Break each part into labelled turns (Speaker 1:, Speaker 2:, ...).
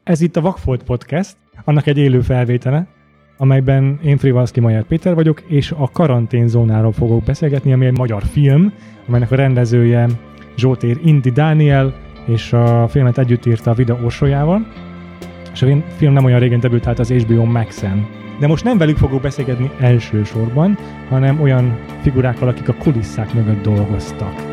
Speaker 1: Ez itt a Vakfolt Podcast, annak egy élő felvétele, amelyben én Frivalszky Majer Péter vagyok, és a Karanténzónáról fogok beszélgetni, ami egy magyar film, amelynek a rendezője Zsoltér Indi Dániel, és a filmet együtt írta a Vida Orsolyával, és a film nem olyan régen debütált az HBO Max-en. De most nem velük fogok beszélgetni elsősorban, hanem olyan figurákkal, akik a kulisszák mögött dolgoztak.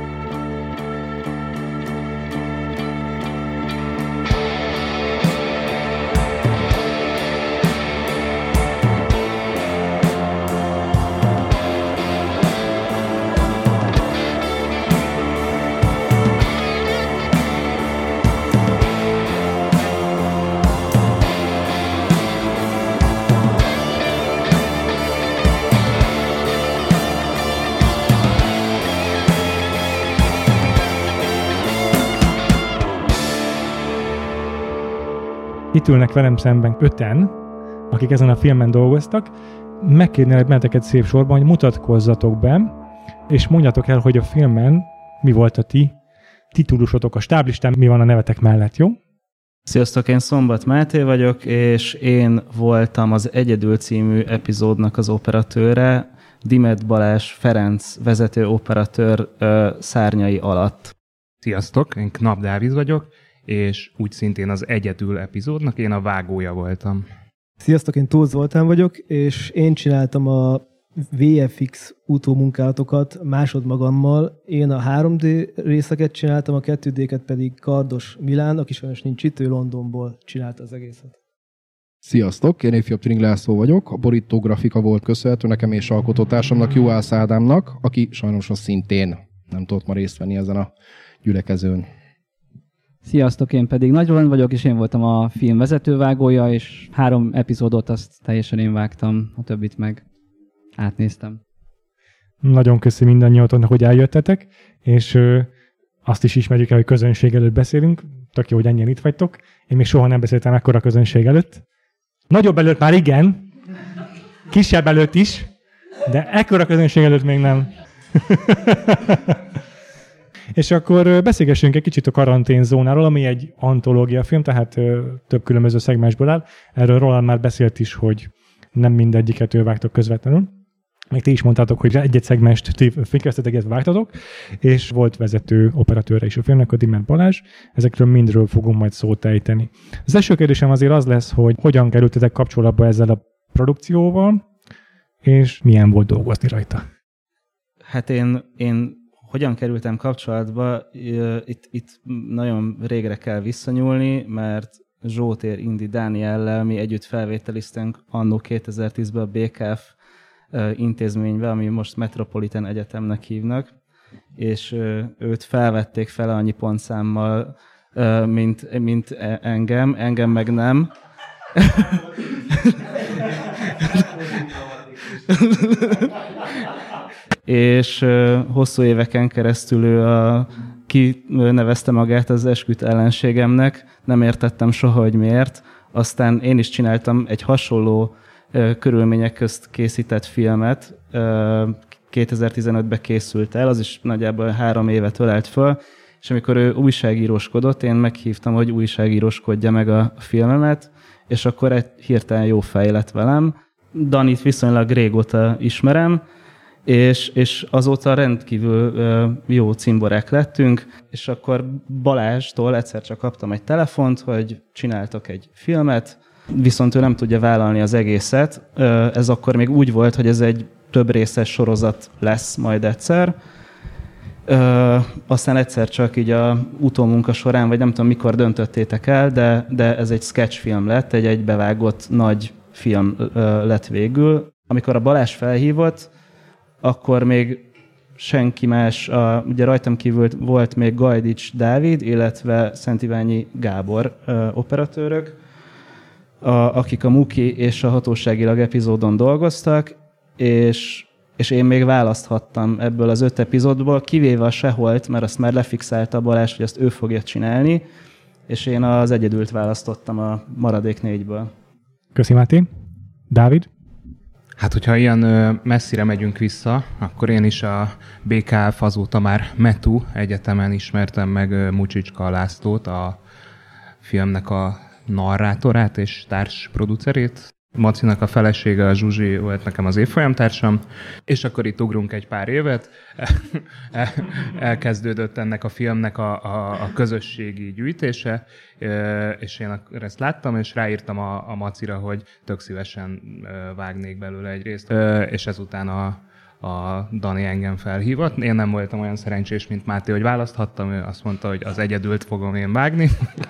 Speaker 1: Itt ülnek velem szemben 5-en, akik ezen a filmen dolgoztak. Megkérnélek benneteket szép sorban, hogy mutatkozzatok be, és mondjatok el, hogy a filmen mi volt a ti titulusotok, a stáblistán mi van a nevetek mellett, jó?
Speaker 2: Sziasztok, én Szombat Máté vagyok, és én voltam az Egyedül című epizódnak az operatőre, Dimet Balázs Ferenc vezető operatőr szárnyai alatt.
Speaker 3: Sziasztok, én Knap Dávid vagyok, és úgy szintén az Egyedül epizódnak én a vágója voltam.
Speaker 4: Sziasztok, én Tóth Zoltán vagyok, és én csináltam a VFX utómunkálatokat másodmagammal. Én a 3D részeket csináltam, a 2D-ket pedig Kardos Milán, aki sajnos nincs itt, ő Londonból csinálta az egészet.
Speaker 5: Sziasztok, én ifjabb Tring László vagyok, a borítógrafika volt köszönhető nekem és alkotótársamnak, Juhász Ádámnak, aki sajnos szintén nem tudott ma részt venni ezen a gyülekezőn.
Speaker 6: Sziasztok, én pedig Nagy Roland vagyok, és én voltam a film vezetővágója, és 3 epizódot azt teljesen én vágtam, a többit meg átnéztem.
Speaker 1: Nagyon köszi mindannyiatoknak, hogy eljöttetek, és azt is ismerjük el, hogy közönség előtt beszélünk. Tök jó, hogy ennyien itt vagytok. Én még soha nem beszéltem ekkora közönség előtt. Nagyobb előtt már igen, kisebb előtt is, de ekkora közönség előtt még nem. És akkor beszélgessünk egy kicsit a Karanténzónáról, ami egy antológia film, tehát több különböző szegmensből áll. Erről Roland már beszélt is, hogy nem mindegyiket ő vágtok közvetlenül. Még ti is mondtátok, hogy egy-egy szegmest ti filmkeztetek, illetve vágtatok, és volt vezető operatőre is a filmnek, a Dimet Balázs. Ezekről mindről fogunk majd szót ejteni. Az első kérdésem azért az lesz, hogy hogyan kerültetek kapcsolatba ezzel a produkcióval, és milyen volt dolgozni rajta?
Speaker 2: Hát én hogyan kerültem kapcsolatba? Itt nagyon régre kell visszanyúlni, mert Zsoltér Indi Dániellel mi együtt felvételiztünk annó 2010-ben a BKF intézménybe, ami most Metropolitan Egyetemnek hívnak, és őt felvették fel annyi pontszámmal, mint engem meg nem. És hosszú éveken keresztül ő kinevezte magát az esküdt ellenségemnek, nem értettem soha, hogy miért. Aztán én is csináltam egy hasonló körülmények közt készített filmet, 2015-ben készült el, az is nagyjából 3 évet ölelt föl, és amikor ő újságíróskodott, én meghívtam, hogy újságíróskodja meg a filmemet, és akkor egy hirtelen jó fej lett velem. Danit viszonylag régóta ismerem, és azóta rendkívül jó cimborák lettünk, és akkor Balázstól egyszer csak kaptam egy telefont, hogy csináltok egy filmet, viszont ő nem tudja vállalni az egészet. Ez akkor még úgy volt, hogy ez egy több részes sorozat lesz majd egyszer. Aztán egyszer csak így a utómunka során, vagy nem tudom mikor döntöttétek el, de ez egy sketchfilm lett, egy egybevágott nagy film lett végül. Amikor a Balázs felhívott, akkor még senki más, ugye rajtam kívül volt még Gajdics Dávid, illetve Szent Iványi Gábor operatőrök, akik a Muki és a Hatóságilag epizódon dolgoztak, és én még választhattam ebből az 5 epizódból, kivéve a Seholt, mert azt már lefixálta a Balázs, hogy azt ő fogja csinálni, és én az Egyedült választottam a maradék 4-ből.
Speaker 1: Köszi, Máté. Dávid?
Speaker 3: Hát, hogyha ilyen messzire megyünk vissza, akkor én is a BKF, azóta már METU egyetemen ismertem meg Mucsicska Lászlót, a filmnek a narrátorát és társproducerét. Macinak a felesége, a Zsuzsi volt nekem az évfolyamtársam, és akkor itt ugrunk egy pár évet. Elkezdődött ennek a filmnek a közösségi gyűjtése, és én ezt láttam, és ráírtam a Macira, hogy tök szívesen vágnék belőle egy részt, és ezután a Dani engem felhívott. Én nem voltam olyan szerencsés, mint Máté, hogy választhattam, ő azt mondta, hogy az egyedült fogom én vágni,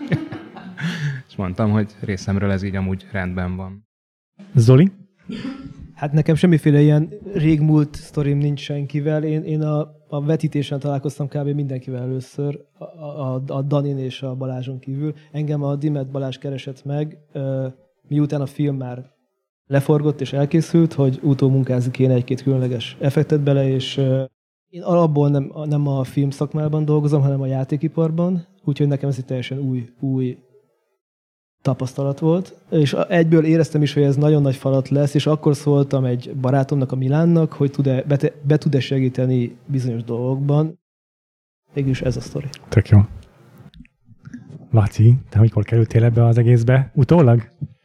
Speaker 3: és mondtam, hogy részemről ez így amúgy rendben van.
Speaker 1: Zoli?
Speaker 4: Hát nekem semmiféle ilyen régmúlt sztorim nincs senkivel. Én a vetítésen találkoztam kb. Mindenkivel először, a Danin és a Balázson kívül. Engem a Dimet Balázs keresett meg, miután a film már leforgott és elkészült, hogy utómunkázni kéne egy-két különleges effektet bele, és én alapból nem a film szakmában dolgozom, hanem a játékiparban, úgyhogy nekem ez egy teljesen új tapasztalat volt, és egyből éreztem is, hogy ez nagyon nagy falat lesz, és akkor szóltam egy barátomnak, a Milánnak, hogy be tud-e segíteni bizonyos dolgokban. Mégis ez a sztori.
Speaker 1: Tök jó. Laci, te mikor kerültél ebbe az egészbe? Utólag?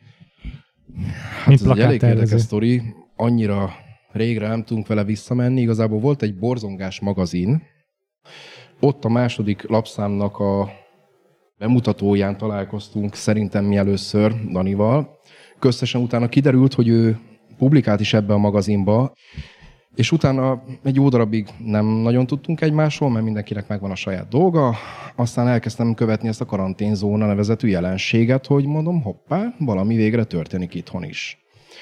Speaker 5: Hát ez egy elég érdekes sztori. Annyira régre nem tudunk vele visszamenni. Igazából volt egy borzongás magazin. Ott a második lapszámnak a bemutatóján találkoztunk szerintem mi először Danival. Köztesen utána kiderült, hogy ő publikált is ebbe a magazinba, és utána egy jó darabig nem nagyon tudtunk egymásról, mert mindenkinek megvan a saját dolga. Aztán elkezdtem követni ezt a karanténzóna nevezetű jelenséget, hogy mondom, hoppá, valami végre történik itthon is.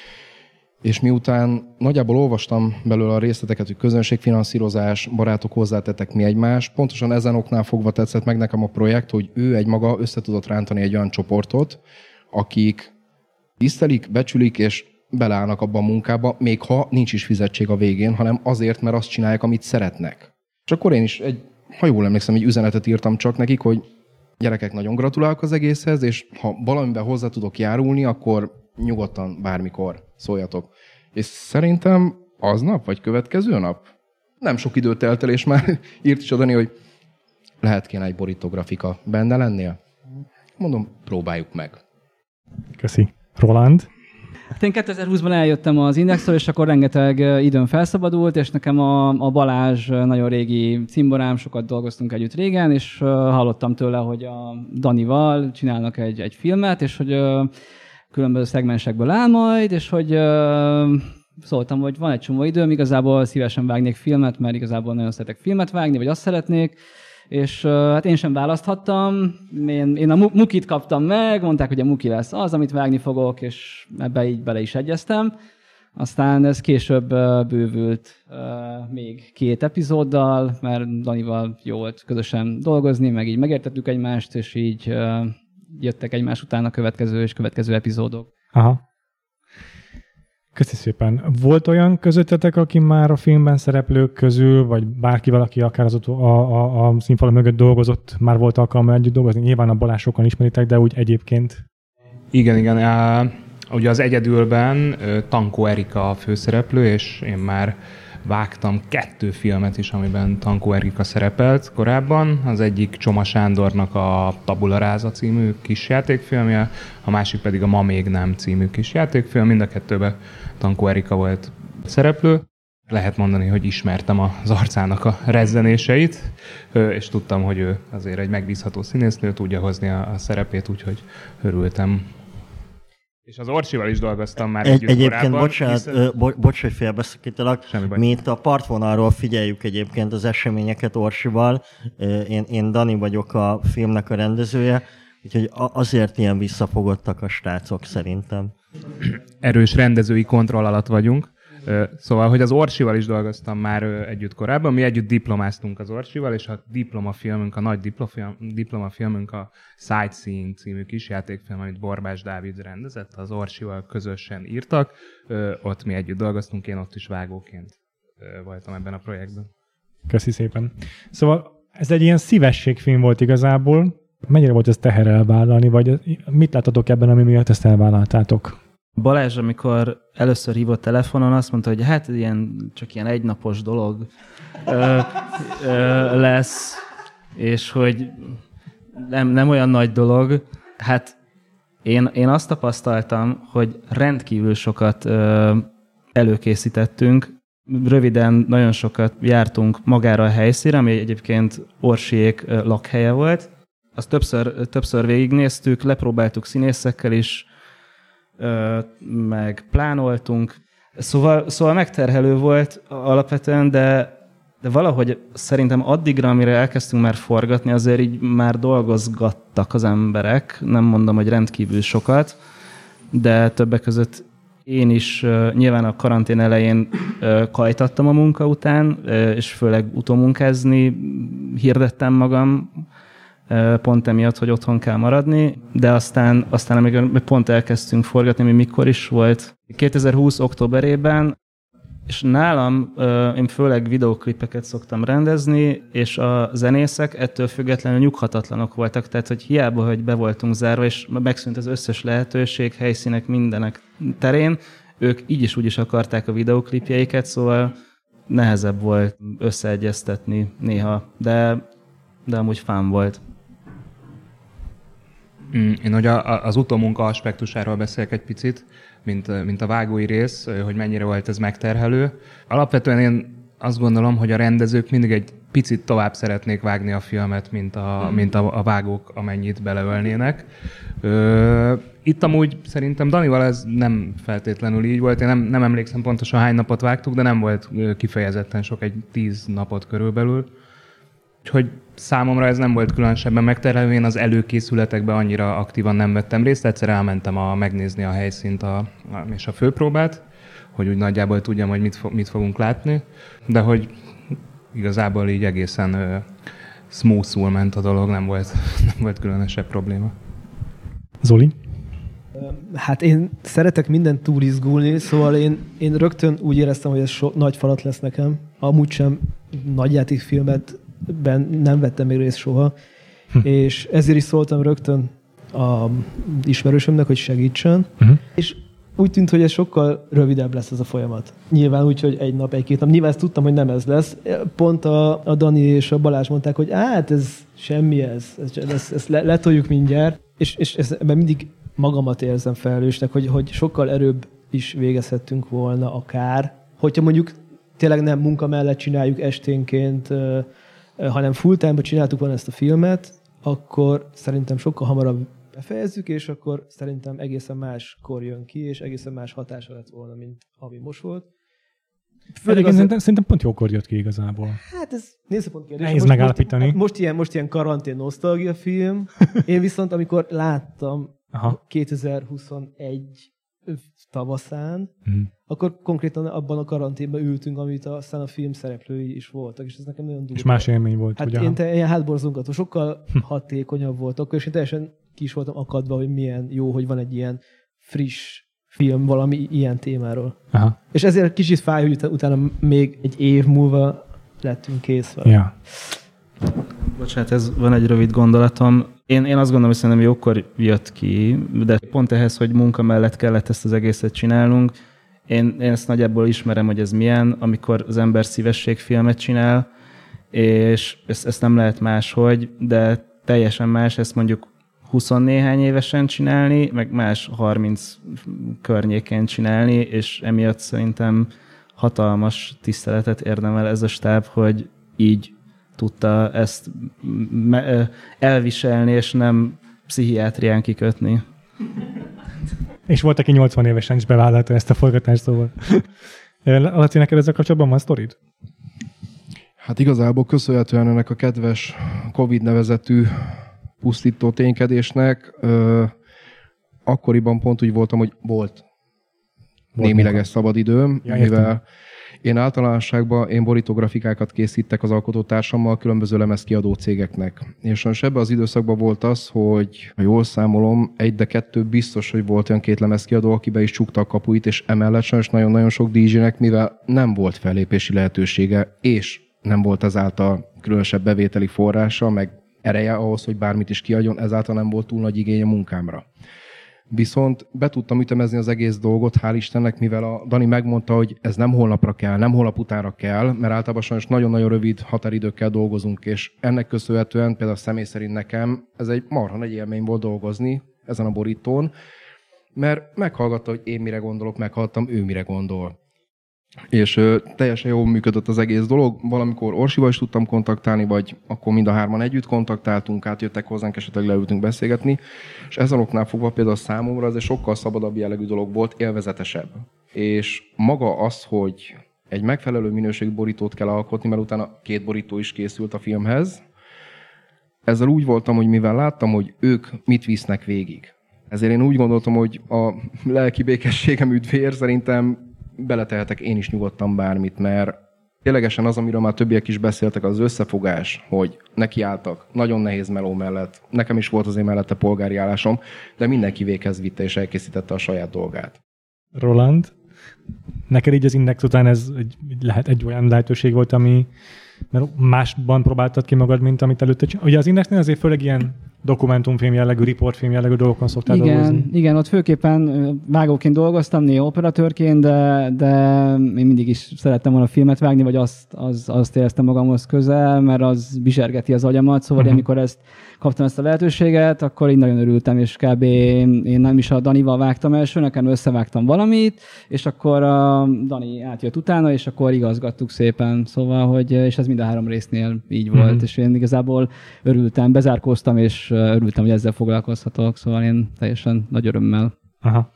Speaker 5: És miután nagyjából olvastam belőle a részleteket, hogy közönségfinanszírozás, barátok hozzátettek mi egymás, pontosan ezen oknál fogva tetszett meg nekem a projekt, hogy ő egymaga össze tudott rántani egy olyan csoportot, akik tisztelik, becsülik és beleállnak abba a munkába, még ha nincs is fizetség a végén, hanem azért, mert azt csinálják, amit szeretnek. És akkor én is, ha jól emlékszem, egy üzenetet írtam csak nekik, hogy gyerekek, nagyon gratulálok az egészhez, és ha valamiben hozzá tudok járulni, akkor nyugodtan bármikor szóljatok. És szerintem aznap, vagy következő nap nem sok időt telt el, és már írt is adani, hogy lehet kéne egy borítografika benne lennél. Mondom, próbáljuk meg.
Speaker 1: Köszi. Roland?
Speaker 6: Hát én 2020-ban eljöttem az Indextől, és akkor rengeteg időm felszabadult, és nekem a Balázs nagyon régi cimborám, sokat dolgoztunk együtt régen, és hallottam tőle, hogy a Danival csinálnak egy filmet, és hogy különböző szegmensekből áll majd, és hogy szóltam, hogy van egy csomó időm, igazából szívesen vágnék filmet, mert igazából nagyon szeretek filmet vágni, vagy azt szeretnék, és hát én sem választhattam, én a Mukit kaptam meg, mondták, hogy a Muki lesz az, amit vágni fogok, és ebbe így bele is egyeztem. Aztán ez később bővült még 2 epizóddal, mert Danival jó volt közösen dolgozni, meg így megértettük egymást, és így jöttek egymás után a következő epizódok. Aha.
Speaker 1: Köszi szépen. Volt olyan közöttetek, aki már a filmben szereplők közül, vagy bárki valaki akár a színfala mögött dolgozott, már volt alkalma együtt dolgozni? Nyilván a Balázs sokan ismeritek, de úgy egyébként.
Speaker 3: Igen. Ugye az Egyedülben Tankó Erika a főszereplő, és én már vágtam 2 filmet is, amiben Tankó Erika szerepelt korábban. Az egyik Csoma Sándornak a Tabula Rasa című kisjátékfilmje, a másik pedig a Ma még nem című kisjátékfilm. Mind a 2-ben Tankó Erika volt szereplő. Lehet mondani, hogy ismertem az arcának a rezzenéseit, és tudtam, hogy ő azért egy megbízható színésznő, tudja hozni a szerepét, úgyhogy örültem. És az Orsival is dolgoztam már együtt
Speaker 7: egyébként,
Speaker 3: korábban.
Speaker 7: bocs, hogy félbeszakítalak. Mi itt a partvonalról figyeljük egyébként az eseményeket Orsival. Én Dani vagyok a filmnek a rendezője, úgyhogy azért ilyen visszafogottak a srácok szerintem.
Speaker 3: Erős rendezői kontroll alatt vagyunk. Szóval, hogy az Orsival is dolgoztam már együtt korábban. Mi együtt diplomáztunk az Orsival, és a diplomafilmünk, a nagy diplomafilmünk a Sightseeing című kisjátékfilm, amit Borbás Dávid rendezett, az Orsival közösen írtak. Ott mi együtt dolgoztunk, én ott is vágóként voltam ebben a projektben.
Speaker 1: Köszi szépen. Szóval ez egy ilyen szívességfilm volt igazából. Mennyire volt ez teher elvállalni, vagy mit láttatok ebben, ami miatt ezt elvállaltátok?
Speaker 2: Balázs, amikor először hívott telefonon, azt mondta, hogy hát csak ilyen egynapos dolog lesz, és hogy nem olyan nagy dolog. Hát Én azt tapasztaltam, hogy rendkívül sokat előkészítettünk. Röviden nagyon sokat jártunk magára a helyszínre, ami egyébként Orsiék lakhelye volt. Azt többször végignéztük, lepróbáltuk színészekkel is, meg plánoltunk. Szóval megterhelő volt alapvetően, de valahogy szerintem addigra, amire elkezdtünk már forgatni, azért így már dolgozgattak az emberek. Nem mondom, hogy rendkívül sokat, de többek között én is nyilván a karantén elején kajtattam a munka után, és főleg utómunkázni hirdettem magam, pont emiatt, hogy otthon kell maradni, de aztán amikor pont elkezdtünk forgatni, mikor is volt, 2020. októberében, és nálam én főleg videóklipeket szoktam rendezni, és a zenészek ettől függetlenül nyughatatlanok voltak, tehát hogy hiába, hogy be voltunk zárva, és megszűnt az összes lehetőség, helyszínek, mindenek terén, ők így is úgy is akarták a videóklipjeiket, szóval nehezebb volt összeegyeztetni néha, de amúgy fán volt.
Speaker 3: Én hogy az utómunka aspektusáról beszélek egy picit, mint a vágói rész, hogy mennyire volt ez megterhelő. Alapvetően én azt gondolom, hogy a rendezők mindig egy picit tovább szeretnék vágni a filmet, mint a vágók, amennyit beleölnének. Itt amúgy szerintem Danival ez nem feltétlenül így volt. Én nem emlékszem pontosan hány napot vágtuk, de nem volt kifejezetten sok, egy 10 napot körülbelül. Úgyhogy számomra ez nem volt különösebben megterhelő, én az előkészületekben annyira aktívan nem vettem részt, egyszer elmentem megnézni a helyszínt és a főpróbát, hogy úgy nagyjából tudjam, hogy mit fogunk látni, de hogy igazából így egészen smoothul ment a dolog, nem volt különösebb probléma.
Speaker 1: Zoli?
Speaker 4: Hát én szeretek mindent túl izgulni, szóval én rögtön úgy éreztem, hogy ez nagy falat lesz nekem. Amúgy sem nagyjátékfilmet nem vettem még részt soha, és ezért is szóltam rögtön a ismerősömnek, hogy segítsen, és úgy tűnt, hogy ez sokkal rövidebb lesz ez a folyamat. Nyilván úgy, hogy egy nap, egy-két nap. Nyilván ezt tudtam, hogy nem ez lesz. Pont a Dani és a Balázs mondták, hogy hát ez semmi ezt letoljuk mindjárt, és ebben mindig magamat érzem felelősnek, hogy sokkal erőbb is végezhettünk volna akár, hogyha mondjuk tényleg nem munka mellett csináljuk esténként, hanem full time-ban csináltuk volna ezt a filmet, akkor szerintem sokkal hamarabb befejezzük, és akkor szerintem egészen máskor jön ki, és egészen más hatása lett volna, mint ami most volt.
Speaker 1: Szerintem pont jókor jött ki igazából.
Speaker 4: Hát ez nézőpont kérdés.
Speaker 1: Nehéz megállapítani.
Speaker 4: Most ilyen karanténén nosztalgia film. Én viszont, amikor láttam 2021 tavaszán, akkor konkrétan abban a karanténban ültünk, amit aztán a film szereplői is voltak, és ez nekem nagyon durva.
Speaker 1: És más élmény volt,
Speaker 4: hát
Speaker 1: ugye?
Speaker 4: Én ilyen hátborzongató, sokkal hatékonyabb volt akkor, és én teljesen ki is voltam akadva, hogy milyen jó, hogy van egy ilyen friss film valami ilyen témáról. Aha. És ezért kicsit fáj, hogy utána még egy év múlva lettünk kész vele.
Speaker 1: Ja.
Speaker 2: Bocsánat, van egy rövid gondolatom. Én azt gondolom, hogy szerintem jókor jött ki, de pont ehhez, hogy munka mellett kellett ezt az egészet csinálnunk. Én ezt nagyjából ismerem, hogy ez milyen, amikor az ember szívességfilmet csinál, és ezt nem lehet máshogy, de teljesen más ezt mondjuk 20 néhány évesen csinálni, meg más 30 környékén csinálni, és emiatt szerintem hatalmas tiszteletet érdemel ez a stáb, hogy így tudta ezt elviselni, és nem pszichiátrián kikötni.
Speaker 1: És volt, aki 80 évesen is bevállalta ezt a forgatást, szóval. Laci, neked ezzel kapcsolatban van sztorid?
Speaker 5: Hát igazából köszönhetően ennek a kedves Covid nevezetű pusztító ténykedésnek akkoriban pont úgy voltam, hogy volt némileges szabadidőm, mivel én általánosságban borítógrafikákat készítek az alkotótársammal különböző lemezkiadó cégeknek. És sajnos ebben az időszakban volt az, hogy ha jól számolom, 1, de 2 biztos, hogy volt olyan 2 lemezkiadó, akibe is csukta a kapuit, és emellett sajnos nagyon-nagyon sok DJ-nek, mivel nem volt fellépési lehetősége, és nem volt ezáltal különösebb bevételi forrása, meg ereje ahhoz, hogy bármit is kiadjon, ezáltal nem volt túl nagy igény a munkámra. Viszont be tudtam ütemezni az egész dolgot, hál' Istennek, mivel a Dani megmondta, hogy ez nem holnapra kell, nem holnap utánra kell, mert általában sajnos nagyon-nagyon rövid határidőkkel dolgozunk, és ennek köszönhetően például személy szerint nekem ez egy marha nagy élmény volt dolgozni, ezen a borítón, mert meghallgatta, hogy én mire gondolok, meghallgattam, ő mire gondol. És teljesen jól működött az egész dolog. Valamikor Orsival is tudtam kontaktálni, vagy akkor mind a hárman együtt kontaktáltunk, átjöttek hozzánk, esetleg leültünk beszélgetni, és ezen oknál fogva például számomra ez egy sokkal szabadabb jellegű dolog volt, élvezetesebb. És maga az, hogy egy megfelelő minőségű borítót kell alkotni, mert utána 2 borító is készült a filmhez, ezzel úgy voltam, hogy mivel láttam, hogy ők mit visznek végig. Ezért én úgy gondoltam, hogy a lelki békességem üdvér, szerintem beletehetek én is nyugodtan bármit, mert ténylegesen az, amiről már többiek is beszéltek, az összefogás, hogy nekiálltak, nagyon nehéz meló mellett. Nekem is volt azért mellette polgári állásom, de mindenki véghez vitte és elkészítette a saját dolgát.
Speaker 1: Roland, neked így az Index után ez lehet egy olyan lehetőség volt, ami mert másban próbáltad ki magad, mint amit előtte csináltad. Ugye az Indexnél azért főleg ilyen dokumentumfilm jellegű, riportfilm jellegű dolgokon szoktál dolgozni.
Speaker 6: Igen, ott főképpen vágóként dolgoztam, néha operatőrként, de én mindig is szerettem volna filmet vágni, vagy azt éreztem magamhoz közel, mert az bizsergeti az agyamat, szóval amikor kaptam ezt a lehetőséget, akkor így nagyon örültem, és kb. Én nem is a Danival vágtam első, nekem összevágtam valamit, és akkor a Dani átjött utána, és akkor igazgattuk szépen, szóval, és ez mind a 3 résznél így volt, és én igazából örültem, bezárkóztam, és örültem, hogy ezzel foglalkozhatok, szóval én teljesen nagy örömmel.
Speaker 1: Aha.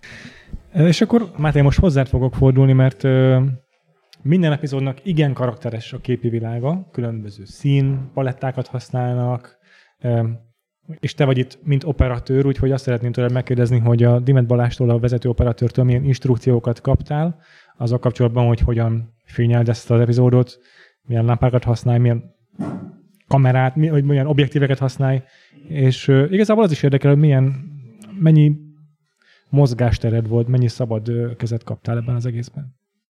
Speaker 1: És akkor, Máté, most hozzád fogok fordulni, mert minden epizódnak igen karakteres a képi világa, különböző színpalettákat használnak, és te vagy itt, mint operatőr, úgyhogy azt szeretném tőled megkérdezni, hogy a Dimet Balástól, a vezető operatőrtől milyen instrukciókat kaptál azzal kapcsolatban, hogy hogyan fényeld ezt az epizódot, milyen lámpákat használj, milyen kamerát, milyen objektíveket használj, és igazából az is érdekel, hogy mennyi mozgástered volt, mennyi szabad kezet kaptál ebben az egészben.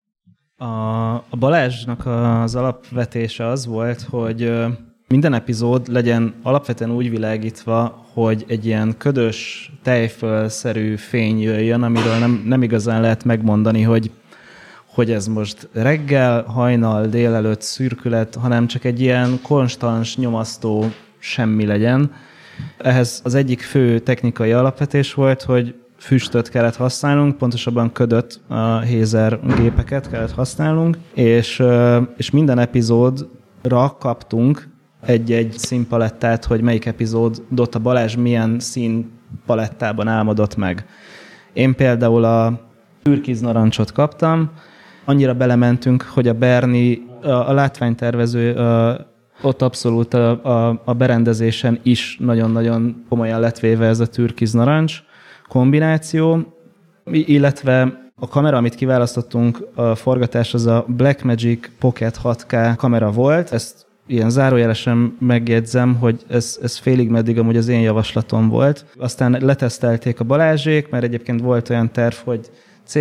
Speaker 2: A Balázsnak az alapvetése az volt, hogy minden epizód legyen alapvetően úgy világítva, hogy egy ilyen ködös, tejfölszerű fény jöjjön, amiről nem igazán lehet megmondani, hogy ez most reggel, hajnal, délelőtt, szürkület, hanem csak egy ilyen konstans, nyomasztó semmi legyen. Ehhez az egyik fő technikai alapvetés volt, hogy füstöt kellett használnunk, pontosabban ködöt, a Hézer gépeket kellett használnunk, és minden epizódra kaptunk egy színpalettát, hogy melyik epizódot a Balázs milyen színpalettában álmodott meg. Én például a türkiz narancsot kaptam, annyira belementünk, hogy a Berni, a látványtervező ott abszolút a berendezésen is nagyon-nagyon komolyan lett véve ez a türkiz narancs kombináció, illetve a kamera, amit kiválasztottunk, a forgatás az a Blackmagic Pocket 6K kamera volt. Ezt ilyen zárójelesen megjegyzem, hogy ez félig meddig amúgy az én javaslatom volt. Aztán letesztelték a Balázsék, mert egyébként volt olyan terv, hogy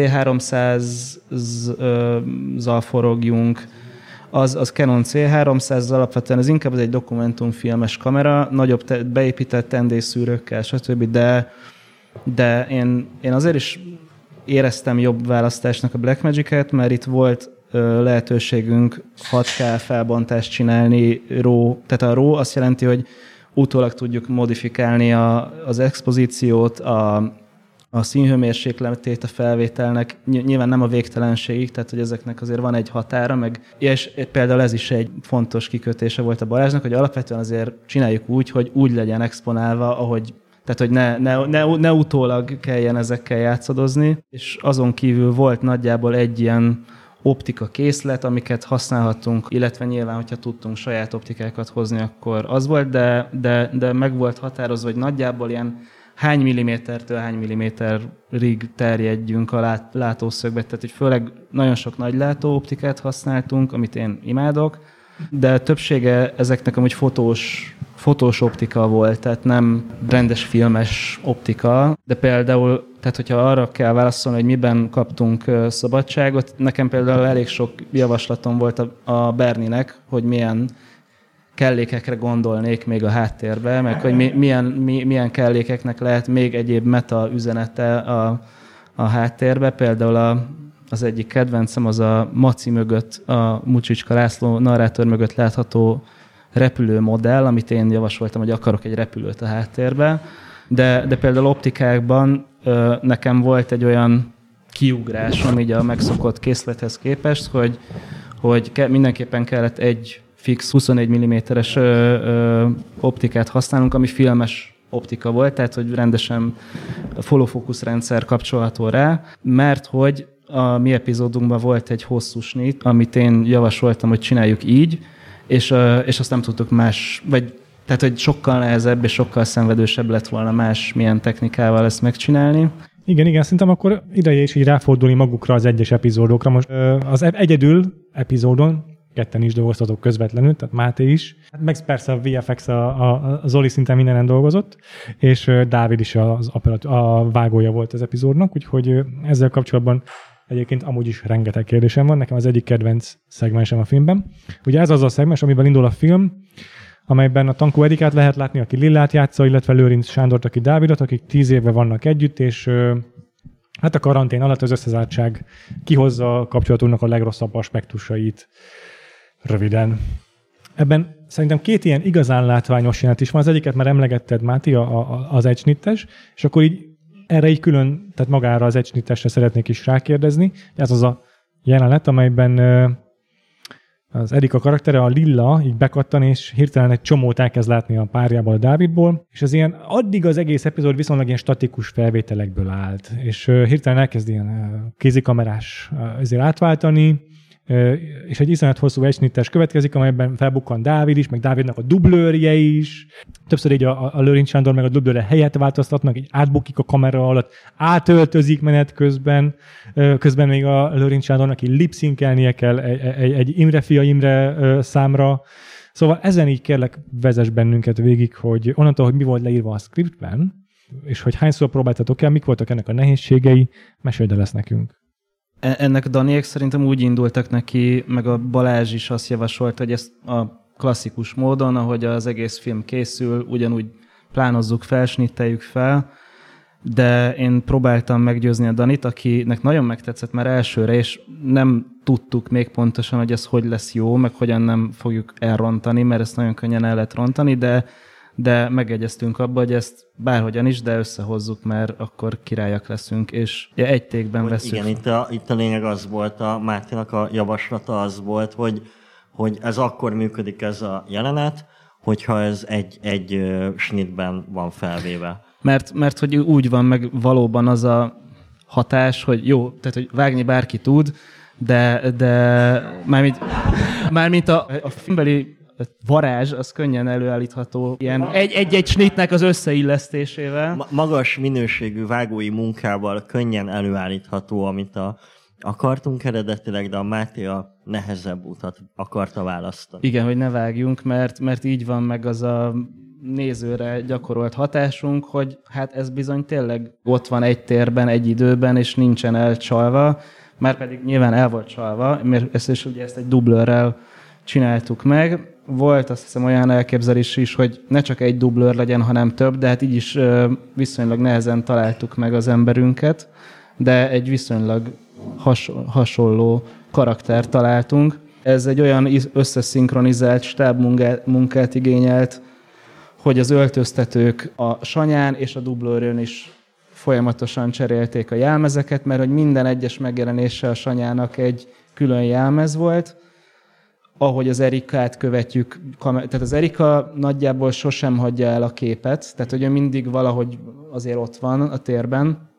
Speaker 2: C300-zal forogjunk, az Canon C300, alapvetően ez inkább egy dokumentumfilmes kamera, nagyobb beépített ND-szűrőkkel, stb., de én azért is éreztem jobb választásnak a Blackmagic-et, mert itt volt lehetőségünk 6K felbontást csinálni RAW. Tehát a RAW azt jelenti, hogy utólag tudjuk modifikálni az expozíciót, a színhőmérsékletét a felvételnek, nyilván nem a végtelenségig, tehát hogy ezeknek azért van egy határa, és például ez is egy fontos kikötése volt a Balázsnak, hogy alapvetően azért csináljuk úgy, hogy úgy legyen exponálva, ahogy, tehát hogy ne utólag kelljen ezekkel játszadozni, és azon kívül volt nagyjából egy ilyen optika készlet, amiket használhattunk, illetve nyilván, hogyha tudtunk saját optikákat hozni, akkor az volt, de meg volt határozva, hogy nagyjából ilyen hány millimétertől hány milliméterig terjedjünk a látószögbe. Tehát, hogy főleg nagyon sok nagylátó optikát használtunk, amit én imádok, de többsége ezeknek amúgy fotós optika volt, tehát nem rendes filmes optika, de például, tehát hogyha arra kell válaszolni, hogy miben kaptunk szabadságot, nekem például elég sok javaslatom volt a Berninek, hogy milyen kellékekre gondolnék még a háttérbe, meg hogy milyen kellékeknek lehet még egyéb meta üzenete a háttérbe. Például az egyik kedvencem az a Maci mögött, a Mucsicska László narrátor mögött látható repülőmodell, amit én javasoltam, hogy akarok egy repülőt a háttérbe. de például optikákban nekem volt egy olyan kiugrásom így a megszokott készlethez képest, hogy mindenképpen kellett egy fix 24 mm-es optikát használnunk, ami filmes optika volt, tehát hogy rendesen follow-focus rendszer kapcsolható rá, mert hogy a mi epizódunkban volt egy hosszú snit, amit én javasoltam, hogy csináljuk így, és azt nem tudtuk más, vagy tehát, hogy sokkal nehezebb és sokkal szenvedősebb lett volna más milyen technikával ezt megcsinálni.
Speaker 1: Igen, szerintem akkor ideje is így ráfordulni magukra az egyes epizódokra. Most az egyedül epizódon ketten is dolgoztatok közvetlenül, tehát Máté is. Meg persze a VFX, a Zoli szinten mindenen dolgozott, és Dávid is a vágója volt az epizódnak, úgyhogy ezzel kapcsolatban egyébként amúgy is rengeteg kérdésem van. Nekem az egyik kedvenc szegmensem a filmben. Ugye ez az a szegmens, amivel indul a film, amelyben a Tankó Erikát lehet látni, aki Lillát játsza, illetve Lőrinc Sándort, aki Dávidot, akik 10 éve vannak együtt, és hát a karantén alatt az összezártság kihozza a kapcsolatunknak a legrosszabb aspektusait. Röviden. Ebben szerintem 2 ilyen igazán látványos jelenet is van. Az egyiket már emlegetted, Máté, az egysnittes, és akkor így erre így külön, tehát magára az egysnittesre szeretnék is rákérdezni. Ez az a jelenet, amelyben az Erika karaktere, a Lilla így bekattan, és hirtelen egy csomót elkezd látni a párjából, a Dávidból, és ez ilyen, addig az egész epizód viszonylag ilyen statikus felvételekből állt, és hirtelen elkezd ilyen kézikamerás ezért átváltani, és egy iszonyat hosszú egysnittes következik, amelyben felbukkan Dávid is, meg Dávidnak a dublőrje is. Többször így a Lőrinc Sándor meg a dublőre helyet változtatnak, így átbukik a kamera alatt, átöltözik menet közben, közben még a Lőrinc Sándornak így lipszinkelnie kell egy Imre fia Imre számra. Szóval ezen így kérlek vezess bennünket végig, hogy onnantól, hogy mi volt leírva a scriptben, és hogy hányszor próbáltatok el, mik voltak ennek a nehézségei, meséld el ezt nekünk.
Speaker 2: Ennek Daniék szerintem úgy indultak neki, meg a Balázs is azt javasolta, hogy ezt a klasszikus módon, ahogy az egész film készül, ugyanúgy plánozzuk fel, snitteljük fel, de én próbáltam meggyőzni a Danit, akinek nagyon megtetszett már elsőre, és nem tudtuk még pontosan, hogy ez hogy lesz jó, meg hogyan nem fogjuk elrontani, mert ezt nagyon könnyen el lehet rontani, de megegyeztünk abba, hogy ezt bárhogyan is, de összehozzuk, mert akkor királyak leszünk, és egy tékben veszünk.
Speaker 7: Igen, itt a lényeg az volt, a Máténak a javaslata az volt, hogy ez akkor működik ez a jelenet, hogyha ez egy snitben van felvéve.
Speaker 2: Mert hogy úgy van meg valóban az a hatás, hogy jó, tehát hogy vágni bárki tud, de mármint a filmbeli varázs, az könnyen előállítható ilyen egy-egy snitnek az összeillesztésével.
Speaker 7: Magas minőségű vágói munkával könnyen előállítható, amit akartunk eredetileg, de a Máté a nehezebb utat akarta választani.
Speaker 2: Igen, hogy ne vágjunk, mert így van meg az a nézőre gyakorolt hatásunk, hogy hát ez bizony tényleg ott van egy térben, egy időben, és nincsen elcsalva, már pedig nyilván el volt csalva, mert ezt egy dublőrrel csináltuk meg. Volt azt hiszem olyan elképzelés is, hogy ne csak egy dublőr legyen, hanem több, de hát így is viszonylag nehezen találtuk meg az emberünket, de egy viszonylag hasonló karaktert találtunk. Ez egy olyan összeszinkronizált stábmunkát igényelt, hogy az öltöztetők a Sanyán és a dublőrön is folyamatosan cserélték a jelmezeket, mert hogy minden egyes megjelenése a Sanyának egy külön jelmez volt. Ahogy az Erikát követjük, tehát az Erika nagyjából sosem hagyja el a képet, tehát hogy ő mindig valahogy azért ott van a térben,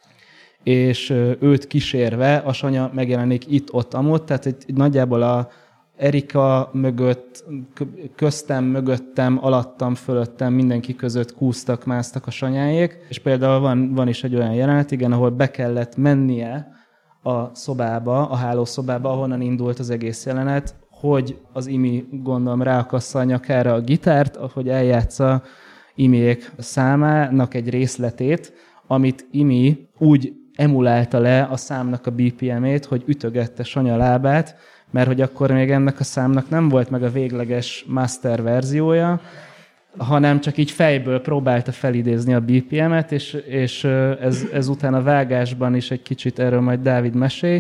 Speaker 2: és őt kísérve a Sanya megjelenik itt-ott amott, tehát egy nagyjából a Erika mögött, köztem, mögöttem, alattam, fölöttem, mindenki között kúztak, másztak a Sanyáék, és például van is egy olyan jelenet, igen, ahol be kellett mennie a szobába, a hálószobába, ahonnan indult az egész jelenet, hogy az Imi, gondolom, ráakassza a nyakára a gitárt, ahogy eljátsza Imiék számának egy részletét, amit Imi úgy emulálta le a számnak a BPM-ét, hogy ütögette Sanya lábát, mert hogy akkor még ennek a számnak nem volt meg a végleges master verziója, hanem csak így fejből próbálta felidézni a BPM-et, és ez után a vágásban is egy kicsit, erről majd Dávid mesél,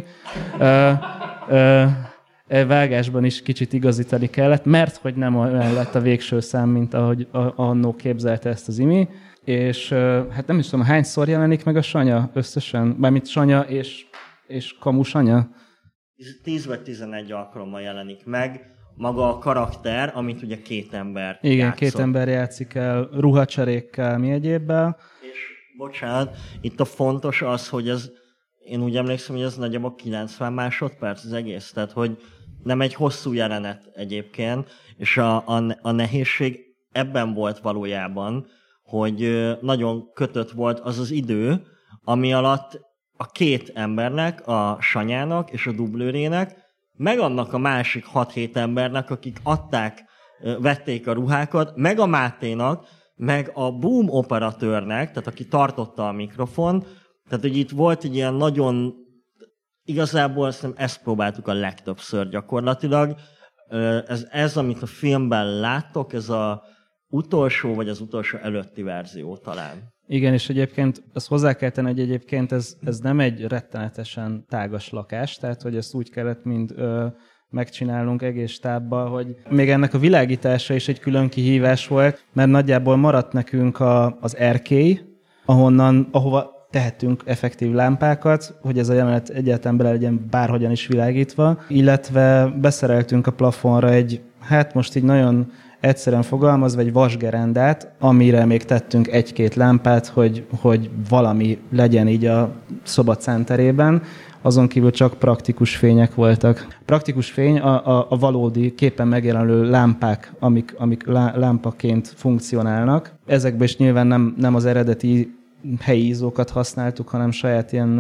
Speaker 2: vágásban is kicsit igazítani kellett, mert hogy nem olyan lett a végső szám, mint ahogy annó képzelte ezt az Imi. és hát nem is tudom, hányszor jelenik meg a Sanya összesen? Mármint Sanya és Kamu Sanya?
Speaker 7: 10 vagy 11 alkalommal jelenik meg maga a karakter, amit ugye 2 ember
Speaker 2: Igen,
Speaker 7: játszott.
Speaker 2: 2 ember játszik el, ruhacserékkel, mi egyébben.
Speaker 7: És bocsánat, itt a fontos az, hogy ez, én úgy emlékszem, hogy ez nagyjából 90 másodperc az egész, tehát hogy nem egy hosszú jelenet egyébként, és a nehézség ebben volt valójában, hogy nagyon kötött volt az az idő, ami alatt a 2 embernek, a Sanyának és a dublőrének, meg annak a másik 6-7 embernek, akik vették a ruhákat, meg a Máténak, meg a boom operatőrnek, tehát aki tartotta a mikrofon, tehát hogy itt volt egy ilyen nagyon, igazából ezt próbáltuk a legtöbbször gyakorlatilag. Ez, amit a filmben láttok, ez az utolsó, vagy az utolsó előtti verzió talán.
Speaker 2: Igen, és egyébként azt hozzá kell tenni, hogy egyébként ez nem egy rettenetesen tágas lakás, tehát hogy ezt úgy kellett mind megcsinálnunk egész stábban, hogy még ennek a világítása is egy külön kihívás volt, mert nagyjából maradt nekünk az erkély, ahova tehetünk effektív lámpákat, hogy ez a jelenet egyáltalán bele legyen bárhogyan is világítva, illetve beszereltünk a plafonra hát most így nagyon egyszerűen fogalmazva egy vasgerendát, amire még tettünk 1-2 lámpát, hogy valami legyen így a szoba centerében, azon kívül csak praktikus fények voltak. Praktikus fény a valódi képen megjelenő lámpák, amik lámpaként funkcionálnak. Ezekben is nyilván nem az eredeti helyi izzókat használtuk, hanem saját ilyen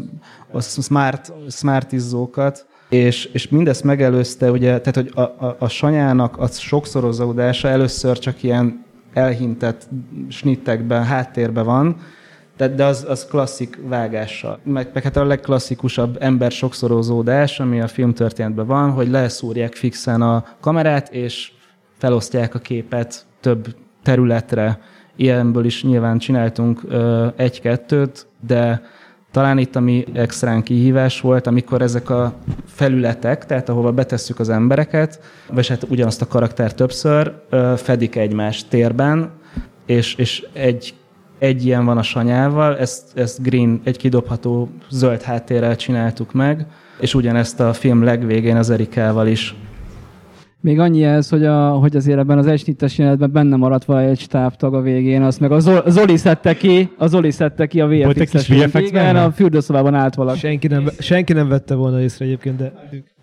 Speaker 2: smart izzókat, és mindezt megelőzte, ugye, tehát hogy a Sanyának a sokszorozódása először csak ilyen elhintett snittekben, háttérben van, de az klasszik vágással. Meg hát a legklasszikusabb ember sokszorozódás, ami a filmtörténetben van, hogy leszúrják fixen a kamerát, és felosztják a képet több területre. Ilyenből is nyilván csináltunk 1-2-t, de talán itt, ami extrán kihívás volt, amikor ezek a felületek, tehát ahova betesszük az embereket, vagy hát ugyanazt a karakter többször, fedik egymást térben, és egy ilyen van a Sanyával, ezt green, egy kidobható zöld háttérrel csináltuk meg, és ugyanezt a film legvégén az Erikával is.
Speaker 6: Még annyi ez, hogy azért ebben az egysnittes jelenetben benne maradt valahogy egy stábtag a végén, azt meg a Zoli szedte ki a VFX-es végén, a fürdőszobában állt valaki.
Speaker 4: Senki nem vette volna észre egyébként, de...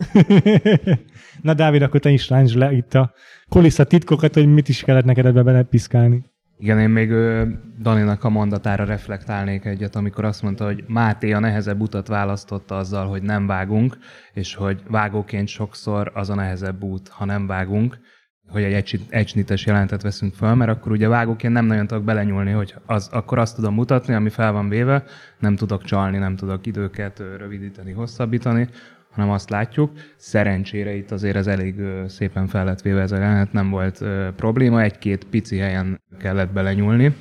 Speaker 1: Na Dávid, akkor te is ráncsd le itt a kulissza titkokat, hogy mit is kellett neked ebbe belepiszkálni.
Speaker 3: Igen, én még Daninak a mondatára reflektálnék egyet, amikor azt mondta, hogy Máté a nehezebb utat választotta azzal, hogy nem vágunk, és hogy vágóként sokszor az a nehezebb út, ha nem vágunk, hogy egy egysnites jelentet veszünk fel, mert akkor ugye vágóként nem nagyon tudok belenyúlni, hogy akkor azt tudom mutatni, ami fel van véve, nem tudok csalni, nem tudok időket rövidíteni, hosszabbítani, hanem azt látjuk. Szerencsére itt azért ez elég szépen fel lett véve ez a jelenet, nem volt probléma, 1-2 pici helyen kellett belenyúlni.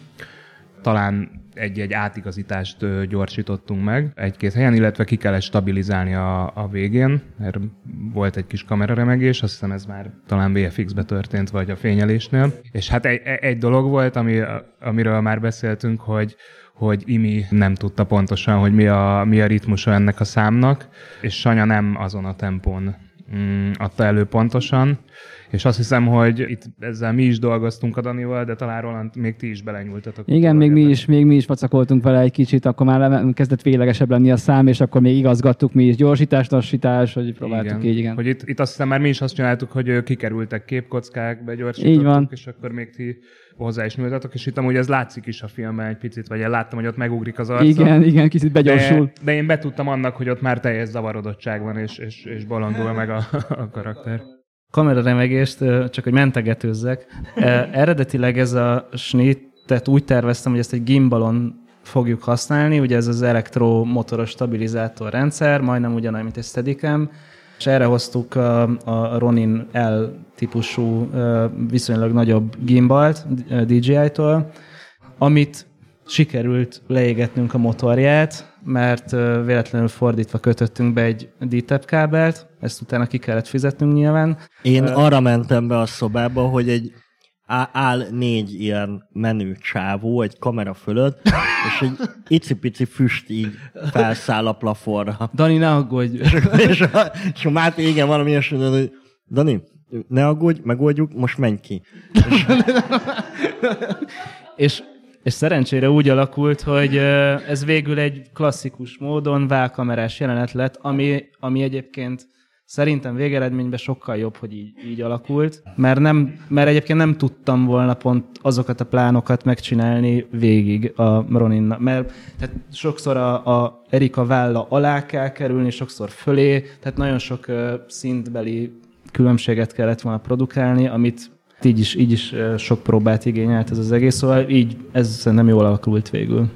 Speaker 3: Talán egy átigazítást gyorsítottunk meg 1-2 helyen, illetve ki kellett stabilizálni a végén, mert volt egy kis kameraremegés, azt hiszem ez már talán VFX-be történt, vagy a fényelésnél. És hát egy dolog volt, amiről már beszéltünk, hogy Imi nem tudta pontosan, hogy mi a ritmusa ennek a számnak, és Sanya nem azon a tempón adta elő pontosan, és azt hiszem, hogy itt ezzel mi is dolgoztunk a Danival, de talán Roland, még ti is belenyúltatok.
Speaker 6: Igen, még mi is vacakoltunk vele egy kicsit, akkor már kezdett véglegesebb lenni a szám, és akkor még igazgattuk mi is gyorsítás, lassítás, hogy próbáltuk így, igen.
Speaker 3: Hogy itt azt hiszem már mi is azt csináltuk, hogy kikerültek képkockák, begyorsítottuk, és akkor még ti hozzá is nyújtatok, és itt amúgy ez látszik is a filmben egy picit, vagy én láttam, hogy ott megugrik az arca.
Speaker 6: Igen, kicsit begyorsul.
Speaker 3: De én betudtam annak, hogy ott már teljes zavarodottság van, és bolondul meg a karakter.
Speaker 2: Kameraremegést, csak hogy mentegetőzzek. Eredetileg ez a snittet úgy terveztem, hogy ezt egy gimbalon fogjuk használni, ugye ez az elektromotoros stabilizátor rendszer, majdnem ugyanolyan, mint egy Steadicam, és erre hoztuk a Ronin L típusú, viszonylag nagyobb gimbalt DJI-tól, amit sikerült leégetnünk a motorját, mert véletlenül fordítva kötöttünk be egy DTAP kábelt, ezt utána ki kellett fizetnünk nyilván.
Speaker 7: Én arra mentem be a szobába, hogy egy áll 4 ilyen menő csávó egy kamera fölött, és egy icipici füst így felszáll a plafonra.
Speaker 2: Dani, ne aggódj!
Speaker 7: És a Máté igen, valami ilyesmi, hogy Dani, ne aggódj, megoldjuk, most menj ki.
Speaker 2: És szerencsére úgy alakult, hogy ez végül egy klasszikus módon válkamerás jelenet lett, ami egyébként szerintem végeredményben sokkal jobb, hogy így alakult, mert egyébként nem tudtam volna pont azokat a plánokat megcsinálni végig a Roninnal. Mert tehát sokszor a Erika válla alá kell kerülni, sokszor fölé, tehát nagyon sok szintbeli különbséget kellett volna produkálni, amit így is sok próbát igényelt ez az egész, szóval így ez szerintem jól alakult végül.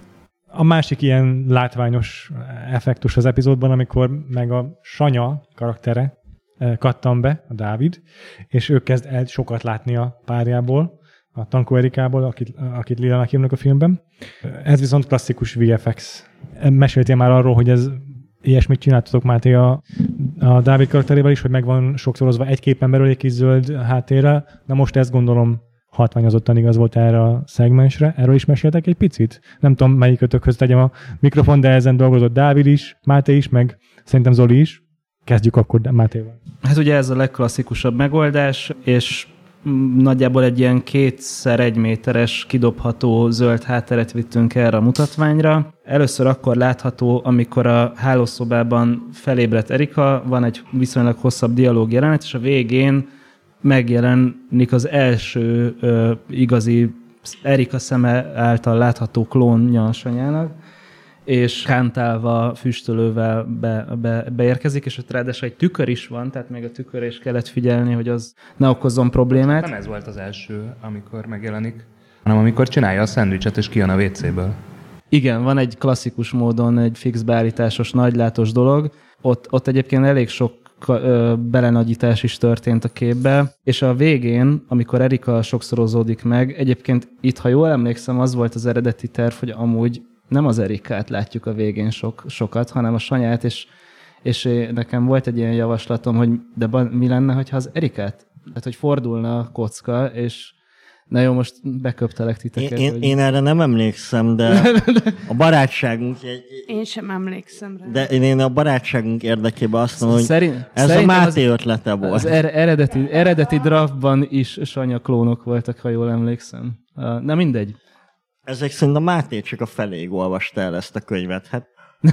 Speaker 1: A másik ilyen látványos effektus az epizódban, amikor meg a Sanya karaktere kattan be, a Dávid, és ő kezd el sokat látni a párjából, a Tankó Erikából, akit Lilának hívnak a filmben. Ez viszont klasszikus VFX. Meséltél már arról, hogy ez ilyesmit csináltatok, Máté, a Dávid karakterével is, hogy meg van sokszorozva egy képen belül egy kis zöld háttérrel. Na most ezt gondolom hatványozottan igaz volt erre a szegmensre. Erről is meséltek egy picit? Nem tudom, melyikötökhöz tegyem a mikrofon, de ezen dolgozott Dávid is, Máté is, meg szerintem Zoli is. Kezdjük akkor Mátéval.
Speaker 2: Hát ugye ez a legklasszikusabb megoldás, és nagyjából egy ilyen 2x1 méteres kidobható zöld hátteret vittünk erre a mutatványra. Először akkor látható, amikor a hálószobában felébredt Erika, van egy viszonylag hosszabb dialóg jelenet, és a végén megjelenik az első igazi Erika szeme által látható klónja a Sanyának, és kántálva, füstölővel beérkezik, és ott ráadásul egy tükör is van, tehát még a tükörre is kellett figyelni, hogy az ne okozzon problémát.
Speaker 3: Nem ez volt az első, amikor megjelenik, hanem amikor csinálja a szendvicset, és kijön a WC-ből.
Speaker 2: Igen, van egy klasszikus módon egy fix beállításos, nagylátós dolog. Ott egyébként elég sok belenagyítás is történt a képbe, és a végén, amikor Erika sokszorozódik meg, egyébként itt, ha jól emlékszem, az volt az eredeti terv, hogy amúgy nem az Erikát látjuk a végén sokat, hanem a Sanyát, és nekem volt egy ilyen javaslatom, hogy de mi lenne, hogyha az Erikát? Tehát, hogy fordulna a kocka, és na jó, most beköptelek titeket.
Speaker 7: Én erre nem emlékszem, de a barátságunk...
Speaker 8: Én sem emlékszem rá.
Speaker 7: De én a barátságunk érdekében azt mondom, hogy ez a Máté ötlete volt.
Speaker 2: Az eredeti draftban is Sanya klónok voltak, ha jól emlékszem. Na mindegy.
Speaker 7: Ezek szerint a Máté csak a feléig olvasta el ezt a könyvet. Hát,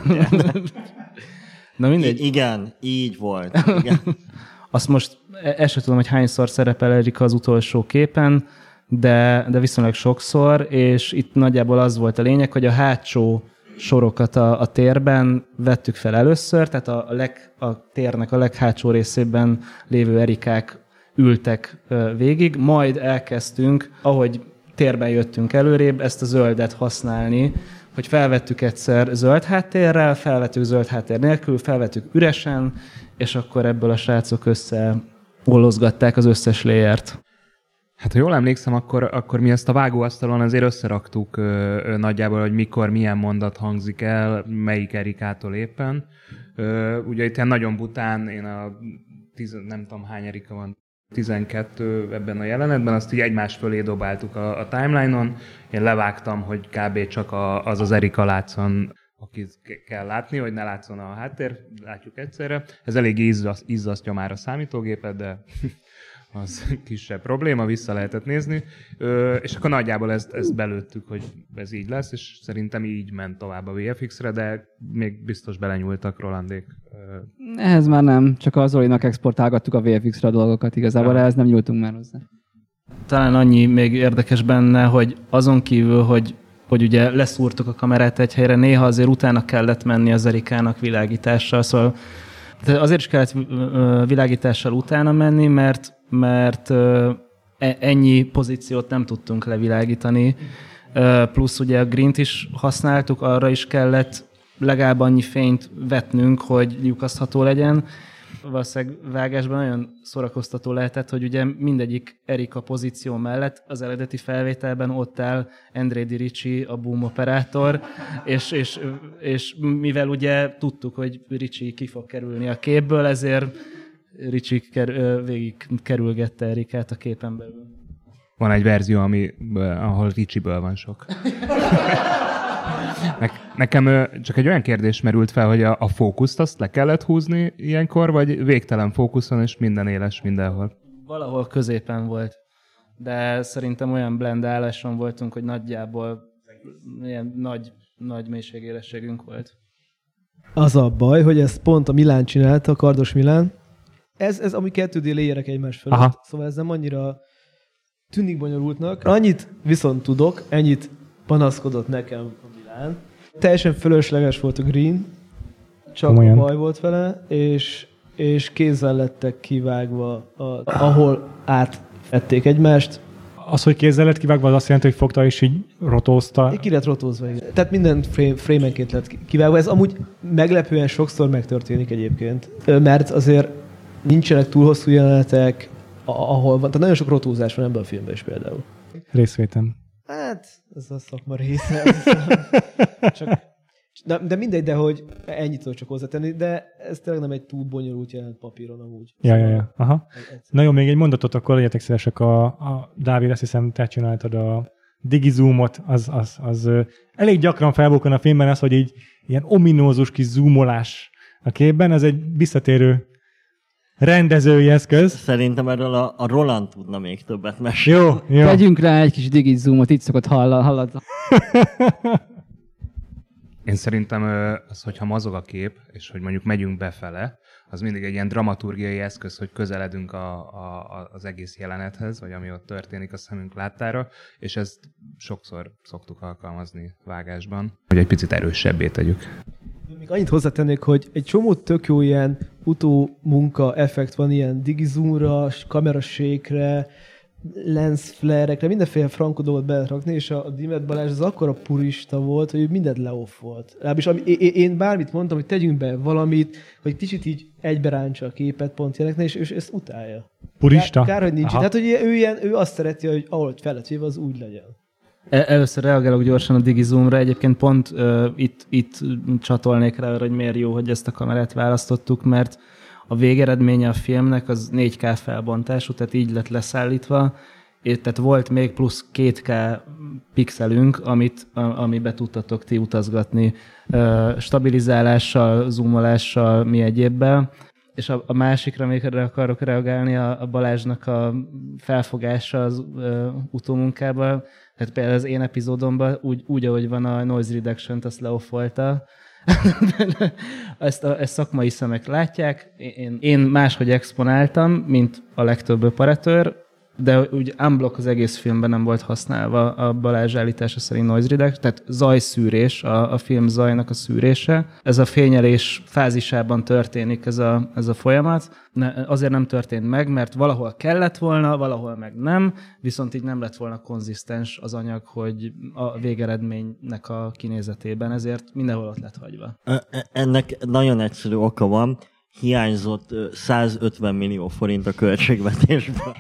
Speaker 2: na mindegy.
Speaker 7: Igen, így volt. Igen.
Speaker 2: Azt most ezt sem tudom, hogy hányszor szerepel Erika az utolsó képen, de viszonylag sokszor, és itt nagyjából az volt a lényeg, hogy a hátsó sorokat a térben vettük fel először, tehát a térnek a leghátsó részében lévő Erikák ültek végig, majd elkezdtünk, ahogy térben jöttünk előrébb, ezt a zöldet használni, hogy felvettük egyszer zöld háttérrel, felvettük zöld háttér nélkül, felvettük üresen, és akkor ebből a srácok összeollozgatták az összes layert.
Speaker 3: Hát ha jól emlékszem, akkor mi ezt a vágóasztalon azért összeraktuk nagyjából, hogy mikor milyen mondat hangzik el, melyik Erikától éppen. Ugye itt nagyon bután, én nem tudom hány Erika van, 12 ebben a jelenetben, azt így egymás fölé dobáltuk a timeline-on. Én levágtam, hogy kb. Csak az Erika látszon, akit kell látni, hogy ne látszon a háttér, látjuk egyszerre. Ez elég izzasztja már a számítógépet, de az kisebb probléma, vissza lehetett nézni. És akkor nagyjából ezt belőttük, hogy ez így lesz, és szerintem így ment tovább a VFX-re, de még biztos belenyúltak Rolandék.
Speaker 6: Ehhez már nem, csak az Zolinak exportálgattuk a VFX-re a dolgokat, igazából ehhez nem nyúltunk már hozzá.
Speaker 2: Talán annyi még érdekes benne, hogy azon kívül, hogy ugye leszúrtuk a kamerát egy helyre, néha azért utána kellett menni az Erikának világítással, szóval azért is kellett világítással utána menni, mert ennyi pozíciót nem tudtunk levilágítani, plusz ugye a green-t is használtuk, arra is kellett legalább annyi fényt vetnünk, hogy lyukasztható legyen. Valószínűleg vágásban nagyon szórakoztató lehetett, hogy ugye mindegyik Erika pozíció mellett az eredeti felvételben ott áll André Ricci, a boom operátor, és mivel ugye tudtuk, hogy Ricci ki fog kerülni a képből, ezért Ricci végig kerülgette Erikát a képen belül.
Speaker 3: Van egy verzió, ahol Ricsiből van sok. Nekem csak egy olyan kérdés merült fel, hogy a fókuszt azt le kellett húzni ilyenkor, vagy végtelen fókuszon, és minden éles mindenhol?
Speaker 2: Valahol középen volt. De szerintem olyan blendáláson voltunk, hogy nagyjából ilyen nagy mélységélességünk volt.
Speaker 4: Az a baj, hogy ezt pont a Milán csinálta, a Kardos Milán. Ez amúgy 2D léjerek egymás fölött. Aha. Szóval ez nem annyira tűnik bonyolultnak. Annyit viszont tudok, ennyit panaszkodott nekem a Milán. Teljesen fölösleges volt a green, csak a baj volt vele, és kézzel lettek kivágva, ahol átvették egymást.
Speaker 1: Az, hogy kézzel lett kivágva, az azt jelenti, hogy fogta és így rotózta.
Speaker 4: Ki lett rotózva, igen. Tehát minden frame-enként lett kivágva. Ez amúgy meglepően sokszor megtörténik egyébként, mert azért nincsenek túl hosszú jelenetek, ahol van. Tehát nagyon sok rotózás van ebben a filmben is például.
Speaker 1: Részvétem.
Speaker 4: Hát, ez a szakma része. De mindegy, de hogy ennyit tudok csak hozzátenni, de ez tényleg nem egy túl bonyolult jelent papíron amúgy.
Speaker 1: Ja. Aha. Na jó, még egy mondatot, akkor legyetek szívesek. A Dávid, azt hiszem, te csináltad a digizoomot, az elég gyakran felbukkan a filmben az, hogy így ilyen ominózus kis zoomolás a képben, ez egy visszatérő rendezői eszköz.
Speaker 7: Szerintem erről a Roland tudna még többet mesélni.
Speaker 6: Jó. Tegyünk rá egy kis digizoomot, itt szokott hallani.
Speaker 3: Én szerintem az, hogyha mozog a kép, és hogy mondjuk megyünk befele, az mindig egy ilyen dramaturgiai eszköz, hogy közeledünk az egész jelenethez, vagy ami ott történik a szemünk láttára, és ezt sokszor szoktuk alkalmazni vágásban, hogy egy picit erősebbé tegyük.
Speaker 4: Még annyit hozzátennék, hogy egy csomó tök jó ilyen utómunka effekt van, ilyen digizoomra, kamerasékre, lens flare-ekre, mindenféle frankó dolgot berakni, és a Dimet Balázs az akkora purista volt, hogy mindent le-off volt. Legalábbis én bármit mondtam, hogy tegyünk be valamit, hogy kicsit így egyberántsa a képet pont ilyeneknek, és ezt utálja.
Speaker 1: Purista?
Speaker 4: Kár, hogy nincs. Tehát, hogy ő azt szereti, hogy ahol fel lett véve, az úgy legyen.
Speaker 2: Először reagálok gyorsan a digizoomra. Egyébként pont itt csatolnék rá, hogy miért jó, hogy ezt a kamerát választottuk, mert a végeredménye a filmnek az 4K felbontású, tehát így lett leszállítva, tehát volt még plusz 2K pixelünk, amibe tudtatok ti utazgatni stabilizálással, zoomolással, mi egyébben. És a másikra még akarok reagálni, a Balázsnak a felfogása az utómunkában. Tehát például az én epizódomban úgy ahogy van a noise reduction-t, azt leoffolta. Ezt szakmai szemek látják. Én máshogy exponáltam, mint a legtöbb operatőr, de úgy unblock az egész filmben nem volt használva a Balázs állítása szerint noise reduction, tehát zajszűrés, a film zajnak a szűrése. Ez a fényelés fázisában történik ez a folyamat. Azért nem történt meg, mert valahol kellett volna, valahol meg nem, viszont így nem lett volna konzisztens az anyag, hogy a végeredménynek a kinézetében, ezért mindenhol ott lett hagyva.
Speaker 7: Ennek nagyon egyszerű oka van, hiányzott 150 millió forint a költségvetésből.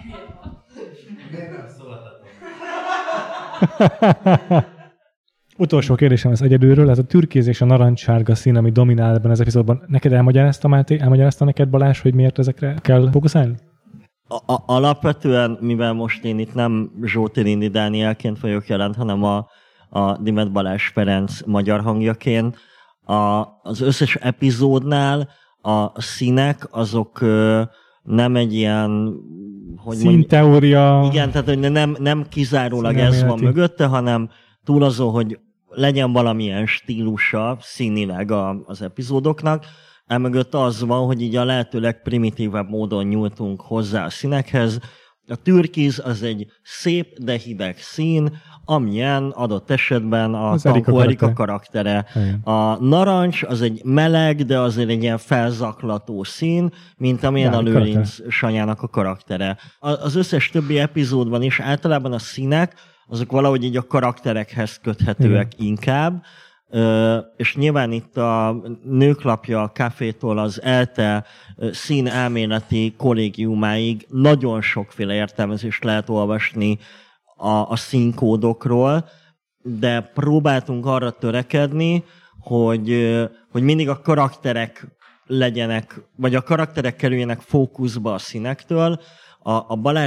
Speaker 1: Utolsó kérdésem az egyedülről, ez a türkéz és a narancssárga szín, ami dominál ebben az epizódban. Neked elmagyarázta neked Balázs, hogy miért ezekre kell fókuszálni?
Speaker 7: Alapvetően, mivel most én itt nem Zsóti Rindi Dánielként vagyok jelent, hanem a Dimet Balázs Ferenc magyar hangjaként, az összes epizódnál a színek azok nem egy ilyen...
Speaker 1: színteória...
Speaker 7: Igen, tehát hogy nem kizárólag ez van mögötte, hanem túl azon, hogy legyen valamilyen stílusa színileg az epizódoknak, emögött az van, hogy így a lehető legprimitívebb módon nyújtunk hozzá a színekhez. A türkiz az egy szép, de hideg szín, amilyen adott esetben a Tankó Erika karaktere. A narancs az egy meleg, de azért egy ilyen felzaklató szín, mint amilyen a Lőrinc Sanyának a karaktere. Az összes többi epizódban is általában a színek, azok valahogy így a karakterekhez köthetőek inkább, és nyilván itt a Nőklapja a Cafétól az ELTE szín elméleti kollégiumáig nagyon sokféle értelmezést lehet olvasni a színkódokról, de próbáltunk arra törekedni, hogy mindig a karakterek legyenek, vagy a karakterek kerüljenek fókuszba a színektől. A Balázs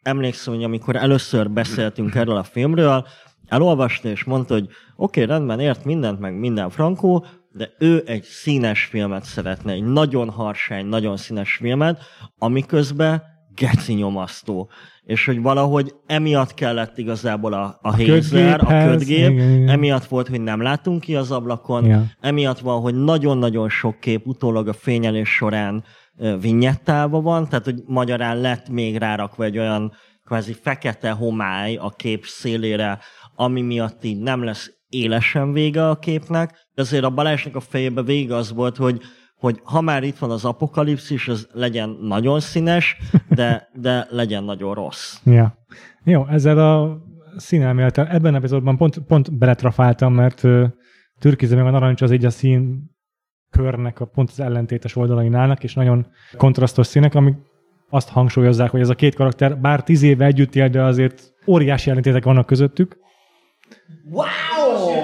Speaker 7: emlékszem, hogy amikor először beszéltünk erről a filmről, elolvasta és mondta, hogy oké, rendben, ért mindent, meg minden frankó, de ő egy színes filmet szeretne, egy nagyon harsány, nagyon színes filmet, amiközben geci nyomasztó. És hogy valahogy emiatt kellett igazából a hézer, a ködgép, igen. Emiatt volt, hogy nem látunk ki az ablakon, emiatt van, hogy nagyon-nagyon sok kép utólag a fényelés során vinyettában van, tehát hogy magyarán lett még rárakva egy olyan kvázi fekete homály a kép szélére, ami miatt így nem lesz élesen vége a képnek, de azért a Balázsnak a fejében vége az volt, hogy ha már itt van az apokalipszis, az legyen nagyon színes, de legyen nagyon rossz.
Speaker 1: Ja. Jó, ezzel a színelmélettel ebben az epizódban pont beletrafáltam, mert türkize meg a narancs az így a szín körnek a pont az ellentétes oldalain állnak, és nagyon kontrasztos színek, amik azt hangsúlyozzák, hogy ez a két karakter bár 10 éve együtt él, de azért óriási ellentétek vannak közöttük.
Speaker 7: Wow!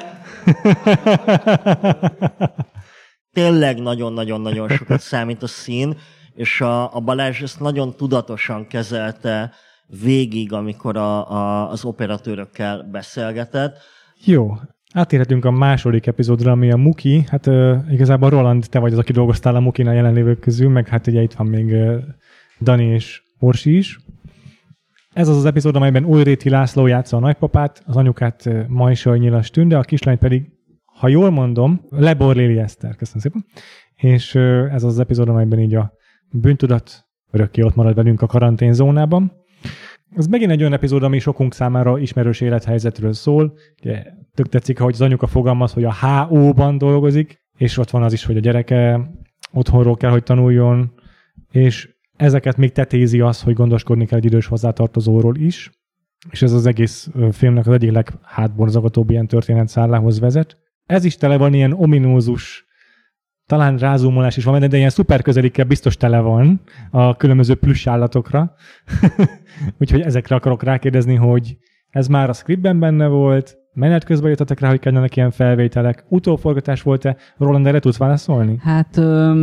Speaker 7: Tényleg nagyon-nagyon-nagyon sokat számít a szín, és a Balázs ezt nagyon tudatosan kezelte végig, amikor az operatőrökkel beszélgetett.
Speaker 1: Jó, átérhetünk a második epizódra, ami a Muki. Hát igazából Roland, te vagy az, aki dolgoztál a Mukinál jelenlévők közül, meg hát ugye itt van még Dani és Orsi is. Ez az az epizód, amelyben Újréti László játsza a nagypapát, az anyukát Majsai Nyilas Tünde, a kislány pedig, ha jól mondom, Lebor Lili Eszter. Köszönöm szépen. És ez az epizód, amelyben így a bűntudat örökké ott marad velünk a karanténzónában. Ez megint egy olyan epizód, ami sokunk számára ismerős élethelyzetről szól. Ugye, tök tetszik, hogy az anyuka fogalmaz, hogy a HO-ban dolgozik, és ott van az is, hogy a gyereke otthonról kell, hogy tanuljon, és ezeket még tetézi az, hogy gondoskodni kell egy idős hozzátartozóról is, és ez az egész filmnek az egyik leghátborzagatóbb ilyen történetszállához vezet. Ez is tele van ilyen ominózus, talán rázumolás is van, de ilyen szuper közelikkel biztos tele van a különböző plusz állatokra. Úgyhogy ezekre akarok rákérdezni, hogy ez már a scriptben benne volt, menet közben jöttetek rá, hogy kellene ilyen felvételek, utóforgatás volt-e? Roland, erre tudsz válaszolni?
Speaker 6: Hát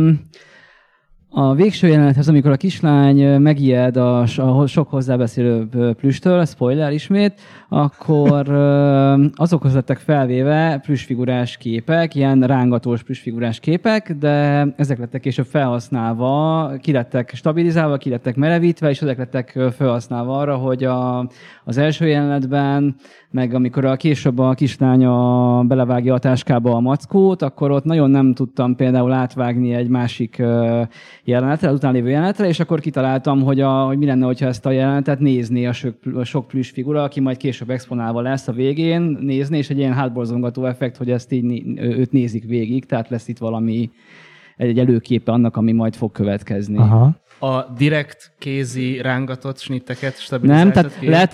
Speaker 6: a végső jelenethez, amikor a kislány megijed a sok hozzábeszélő plüstől, spoiler ismét, akkor azokhoz lettek felvéve plüssfigurás képek, ilyen rángatós plüssfigurás képek, de ezek lettek később felhasználva, ki lettek stabilizálva, ki lettek merevítve, és ezek lettek felhasználva arra, hogy az első jelenetben, meg amikor később a kislánya belevágja a táskába a mackót, akkor ott nagyon nem tudtam például átvágni egy másik jelenetre, az utánlévő jelenetre, és akkor kitaláltam, hogy mi lenne, hogyha ezt a jelenetet nézné a sok plüss figura, aki majd később exponálva lesz a végén, nézni, és egy ilyen hátborzongató effekt, hogy ezt így őt nézik végig, tehát lesz itt valami egy előképe annak, ami majd fog következni.
Speaker 1: Aha.
Speaker 2: A direkt kézi rángatott snitteket stabilizáltad ki?
Speaker 6: Nem,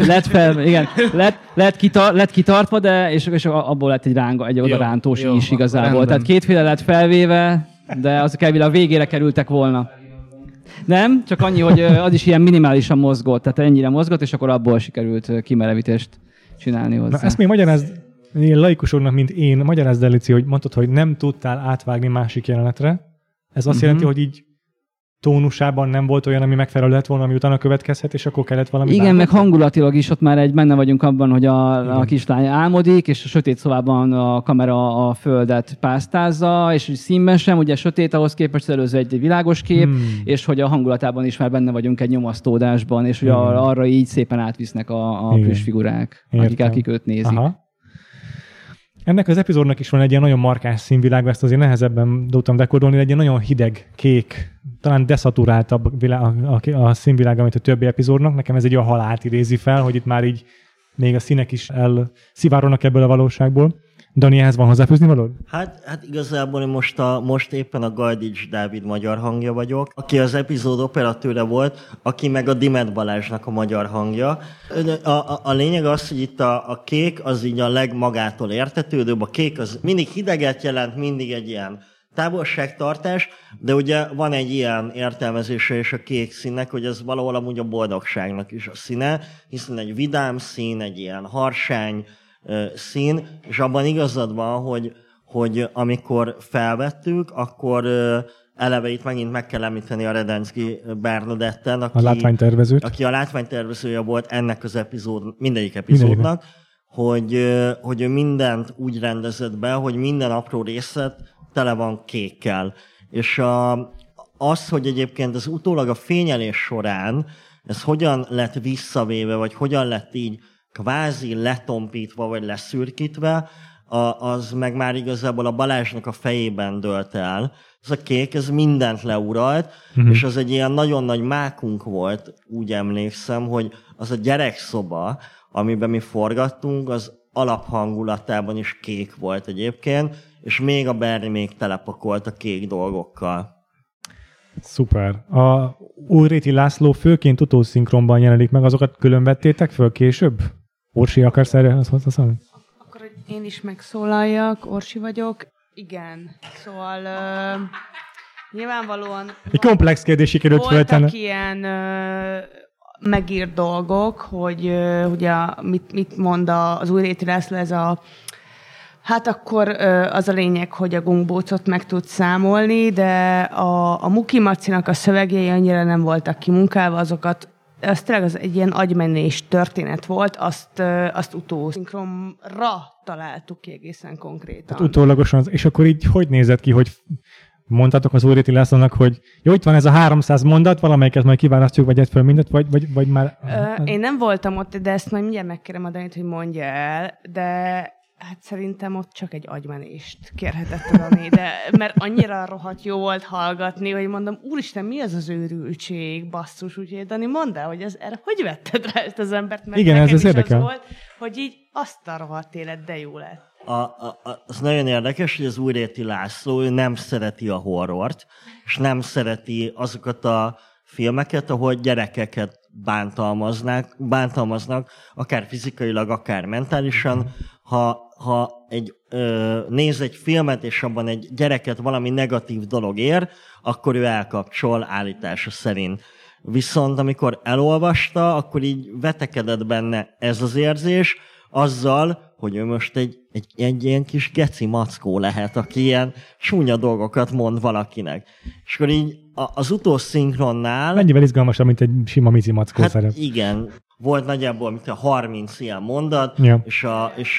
Speaker 6: tehát lett kitartva, de és abból lett egy odarántós is igazából. Rendben. Tehát kétféle lett felvéve, de azok elvileg a végére kerültek volna. Nem, csak annyi, hogy az is ilyen minimálisan mozgott, tehát ennyire mozgott, és akkor abból sikerült kimerevítést csinálni hozzá.
Speaker 1: Na, ezt még magyarázd, laikusoknak, mint én, magyarázd el, Lici, hogy mondtad, hogy nem tudtál átvágni másik jelenetre. Ez azt jelenti, hogy így tónusában nem volt olyan, ami megfelelő lett volna, ami utána következhet, és akkor kellett valami
Speaker 6: igen, meg hangulatilag is ott már benne vagyunk abban, hogy a kislány álmodik, és a sötét szobában a kamera a földet pásztázza, és színben sem, ugye sötét, ahhoz képest az előző egy világos kép, és hogy a hangulatában is már benne vagyunk egy nyomasztódásban, és hogy arra így szépen átvisznek a plüssfigurák, akik őt nézik. Aha.
Speaker 1: Ennek az epizódnak is van egy ilyen nagyon markáns színvilág, ezt azért nehezebben tudtam dekódolni, egy ilyen nagyon hideg, kék, talán deszaturáltabb a színvilág, amit a többi epizódnak. Nekem ez egy olyan halált idézi fel, hogy itt már így még a színek is elszivárolnak ebből a valóságból. Dani, ehhez van hozzáfűzni valód?
Speaker 7: Hát igazából most éppen a Gajdics Dávid magyar hangja vagyok, aki az epizód operatőre volt, aki meg a Dimet Balázsnak a magyar hangja. A lényeg az, hogy itt a kék az így a legmagától értetődőbb, a kék az mindig hideget jelent, mindig egy ilyen távolságtartás, de ugye van egy ilyen értelmezése is a kék színnek, hogy ez valahol amúgy a boldogságnak is a színe, hiszen egy vidám szín, egy ilyen harsány szín, és abban igazad van, hogy amikor felvettük, akkor eleve itt megint meg kell említeni a Redensky Bernadetten,
Speaker 1: a látványtervezőt,
Speaker 7: aki a látványtervezője volt ennek az mindegyik epizódnak, hogy ő mindent úgy rendezett be, hogy minden apró részlet tele van kékkel. És az, hogy egyébként az utólag a fényelés során ez hogyan lett visszavéve, vagy hogyan lett így kvázi letompítva, vagy leszürkítve, az meg már igazából a Balázsnak a fejében dőlt el. Ez a kék, ez mindent leuralt, és az egy ilyen nagyon nagy mákunk volt, úgy emlékszem, hogy az a gyerekszoba, amiben mi forgattunk, az alaphangulatában is kék volt egyébként, és még a Berni még telepakolt a kék dolgokkal.
Speaker 1: Szuper. A Újréti László főként utószinkronban jelenik meg, azokat külön vettétek föl később? Orsi, akarsz erre hozzászólni?
Speaker 8: Akkor én is megszólaljak, Orsi vagyok. Igen, szóval nyilvánvalóan
Speaker 1: egy komplex kérdés sikerült feltenni.
Speaker 8: Voltak ilyen megírt dolgok, hogy ugye mit mond az Újréti László, ez hát akkor az a lényeg, hogy a gombócot meg tud számolni, de a Muki Macinak a szövegjei annyira nem voltak kimunkálva, az tényleg egy ilyen agymenés történet volt, azt utószinkronra találtuk ki egészen konkrétan.
Speaker 1: Hát utólagosan, és akkor így hogy nézett ki, hogy mondtátok az Újréti Lászlónak, hogy jó, itt van ez a 300 mondat, valamelyiket majd kiválasztjuk, vagy egy mindet, vagy már...
Speaker 8: Én nem voltam ott, de ezt majd mindjárt megkérem a Danit, hogy mondja el, de hát szerintem ott csak egy agymenést kérhetett a Dani, mert annyira rohadt jó volt hallgatni, hogy mondom, úristen, mi az őrültség, basszus, úgyhogy Dani, mondd el, hogy erre hogy vetted rá ezt az embert, mert
Speaker 1: igen,
Speaker 8: nekem
Speaker 1: ez
Speaker 8: is
Speaker 1: érdekel.
Speaker 8: az volt, hogy így azt a rohadt élet, de jó lett.
Speaker 7: Az nagyon érdekes, hogy az Újréti László ő nem szereti a horrort, és nem szereti azokat a filmeket, ahol gyerekeket bántalmaznak, akár fizikailag, akár mentálisan. Ha néz egy filmet, és abban egy gyereket valami negatív dolog ér, akkor ő elkapcsol állítása szerint. Viszont amikor elolvasta, akkor így vetekedett benne ez az érzés, azzal, hogy ő most egy ilyen kis geci mackó lehet, aki ilyen csúnya dolgokat mond valakinek. És akkor így az utószinkronnál...
Speaker 1: Mennyivel izgalmasabb, mint egy sima mici mackó szerep.
Speaker 7: Igen. Volt nagyjából mint a 30 ilyen mondat,
Speaker 1: ja.
Speaker 7: és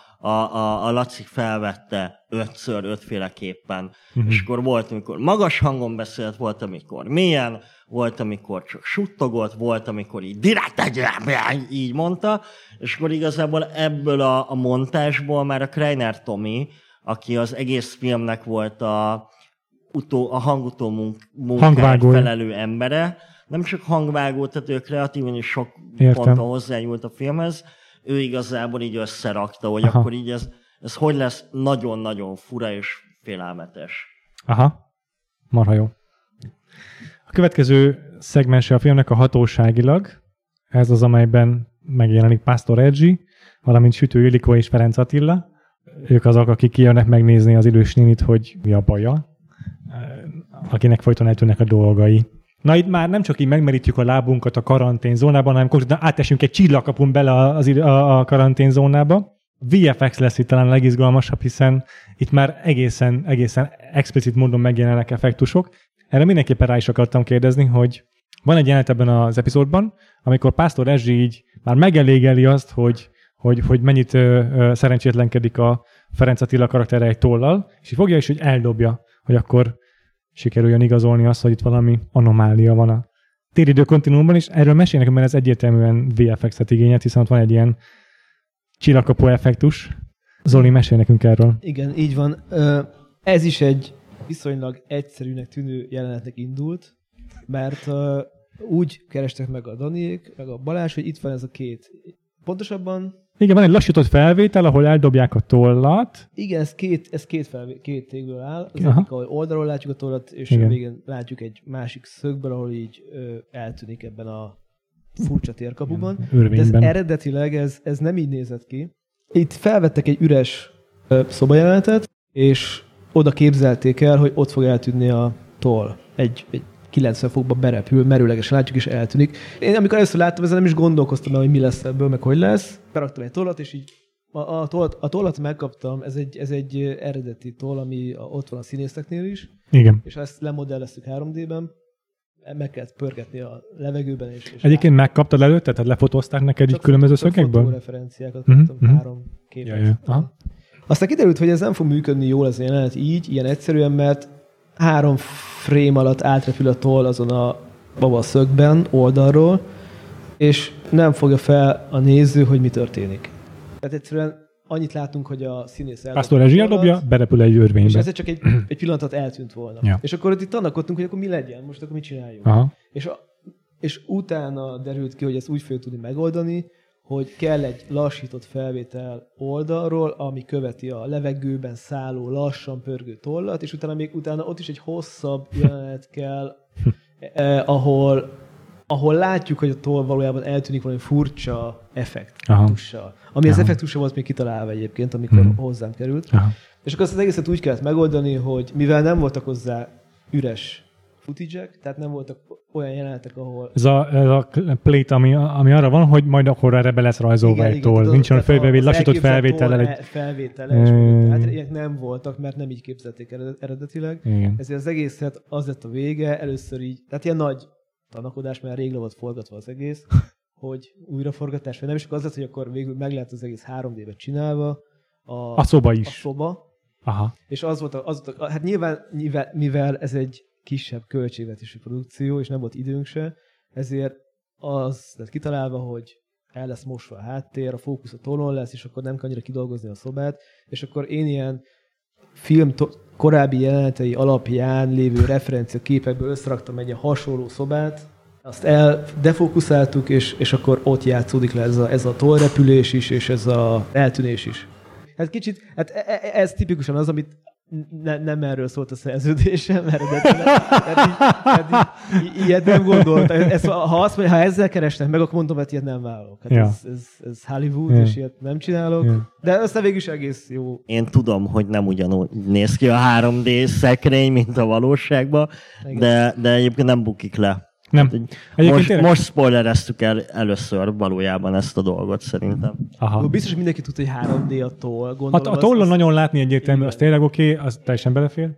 Speaker 7: a Laci felvette 5-ször 5-féleképpen. És akkor volt, amikor magas hangon beszélt, volt, amikor mélyen, volt, amikor csak suttogott, volt, amikor így direkt így mondta, és akkor igazából ebből a montásból már a Kreiner Tomi, aki az egész filmnek volt a hangutó munkáért felelő embere, nem csak hangvágó, tehát ő kreatívan is sok ponton hozzányúlt a filmhez, ő igazából így összerakta, hogy akkor így ez hogy lesz nagyon-nagyon fura és félelmetes.
Speaker 1: Aha, marha jó. A következő szegmense a filmnek a Hatóságilag. Ez az, amelyben megjelenik Pásztor Erzsi, valamint Sütő Ildikó és Ferenc Attila. Ők azok, akik kijönnek megnézni az idős nénit, hogy mi a baja, akinek folyton eltűnnek a dolgai. Na itt már nem csak így megmerítjük a lábunkat a karanténzónában, hanem konkrétan átesünk egy csillagkapun bele a karanténzónába. VFX lesz itt talán a legizgalmasabb, hiszen itt már egészen explicit módon megjelennek effektusok. Erre mindenképpen rá is akartam kérdezni, hogy van egy jelenet ebben az epizódban, amikor Pásztor Erzsi így már megelégeli azt, hogy mennyit szerencsétlenkedik a Ferenc Attila karaktere egy tollal, és így fogja is, hogy eldobja, hogy akkor sikerüljön igazolni azt, hogy itt valami anomália van a téridő kontinuumban, és erről mesélnek, mert ez egyértelműen VFX-et igényelt, hiszen ott van egy ilyen csillagkapó effektus. Zoli, mesél nekünk erről.
Speaker 4: Igen, így van. Ez is egy viszonylag egyszerűnek tűnő jelenetnek indult, mert úgy kerestek meg a Daniék, meg a Balázs, hogy itt van ez a két. Pontosabban...
Speaker 1: Igen, van egy lassított felvétel, ahol eldobják a tollat.
Speaker 4: Igen, ez két tégből áll. Az egyik, ahol oldalról látjuk a tollat, és a végén látjuk egy másik szögből, ahol így eltűnik ebben a furcsa térkapuban. De ez eredetileg ez nem így nézett ki. Itt felvettek egy üres szobajelenetet, és oda képzelték el, hogy ott fog eltűnni a toll. Egy 90 fokba berepül, merőlegesen látjuk, és eltűnik. Én amikor először láttam, ezen nem is gondolkoztam el, hogy mi lesz ebből, meg hogy lesz. Beraktam egy tollat, és így A tollat megkaptam, ez egy eredeti toll, ami ott van a színészeknél is.
Speaker 1: Igen.
Speaker 4: És ezt lemodelleztük 3D-ben, meg kellett pörgetni a levegőben. És
Speaker 1: egyébként megkaptad előtte? Tehát lefotózták neked így különböző szögekből?
Speaker 4: Csak fotóreferenciákat kaptam, 3 képet.
Speaker 1: Ja.
Speaker 4: Aztán kiderült, hogy ez nem fog működni jól ez a jelenet így, ilyen egyszerűen, mert 3 frame alatt átrepül a toll azon a szögben, oldalról, és nem fogja fel a néző, hogy mi történik. Tehát egyszerűen annyit látunk, hogy a színész
Speaker 1: Pásztor Erzsi eldobja, berepül egy örvénybe.
Speaker 4: És ez csak egy pillanatot eltűnt volna.
Speaker 1: Ja.
Speaker 4: És akkor itt tanakodtunk, hogy akkor mi legyen, most akkor mit csináljunk.
Speaker 1: Aha.
Speaker 4: És utána derült ki, hogy ezt úgy fogjuk tudni megoldani, hogy kell egy lassított felvétel oldalról, ami követi a levegőben szálló, lassan pörgő tollat, és utána ott is egy hosszabb jelenet kell, ahol látjuk, hogy a toll valójában eltűnik valami furcsa effektussal. Ami az effektusa volt még kitalálva egyébként, amikor hozzám került. Aha. És akkor azt az egészet úgy kellett megoldani, hogy mivel nem voltak hozzá üres footage-ek, tehát nem voltak olyan jelenetek, ahol... Ez
Speaker 1: a plate, ami arra van, hogy majd akkor erre be lesz rajzolva egy toll. Nincs olyan fölbevéd, lassított felvétellel.
Speaker 4: Hát ilyenek nem voltak, mert nem így képzelték eredetileg.
Speaker 1: Igen.
Speaker 4: Ezért az egészet az lett a vége, először így, tehát ilyen nagy tanakodás, mert rég le volt forgatva az egész, hogy újraforgatás, vagy nem, és akkor az lett, hogy akkor végül meg lehet az egész 3D-ben csinálva.
Speaker 1: A szoba is.
Speaker 4: A szoba.
Speaker 1: Aha.
Speaker 4: És az volt hát nyilván, mivel ez egy kisebb költségvetési produkció, és nem volt időnk se, ezért az lett kitalálva, hogy el lesz mosva a háttér, a fókusz a tollon lesz, és akkor nem kell annyira kidolgozni a szobát, és akkor én ilyen film korábbi jelenetei alapján lévő referencia képekből összeraktam egy ilyen hasonló szobát, azt defókuszáltuk, és akkor ott játszódik le ez a tollrepülés is, és ez az eltűnés is. Hát kicsit, ez tipikusan az, amit nem erről szólt a szerződésem eredetileg. Ilyet nem gondoltam. Ha ezzel keresnek meg, akkor mondom, hogy ilyet nem vállalok. Hát ez Hollywood, és ilyet nem csinálok. De aztán végül is egész jó.
Speaker 7: Én tudom, hogy nem ugyanúgy néz ki a 3D szekrény, mint a valóságban, de egyébként nem bukik le.
Speaker 1: Nem.
Speaker 7: Most spoilereztük el először valójában ezt a dolgot szerintem.
Speaker 4: Aha. Biztos, hogy mindenki tudta, hogy 3D a toll.
Speaker 1: A tollon nagyon látni egyértelmű, az tényleg oké, az teljesen belefér.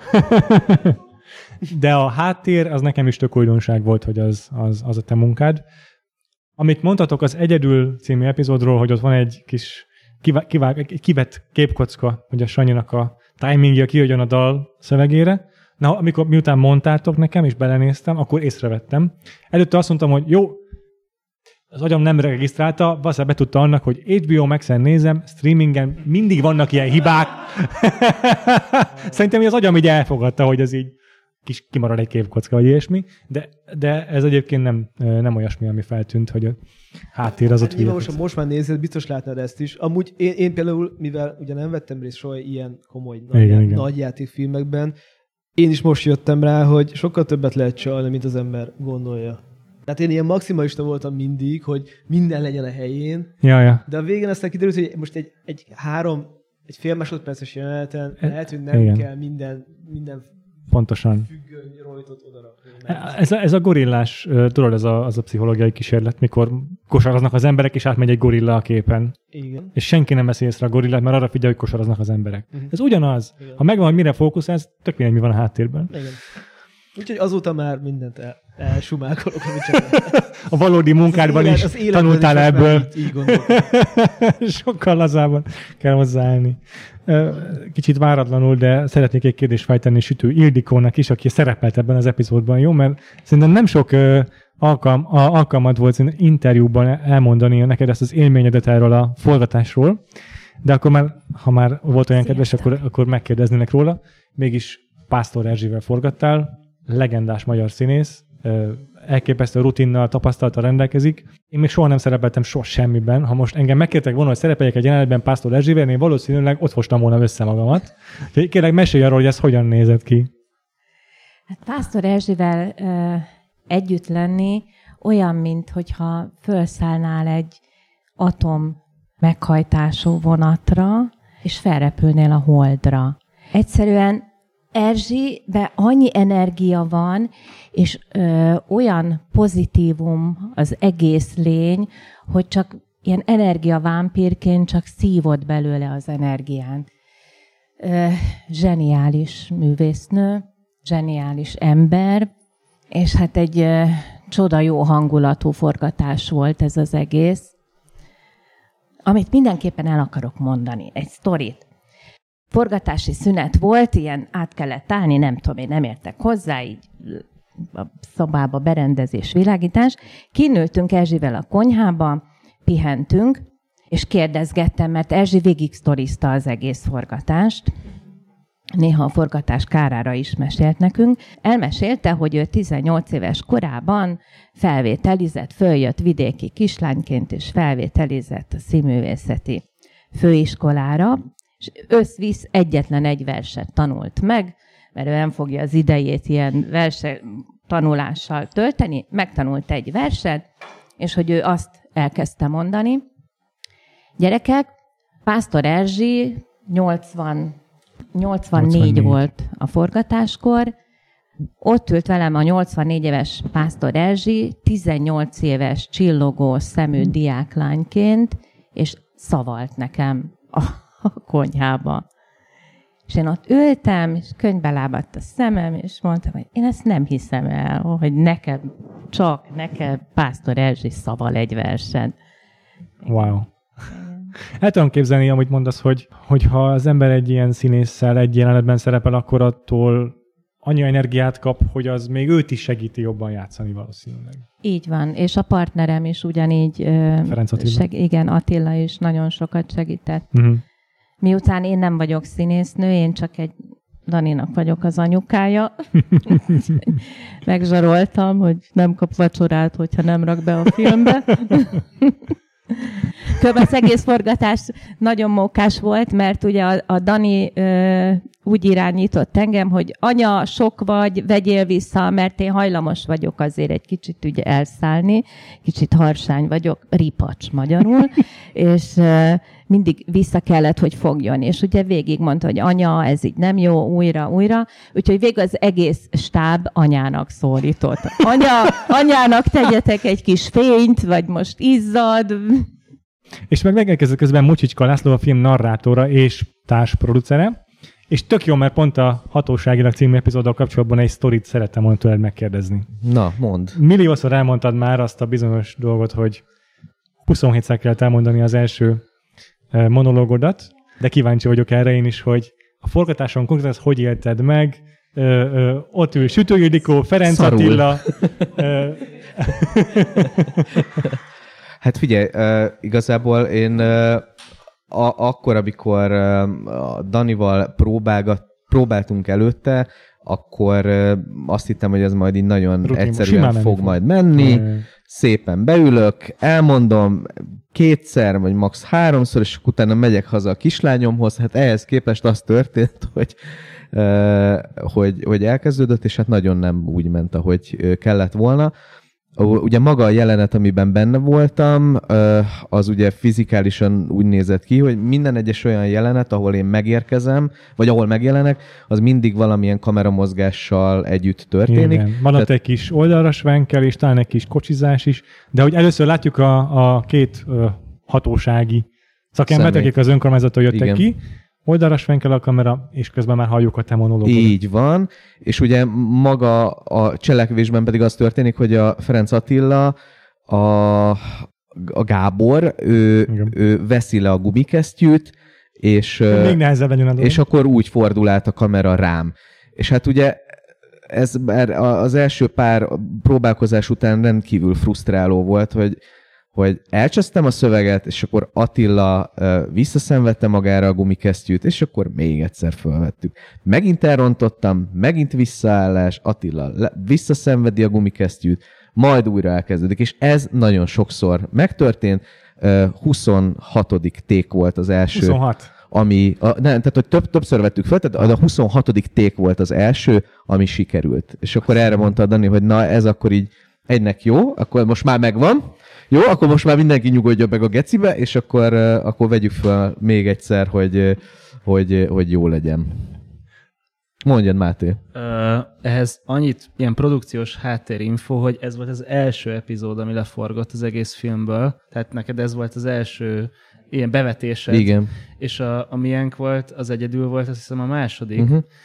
Speaker 1: De a háttér, az nekem is tök újdonság volt, hogy az a te munkád. Amit mondtatok az Egyedül című epizódról, hogy ott van egy kis kivett képkocka, hogy a Sanyinak a timingja kijöjjön a dal szövegére. Na, miután mondtátok nekem, és belenéztem, akkor észrevettem. Előtte azt mondtam, hogy jó, az agyam nem regisztrálta, valószínűleg betudta annak, hogy HBO Max-en nézem, streamingen mindig vannak ilyen hibák. Szerintem az agyam így elfogadta, hogy ez így kimarad egy képkocka, vagy ilyesmi, de ez egyébként nem olyasmi, ami feltűnt, hogy a háttér az ott
Speaker 4: hülye. Most már nézed, biztos látnád ezt is. Amúgy én például, mivel ugye nem vettem részt soha ilyen komoly nagy játékfilmekben, én is most jöttem rá, hogy sokkal többet lehet csalni, mint az ember gondolja. Tehát én ilyen maximalista voltam mindig, hogy minden legyen a helyén.
Speaker 1: Ja.
Speaker 4: De a végén aztán kiderült, hogy most egy fél másodperces jeleneten lehet, hogy nem kell minden
Speaker 1: pontosan
Speaker 4: függöny rajtot odarakni.
Speaker 1: Ez a gorillás, tudod, ez a pszichológiai kísérlet, mikor kosaraznak az emberek, és átmegy egy gorilla a képen.
Speaker 4: Igen.
Speaker 1: És senki nem veszi észre a gorillát, mert arra figyel, hogy kosaraznak az emberek. Ez ugyanaz. Igen. Ha megvan, hogy mire fókuszálsz, tök mindegy, mi van a háttérben.
Speaker 4: Igen. Úgyhogy azóta már mindent elsumálkolok, amit csak
Speaker 1: a valódi munkádban is tanultál ebből. Sokkal lazában kell hozzáállni. Kicsit váratlanul, de szeretnék egy kérdést feltenni Sütő Ildikónak is, aki szerepelt ebben az epizódban, jó? Mert szerintem nem sok alkalmat volt interjúban elmondani neked ezt az élményedet erről a forgatásról, de akkor már, ha már volt olyan kedves, akkor megkérdeznének róla. Mégis Pásztor Erzsivel forgattál, legendás magyar színész, elképesztő rutinnal, tapasztalattal rendelkezik. Én még soha nem szerepeltem semmiben. Ha most engem megkértek volna, hogy szerepeljek egy jelenetben Pásztor Erzsivel, én valószínűleg ott hoztam volna össze magamat. Kérlek, mesélj arról, hogy ez hogyan nézett ki.
Speaker 9: Hát Pásztor Erzsivel együtt lenni olyan, mint hogyha felszállnál egy atom meghajtású vonatra, és felrepülnél a Holdra. Egyszerűen Erzsiben annyi energia van, és olyan pozitívum az egész lény, hogy csak ilyen energiavámpírként csak szívott belőle az energián. Zseniális művésznő, zseniális ember, és hát egy csoda jó hangulatú forgatás volt ez az egész. Amit mindenképpen el akarok mondani, egy sztorit. Forgatási szünet volt, ilyen át kellett állni, nem tudom, én nem értek hozzá, így a szobába berendezés, világítás. Kinültünk Erzsivel a konyhába, pihentünk, és kérdezgettem, mert Erzsi végig sztorizta az egész forgatást. Néha a forgatás kárára is mesélt nekünk. Elmesélte, hogy ő 18 éves korában felvételizett, följött vidéki kislányként, és felvételizett a színművészeti főiskolára, és összvisz egyetlen egy verset tanult meg, mert ő nem fogja az idejét ilyen verse tanulással tölteni, megtanult egy verset, és hogy ő azt elkezdte mondani. Gyerekek, Pásztor Erzsi 84 volt a forgatáskor, ott ült velem a 84 éves Pásztor Erzsi, 18 éves csillogó szemű diáklányként, és szavalt nekem a konyhába. És én ott ültem, és könyvbe lábadt a szemem, és mondtam, hogy én ezt nem hiszem el, hogy nekem Pásztor Erzsi szaval egy versen.
Speaker 1: Wow. El tudom képzelni, amit mondasz, hogy ha az ember egy ilyen színésszel egy jelenetben szerepel, akkor attól annyi energiát kap, hogy az még őt is segíti jobban játszani valószínűleg.
Speaker 9: Így van, és a partnerem is ugyanígy
Speaker 1: Ferenc Attila.
Speaker 9: Igen, Attila is nagyon sokat segített. Uh-huh. Miután én nem vagyok színésznő, én csak egy Daninak vagyok az anyukája. Megzsaroltam, hogy nem kap vacsorát, hogyha nem rak be a filmbe. Az egész forgatás nagyon mókás volt, mert ugye a Dani úgy irányított engem, hogy anya, sok vagy, vegyél vissza, mert én hajlamos vagyok azért egy kicsit ugye elszállni, kicsit harsány vagyok, ripacs magyarul, és mindig vissza kellett, hogy fogjon. És ugye végig mondta, hogy anya, ez így nem jó, újra. Úgyhogy végül az egész stáb anyának szólított. Anyának tegyetek egy kis fényt, vagy most izzad.
Speaker 1: És megérkezett közben Mucsicska László, a film narrátora és társproducere, és tök jó, mert pont a Hatóságilag című epizóddal kapcsolatban egy sztorit szerettem volna tőled megkérdezni.
Speaker 10: Na, mondd.
Speaker 1: Milliószor elmondtad már azt a bizonyos dolgot, hogy 27-szer kellett elmondani az első monológodat, de kíváncsi vagyok erre én is, hogy a forgatáson konkrétan hogy élted meg, ott ül Sütő Ildikó, Ferenc Attila.
Speaker 10: Hát figyelj, igazából én akkor, amikor Danival próbáltunk előtte, akkor azt hittem, hogy ez majd így nagyon egyszerűen fog majd menni. Szépen beülök, elmondom 2-szer, vagy max. 3-szor, és utána megyek haza a kislányomhoz. Hát ehhez képest az történt, hogy elkezdődött, és hát nagyon nem úgy ment, ahogy kellett volna. Ugye maga a jelenet, amiben benne voltam, az ugye fizikálisan úgy nézett ki, hogy minden egyes olyan jelenet, ahol én megérkezem, vagy ahol megjelenek, az mindig valamilyen kameramozgással együtt történik.
Speaker 1: Igen. Van ott egy kis oldalra svenkel, és talán egy kis kocsizás is, de hogy először látjuk a két hatósági szakembert, akik az önkormányzattól jöttek ki, oldalra svenkel a kamera, és közben már halljuk a te monológodat.
Speaker 10: Így van, és ugye maga a cselekvésben pedig az történik, hogy a Ferenc Attila, a Gábor, ő veszi le a gumikesztyűt, és,
Speaker 1: még nehezebb legyen a dolog.
Speaker 10: És akkor úgy fordul át a kamera rám. És hát ugye ez az első pár próbálkozás után rendkívül frusztráló volt, hogy elcsesztem a szöveget, és akkor Attila visszaszenvedte magára a gumikesztyűt, és akkor még egyszer fölvettük. Megint elrontottam, megint visszaállás, Attila visszaszenvedi a gumikesztyűt, majd újra elkezdődik, és ez nagyon sokszor megtörtént. 26. ték volt az első.
Speaker 1: 26.
Speaker 10: Tehát, hogy többször vettük fel, tehát a 26. ték volt az első, ami sikerült. És akkor erre mondta Dani, hogy na, ez akkor így egynek jó, akkor most már megvan. Jó, akkor most már mindenki nyugodjon meg a gecibe, és akkor vegyük fel még egyszer, hogy jó legyen. Mondjad, Máté.
Speaker 2: Ehhez annyit ilyen produkciós háttérinfo, hogy ez volt az első epizód, ami leforgott az egész filmből. Tehát neked ez volt az első ilyen bevetésed.
Speaker 10: Igen.
Speaker 2: És a miénk volt, az egyedül volt, azt hiszem a második.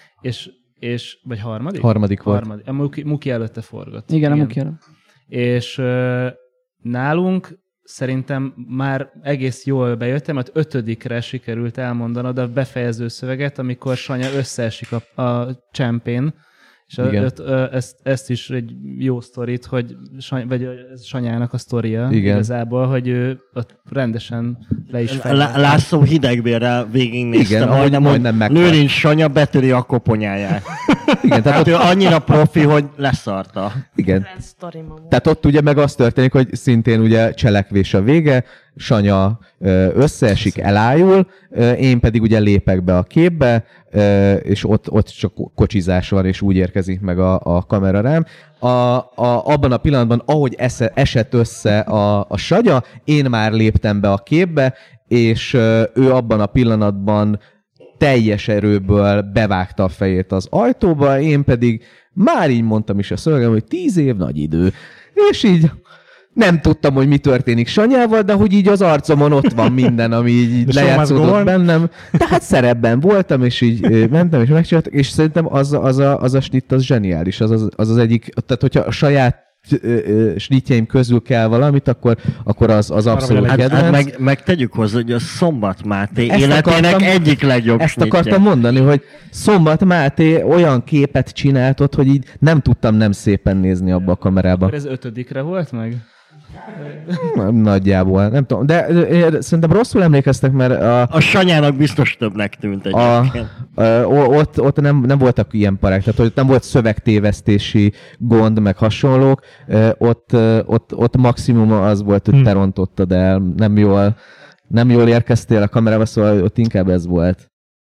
Speaker 2: És vagy harmadik?
Speaker 10: Harmadik volt.
Speaker 2: A Muki előtte forgott.
Speaker 6: Igen, a Muki előtt.
Speaker 2: És nálunk szerintem már egész jól bejöttem, mert 5-re sikerült elmondanod a befejező szöveget, amikor Sanya összeesik a csempén, és ezt is egy jó sztorit, hogy Sanyának a sztoria igazából, hogy ő ott rendesen le is fekvett.
Speaker 7: László hidegbérrel végignézte,
Speaker 10: majdnem
Speaker 7: Lőrinc Sanya betöri a koponyáját. Igen, tehát ő annyira profi, hogy leszarta.
Speaker 10: Igen. Tehát ott ugye meg az történik, hogy szintén ugye cselekvés a vége, Sanya összeesik, elájul, én pedig ugye lépek be a képbe, és ott csak kocsizás van, és úgy érkezik meg a kamera rám. Abban a pillanatban, ahogy esett össze a Sanya, én már léptem be a képbe, és ő abban a pillanatban teljes erőből bevágta a fejét az ajtóba, én pedig már így mondtam is a szövegem, hogy 10 év nagy idő. És így nem tudtam, hogy mi történik Sanyával, de hogy így az arcomon ott van minden, ami így lejátszódott bennem. Tehát szerepben voltam, és így mentem, és megcsináltak, és szerintem az a snitt az zseniális. Az egyik, tehát hogyha a saját snitjeim közül kell valamit, akkor az abszolút kedvenc.
Speaker 7: Meg tegyük hozzá, hogy a Szombat Máté életének egyik legjobb
Speaker 10: Ezt akartam mondani, hogy Szombat Máté olyan képet csinált ott, hogy így nem tudtam nem szépen nézni abba a kamerába.
Speaker 2: Akkor ez 5-re volt meg?
Speaker 10: Nagyjából, nem tudom. De szerintem rosszul emlékeztek, mert
Speaker 7: a Sanyának biztos többnek tűnt egyébként.
Speaker 10: Ott nem voltak ilyen parák, tehát ott nem volt szövegtévesztési gond, meg hasonlók. Ott maximum az volt, hogy te rontottad el, nem jól érkeztél a kamerába, szóval ott inkább ez volt.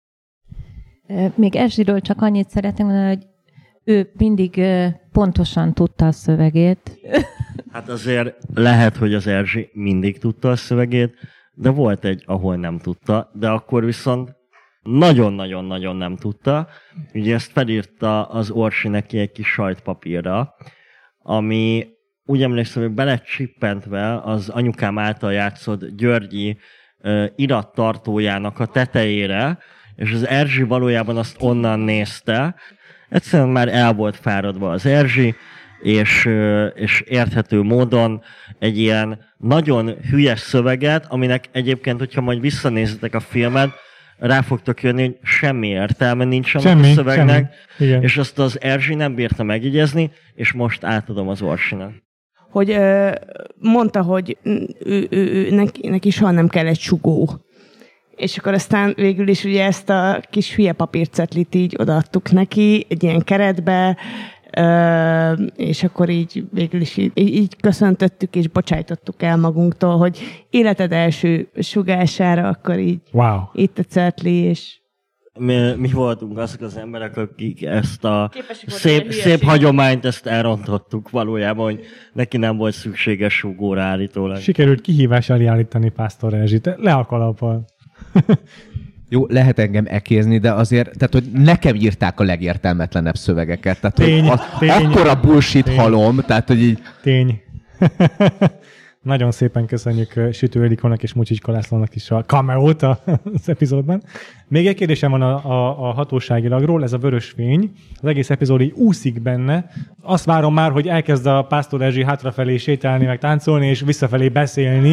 Speaker 9: Még Erzsiről csak annyit szeretném mondani, hogy ő mindig pontosan tudta a szövegét.
Speaker 7: Hát azért lehet, hogy az Erzsi mindig tudta a szövegét, de volt egy, ahol nem tudta, de akkor viszont nagyon-nagyon-nagyon nem tudta. Ugye ezt felírta az Orsi neki egy kis sajtpapírra, ami úgy emlékszem, hogy bele csippentve az anyukám által játszott Györgyi irattartójának a tetejére, és az Erzsi valójában azt onnan nézte. Egyszerűen már el volt fáradva az Erzsi, és érthető módon egy ilyen nagyon hülyes szöveget, aminek egyébként, hogyha majd visszanézitek a filmet, rá fogtok jönni, hogy semmi értelme nincs a szövegnek, és azt az Erzsi nem bírta megjegyezni, és most átadom az Orsinak.
Speaker 8: Hogy mondta, hogy neki soha nem kell egy sugó. És akkor aztán végül is ugye ezt a kis hülye papírcetlit így odaadtuk neki, egy ilyen keretbe, és akkor így végül is így köszöntöttük, és bocsájtottuk el magunktól, hogy életed első sugására, akkor így itt a cetli, és...
Speaker 7: Mi voltunk azok az emberek, akik ezt a szép hagyományt ezt elrontottuk valójában, hogy neki nem volt szükséges sugóra állítólag.
Speaker 1: Sikerült kihívás elé állítani Pásztor Erzsit, le a kalappal.
Speaker 10: Jó, lehet engem ekézni, de azért, tehát, hogy nekem írták a legértelmetlenebb szövegeket. Tehát,
Speaker 1: tény,
Speaker 10: akkora bullshit halom, tehát, hogy így...
Speaker 1: Tény. Nagyon szépen köszönjük Sütő Ildikónak és Mucsics Lászlónak is a cameót az epizódban. Még egy kérdésem van a hatóságilagról, ez a vörös fény. Az egész epizód így úszik benne. Azt várom már, hogy elkezd a Pásztor Erzsi hátrafelé sétálni, meg táncolni, és visszafelé beszélni.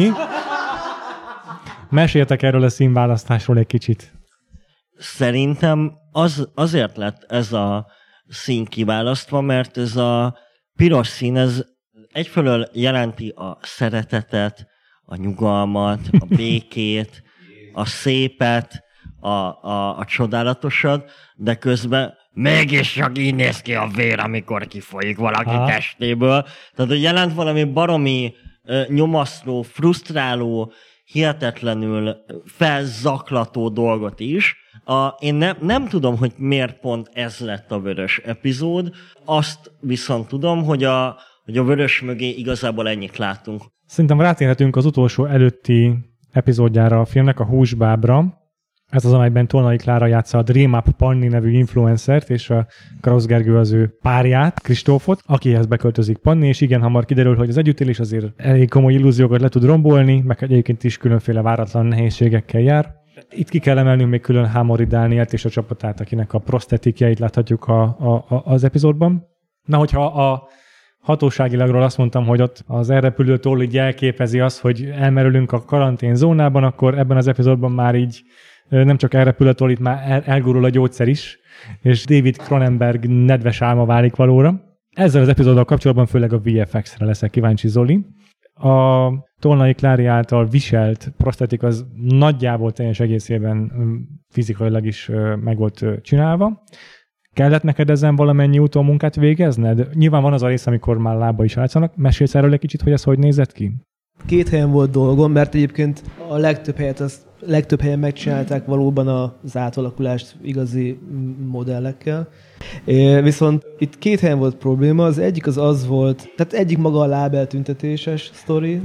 Speaker 1: Meséltek erről a színválasztásról egy kicsit.
Speaker 7: Szerintem azért lett ez a szín kiválasztva, mert ez a piros szín, ez egyfelől jelenti a szeretetet, a nyugalmat, a békét, a szépet, a csodálatosat, de közben mégis csak így néz ki a vér, amikor kifolyik valaki testéből. Tehát, hogy jelent valami baromi nyomasztó, frusztráló, hihetetlenül felzaklató dolgot is. Én nem tudom, hogy miért pont ez lett a vörös epizód. Azt viszont tudom, hogy a vörös mögé igazából ennyit látunk.
Speaker 1: Szerintem rátérhetünk az utolsó előtti epizódjára a filmnek, a Húsbábra. Ez az, amelyben Tolnai Klára játsza a Dream Up Panni nevű influencert, és a Krausz Gergő az ő párját, Kristófot, akihez beköltözik Panni, és igen, hamar kiderül, hogy az együttélés azért elég komoly illúziókat le tud rombolni, meg egyébként is különféle váratlan nehézségekkel jár. Itt ki kell emelnünk még külön Hámori Dánielt és a csapatát, akinek a prosztetikjeit láthatjuk az epizódban. Na, hogyha a hatóságilagról azt mondtam, hogy ott az elrepülő toll így jelképezi azt, hogy elmerülünk a karanténzónában, akkor ebben az epizódban már így nem csak elrepül a toll, itt már elgurul a gyógyszer is, és David Cronenberg nedves álma válik valóra. Ezzel az epizóddal kapcsolatban főleg a VFX-re leszek kíváncsi, Zoli. A Tolnai Klári által viselt prosztetik az nagyjából teljes egészében fizikailag is meg volt csinálva. Kellett neked ezen valamennyi utómunkát végezned? Nyilván van az a rész, amikor már lába is látszanak. Mesélsz erről egy kicsit, hogy ez hogy nézett ki?
Speaker 4: 2 helyen volt dolgom, mert egyébként a legtöbb helyen megcsinálták valóban az átalakulást igazi modellekkel. Viszont itt 2 helyen volt probléma. Az egyik az volt, tehát egyik maga a lábeltüntetéses sztori.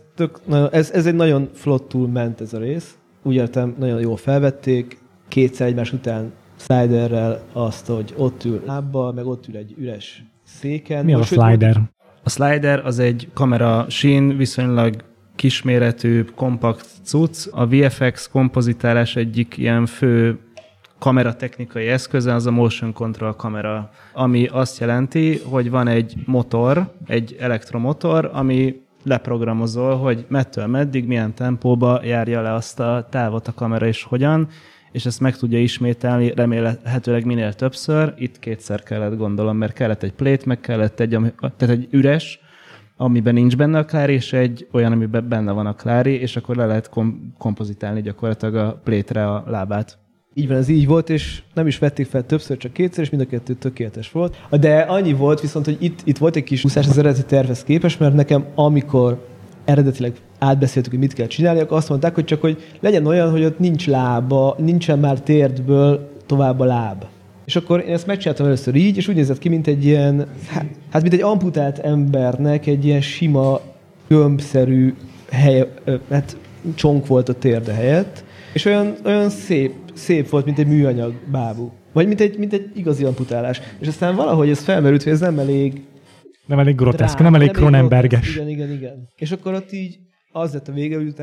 Speaker 4: Ez egy nagyon flottul ment ez a rész. Úgy értem, nagyon jól felvették. 2-szer egymás után sliderrel azt, hogy ott ül lábbal, meg ott ül egy üres széken.
Speaker 1: Mi a slider?
Speaker 2: A slider az egy kamera sín, viszonylag kisméretű, kompakt cucc. A VFX kompozitálás egyik ilyen fő kameratechnikai eszköze, az a motion control kamera, ami azt jelenti, hogy van egy motor, egy elektromotor, ami leprogramozol, hogy mettől meddig, milyen tempóba járja le azt a távot a kamera és hogyan, és ezt meg tudja ismételni remélhetőleg minél többször. Itt 2-szer kellett, gondolom, mert kellett egy plate, meg kellett tehát egy üres, amiben nincs benne a klári, és egy olyan, amiben benne van a klári, és akkor le lehet kompozitálni gyakorlatilag a plate-re a lábát.
Speaker 4: Így van, ez így volt, és nem is vették fel többször, csak 2-szer, és mind a 2 tökéletes volt. De annyi volt viszont, hogy itt volt egy kis húszás az eredeti tervhez képest, mert nekem amikor eredetileg átbeszéltük, hogy mit kell csinálni, akkor azt mondták, hogy csak hogy legyen olyan, hogy ott nincs lába, nincsen már térdből tovább a láb. És akkor én ezt megcsináltam először így, és úgy nézett ki, mint egy ilyen, mint egy amputált embernek egy ilyen sima, gömbszerű csonk volt a térde helyett, és olyan szép volt, mint egy műanyag bábú. Vagy mint egy igazi amputálás. És aztán valahogy ez felmerült, hogy ez nem elég
Speaker 1: groteszk, nem elég Cronenberges.
Speaker 4: Igen. És akkor ott így az lett a vége, hogy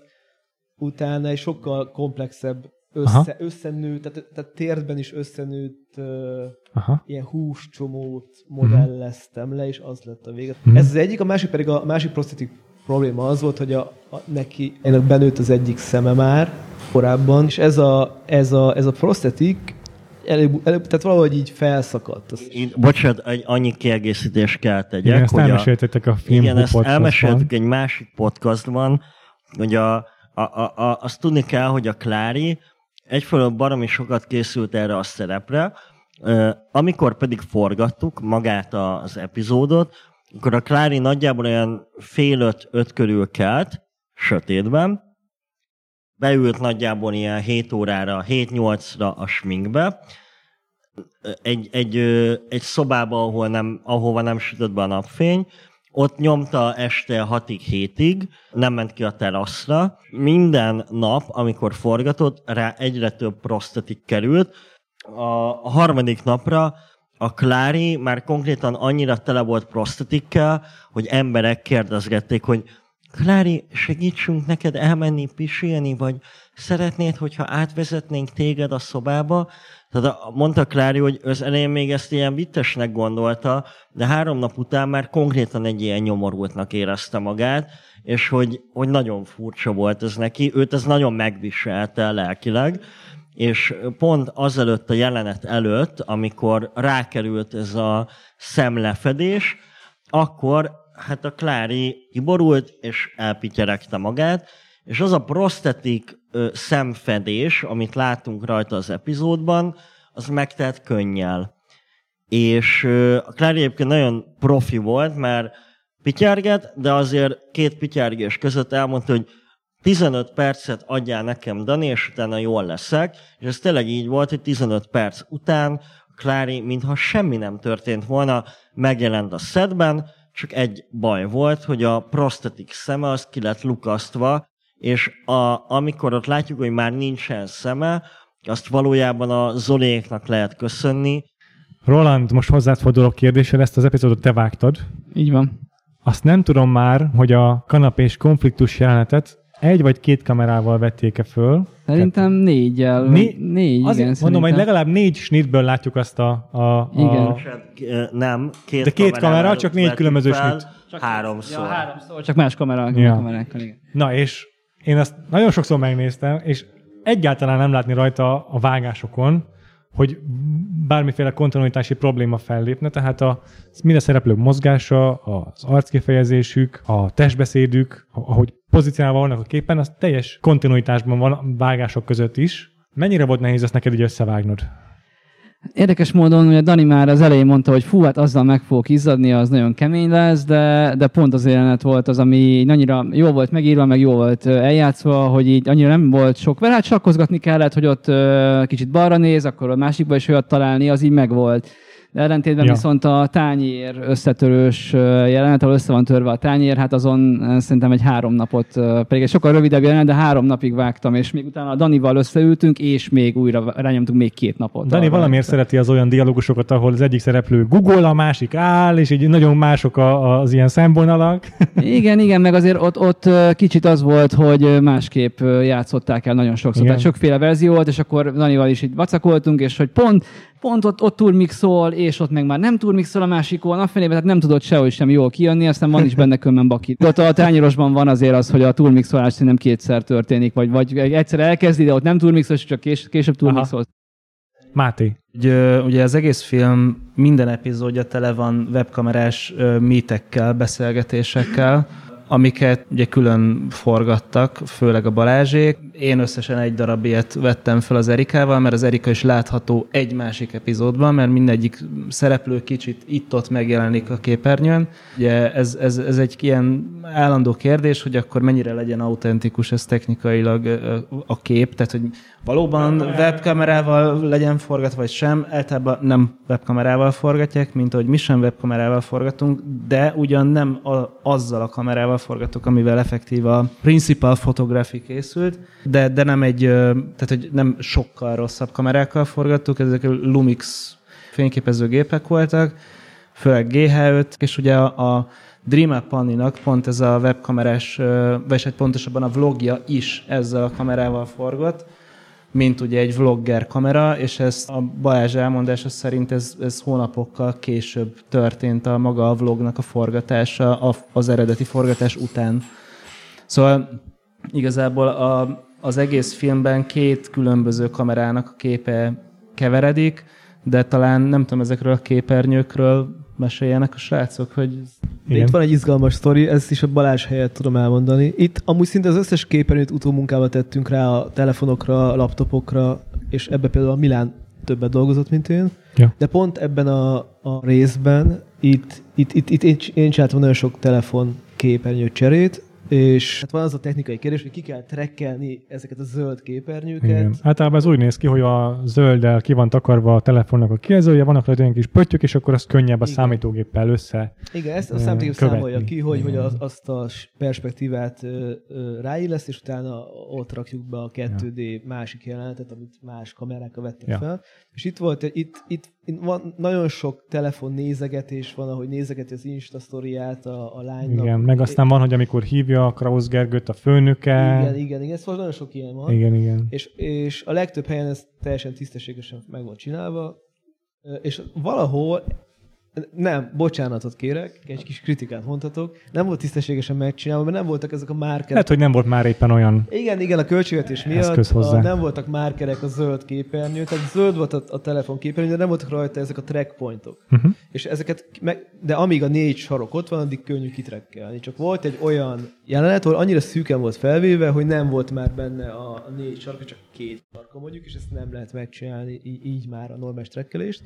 Speaker 4: utána egy sokkal komplexebb összenőtt, tehát térdben is összenőtt ilyen húscsomót modelleztem le, és az lett a vége. Ez az egyik, a másik pedig a másik prosztetik probléma az volt, hogy ennek benőtt az egyik szeme már korábban, és ez a prosztetik tehát valahogy így felszakadt.
Speaker 7: Bocsánat, annyi kiegészítést kell tegyek.
Speaker 1: Igen, ezt elmeséltetek a film
Speaker 7: igen, ezt elmeséltük egy másik podcastban, hogy azt tudni kell, hogy a Klári egyfelől baromi sokat készült erre a szerepre, amikor pedig forgattuk magát az epizódot, akkor a Klári nagyjából olyan 4:30-5 körül kelt, sötétben, beült nagyjából ilyen 7 órára, 7-8-ra a sminkbe, egy szobába, ahova nem sütött be a napfény, ott nyomta este 6-7-ig, nem ment ki a teraszra. Minden nap, amikor forgatott, rá egyre több prosztetik került. A harmadik napra a Klári már konkrétan annyira tele volt prosztetikkel, hogy emberek kérdezgették, hogy Klári, segítsünk neked elmenni pisilni, vagy szeretnéd, hogyha átvezetnénk téged a szobába? Tehát mondta Klári, hogy az elején még ezt ilyen viccesnek gondolta, de 3 nap után már konkrétan egy ilyen nyomorultnak érezte magát, és hogy nagyon furcsa volt ez neki, őt ez nagyon megviselte lelkileg, és pont azelőtt a jelenet előtt, amikor rákerült ez a szemlefedés, akkor hát a Klári kiborult, és elpityeregte magát, és az a prosztetik szemfedés, amit látunk rajta az epizódban, az megtelt könnyel. És a Klári egyébként nagyon profi volt, mert pityerget, de azért 2 pityergés között elmondta, hogy 15 percet adjál nekem, Dani, és utána jól leszek. És ez tényleg így volt, hogy 15 perc után Klári, mintha semmi nem történt volna, megjelent a setben, csak egy baj volt, hogy a prosztetik szeme az ki lett lukasztva, és amikor ott látjuk, hogy már nincsen szeme, azt valójában a Zoliéknak lehet köszönni.
Speaker 1: Roland, most hozzád fordulok kérdéssel, ezt az epizódot te vágtad.
Speaker 6: Így van.
Speaker 1: Azt nem tudom már, hogy a kanapés konfliktus jelenetet 1 vagy 2 kamerával vették-e föl.
Speaker 6: Szerintem 4-jel. 4, igen.
Speaker 1: Mondom, hogy legalább 4 snitből látjuk azt
Speaker 6: Igen.
Speaker 7: Nem, 2
Speaker 1: de 2 kamera, csak 4 különböző snit.
Speaker 7: Csak 3-szor.
Speaker 6: Ja, 3-szor, csak más kamerákkal. Igen.
Speaker 1: Na, és én azt nagyon sokszor megnéztem, és egyáltalán nem látni rajta a vágásokon, hogy bármiféle kontinuitási probléma fellépne, tehát minden szereplők mozgása, az arckifejezésük, a testbeszédük, ahogy pozícionálva vannak a képen, az teljes kontinuitásban van a vágások között is. Mennyire volt nehéz ezt neked így összevágnod?
Speaker 6: Érdekes módon, ugye Dani már az elején mondta, hogy fú, hát azzal meg fogok izzadni, az nagyon kemény lesz, de pont az jelenet volt az, ami annyira jó volt megírva, meg jó volt eljátszva, hogy így annyira nem volt sok. Mert hát sakkozgatni kellett, hogy ott kicsit balra néz, akkor a másikba is olyat találni, az így megvolt. De ellentétben viszont a tányér összetörős jelenet, ahol össze van törve a tányér, hát azon szerintem egy 3 napot, pedig egy sokkal rövidebb jelenet, de 3 napig vágtam, és még utána a Danival összeültünk, és még újra rányomtunk még 2 napot.
Speaker 1: Dani valamiért szereti az olyan dialógusokat, ahol az egyik szereplő Google, a másik áll, és így nagyon mások az ilyen szemvonalak.
Speaker 6: Igen, meg azért ott kicsit az volt, hogy másképp játszották el nagyon sokszor. Tehát sokféle verzió volt, és akkor Danival is így vacakoltunk, és hogy pont ott turmixol, és ott meg már nem turmixol a másik oldalon, a fenében, tehát nem tudott sehogy sem jól kijönni, aztán van is benne kömmen baki. Ott a tányérosban van azért az, hogy a turmixolás szerintem 2-szer történik, vagy egyszer elkezdi, de ott nem turmixol, és csak később turmixol.
Speaker 1: Máté.
Speaker 2: Ugye az egész film minden epizódja tele van webkamerás mítekkel, beszélgetésekkel, amiket ugye külön forgattak, főleg a Balázsék. Én összesen 1 darab ilyet vettem fel az Erikával, mert az Erika is látható egy másik epizódban, mert mindegyik szereplő kicsit itt-ott megjelenik a képernyőn. Ugye ez egy ilyen állandó kérdés, hogy akkor mennyire legyen autentikus ez technikailag a kép, tehát hogy valóban webkamerával legyen forgatva, vagy sem. Általában nem webkamerával forgatják, mint ahogy mi sem webkamerával forgatunk, de ugyan nem azzal a kamerával forgatok, amivel effektív a principal photography készült, de nem tehát hogy nem sokkal rosszabb kamerákkal forgattuk, ezek Lumix fényképezőgépek voltak, főleg GH5, és ugye a DreamUp Anninak pont ez a webkamerás, vagy hát pontosabban a vlogja is ezzel a kamerával forgott, mint ugye egy vlogger kamera, és ez a Balázs elmondása szerint ez hónapokkal később történt a maga a vlognak a forgatása az eredeti forgatás után. Szóval igazából az egész filmben 2 különböző kamerának a képe keveredik, de talán nem tudom, ezekről a képernyőkről meséljenek a srácok, hogy...
Speaker 4: De itt van egy izgalmas sztori, ezt is a Balázs helyett tudom elmondani. Itt amúgy szinte az összes képernyőt utómunkába tettünk rá a telefonokra, a laptopokra, és ebbe például a Milán többet dolgozott, mint én. Ja. De pont ebben a részben itt én csináltam nagyon sok telefon képernyő cserét, és hát van az a technikai kérdés, hogy ki kell trekkelni ezeket a zöld képernyőket.
Speaker 1: Igen. Általában ez úgy néz ki, hogy a zölddel ki van takarva a telefonnak a kijelzője, vannak rajta olyan kis pöttyök, és akkor azt könnyebb a számítógéppel össze.
Speaker 4: Igen, ezt a számítógép számolja ki, hogy azt a perspektívát ráilleszt, és utána ott rakjuk be a 2D másik jelenetet, amit más kamerákkal vettek fel. És itt volt, itt van nagyon sok telefon nézegetés van, ahogy nézegeti az Insta sztoriát a lánynak.
Speaker 1: Igen, meg aztán van, hogy amikor hívja a Krausz Gergőt a főnöke.
Speaker 4: Igen, szóval nagyon sok ilyen van.
Speaker 1: Igen.
Speaker 4: És a legtöbb helyen ez teljesen tisztességesen meg volt csinálva, és valahol nem, bocsánatot kérek, egy kis kritikát mondhatok, nem volt tisztességesen megcsinálva, mert nem voltak ezek a márkerek.
Speaker 1: Lehet, hogy nem volt már éppen olyan.
Speaker 4: Igen, a költségvetés miatt nem voltak márkerek a zöld képernyő, tehát zöld volt a telefon képernyő, de nem voltak rajta ezek a track pointok. És ezeket, de amíg a 4 sarok ott van, addig könnyű kitrekkelni. Csak volt egy olyan jelenet, ahol annyira szűken volt felvéve, hogy nem volt már benne a 4 sarok, csak 2 sarka mondjuk, és ezt nem lehet megcsinálni így már a normális trekkelést.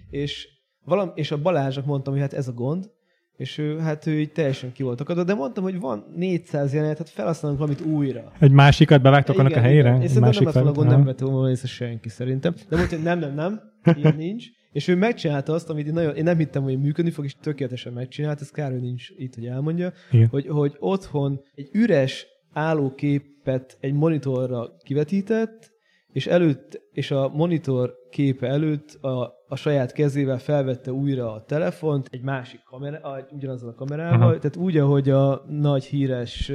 Speaker 4: És a Balázsnak mondtam, hogy hát ez a gond, és ő így teljesen ki volt akadva, de mondtam, hogy van 400 jelenet, hát felhasználunk valamit újra.
Speaker 1: Egy másikat bevágtok annak a helyére?
Speaker 4: És szerintem nem lett volna gond, nem vett volna észre senki szerintem. De mondta, hogy nem, ilyen nincs. És ő megcsinálta azt, amit én nem hittem, hogy működni fog, és tökéletesen megcsinált, ez kár, hogy nincs itt, hogy elmondja, hogy otthon egy üres állókép képet egy monitorra kivetített, és a monitor képe előtt a saját kezével felvette újra a telefont egy másik ugyanazzal a kamerával, tehát úgy, ahogy a nagy híres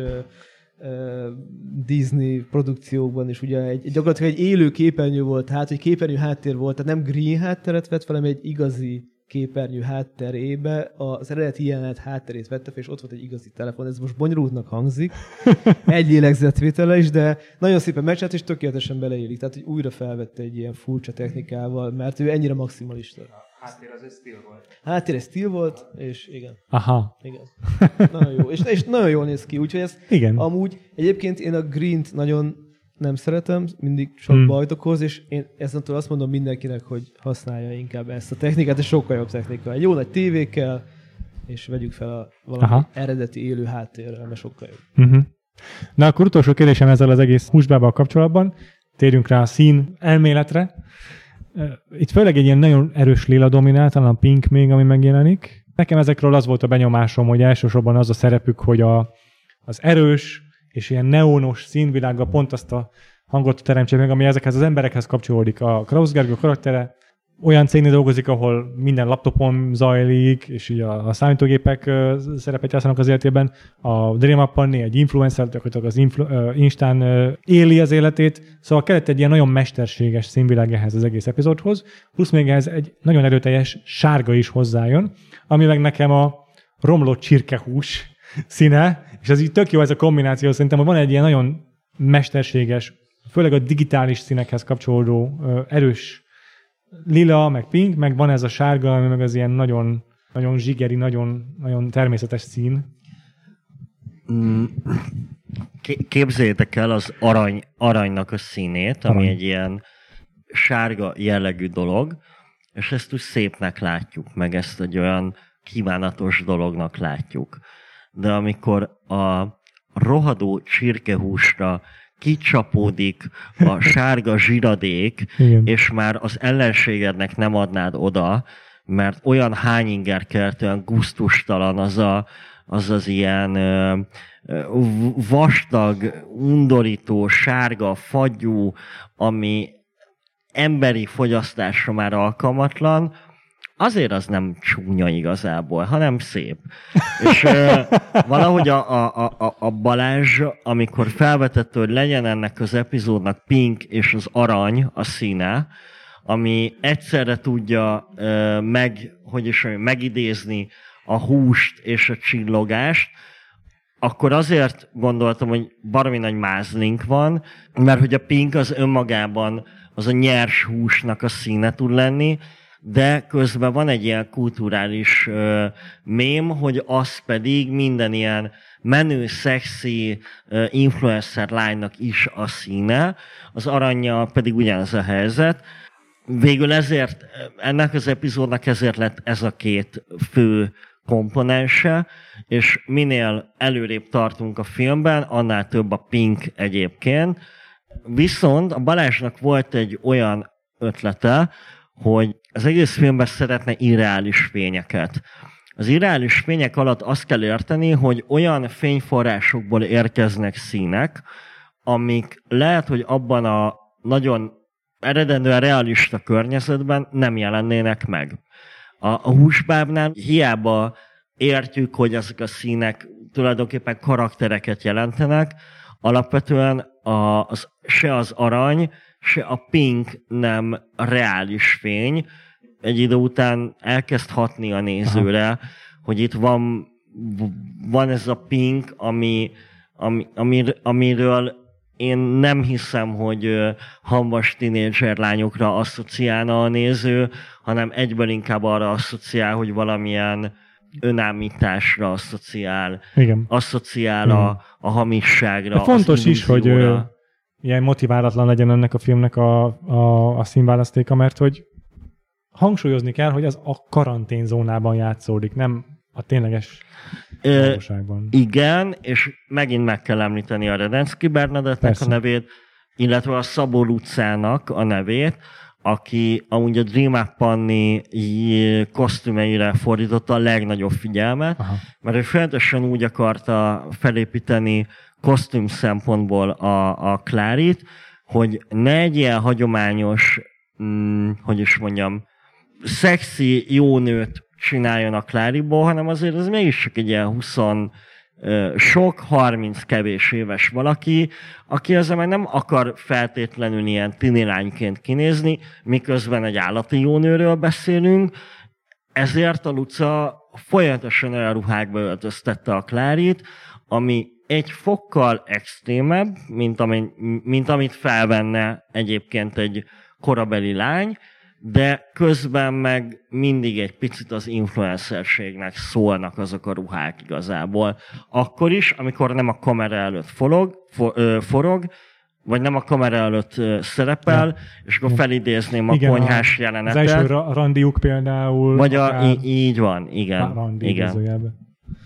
Speaker 4: Disney produkciókban is ugye gyakorlatilag egy élő képernyő volt, egy képernyő háttér volt, tehát nem green hátteret vett, hanem egy igazi képernyő hátterébe az eredeti jelenet hátterét vette fel, és ott volt egy igazi telefon. Ez most bonyolultnak hangzik, egy lélegzetvétele is, de nagyon szépen megcsinált, és tökéletesen beleélik. Tehát, hogy újra felvette egy ilyen furcsa technikával, mert ő ennyire maximalista.
Speaker 3: Háttér az egy stíl volt.
Speaker 4: Háttér egy stíl volt, és igen.
Speaker 1: Aha.
Speaker 4: Igen. Nagyon jó. És nagyon jól néz ki, úgyhogy ez
Speaker 1: igen.
Speaker 4: Amúgy egyébként én a Green-t nagyon nem szeretem, mindig sok bajt okoz, és én ezentől azt mondom mindenkinek, hogy használja inkább ezt a technikát, és sokkal jobb technika. Egy jó nagy tévékkel, és vegyük fel valami eredeti élő háttérrel, mert sokkal jobb.
Speaker 1: Na akkor utolsó kérdésem ezzel az egész húsbábbal kapcsolatban. Térjünk rá a szín elméletre. Itt főleg egy ilyen nagyon erős lila dominál, talán a pink még, ami megjelenik. Nekem ezekről az volt a benyomásom, hogy elsősorban az a szerepük, hogy az erős és ilyen neonos színvilággal pont azt a hangot teremtse meg, ami ezekhez az emberekhez kapcsolódik. A Krausz Gergő karaktere olyan cégnél dolgozik, ahol minden laptopon zajlik, és így a számítógépek szerepet játszanak az életében. A Dream Panni egy influencer, gyakorlatilag az Instán éli az életét. Szóval kellett egy ilyen nagyon mesterséges színvilág ehhez az egész epizódhoz, plusz még ehhez egy nagyon erőteljes sárga is hozzájön, ami meg nekem a romlott csirkehús színe, és ez így tök jó ez a kombináció, szerintem, hogy van egy ilyen nagyon mesterséges, főleg a digitális színekhez kapcsolódó erős lila, meg pink, meg van ez a sárga, ami meg az ilyen nagyon, nagyon zsigeri, nagyon, nagyon természetes szín.
Speaker 7: Képzeljétek el az aranynak a színét, ami egy ilyen sárga jellegű dolog, és ezt úgy szépnek látjuk, meg ezt egy olyan kívánatos dolognak látjuk. De amikor a rohadó csirkehúsra kicsapódik a sárga zsiradék, igen, és már az ellenségednek nem adnád oda, mert olyan hányingerkeltően gusztustalan az ilyen vastag, undorító, sárga fagyú, ami emberi fogyasztásra már alkalmatlan, azért az nem csúnya igazából, hanem szép. És valahogy a Balázs, amikor felvetette, hogy legyen ennek az epizódnak pink és az arany a színe, ami egyszerre tudja megidézni a húst és a csillogást, akkor azért gondoltam, hogy baromi nagy mázlink van, mert hogy a pink az önmagában az a nyers húsnak a színe tud lenni, de közben van egy ilyen kulturális mém, hogy az pedig minden ilyen menő, szexi influencer lánynak is a színe, az arannyal pedig ugyanez a helyzet. Végül ezért, ennek az epizódnak ezért lett ez a két fő komponense, és minél előrébb tartunk a filmben, annál több a pink egyébként. Viszont a Balázsnak volt egy olyan ötlete, hogy az egész filmben szeretne irreális fényeket. Az irreális fények alatt azt kell érteni, hogy olyan fényforrásokból érkeznek színek, amik lehet, hogy abban a nagyon eredendően realista környezetben nem jelennének meg. A húsbábnál hiába értjük, hogy ezek a színek tulajdonképpen karaktereket jelentenek, alapvetően se az arany, se a pink nem reális fény. Egy idő után elkezd hatni a nézőre, hogy itt van ez a pink, amiről én nem hiszem, hogy hamvas tinédzser lányokra asszociálna a néző, hanem egyből inkább arra asszociál, hogy valamilyen önállításra asszociál a hamisságra.
Speaker 1: De fontos is, hogy ilyen motiválatlan legyen ennek a filmnek a színválasztéka, mert hogy hangsúlyozni kell, hogy ez a karanténzónában játszódik, nem a tényleges valóságban.
Speaker 7: Igen, és megint meg kell említeni a Radenszky Bernadettnek a nevét, illetve a Szabó Lucának a nevét, aki amúgy a Dream Panni kosztümeire fordította a legnagyobb figyelmet, mert ő folyamatosan úgy akarta felépíteni kosztüm szempontból a Clary-t, hogy ne egy ilyen hagyományos, hogy is mondjam, szexi, jó nőt csináljon a Claryból, hanem azért ez mégis csak egy ilyen 30 kevés éves valaki, aki ezzel meg nem akar feltétlenül ilyen tini lányként kinézni, miközben egy állati jó nőről beszélünk, ezért a Luca folyamatosan olyan ruhákba öltöztette a Claryt, ami egy fokkal extrémebb, mint amit felvenne egyébként egy korabeli lány, de közben meg mindig egy picit az influencerségnek szólnak azok a ruhák igazából. Akkor is, amikor nem a kamera előtt forog, vagy nem a kamera előtt szerepel, és akkor felidézném a konyhás jelenetet.
Speaker 1: Az első randiuk például.
Speaker 7: Vagy így van, igen.
Speaker 1: Randi igen.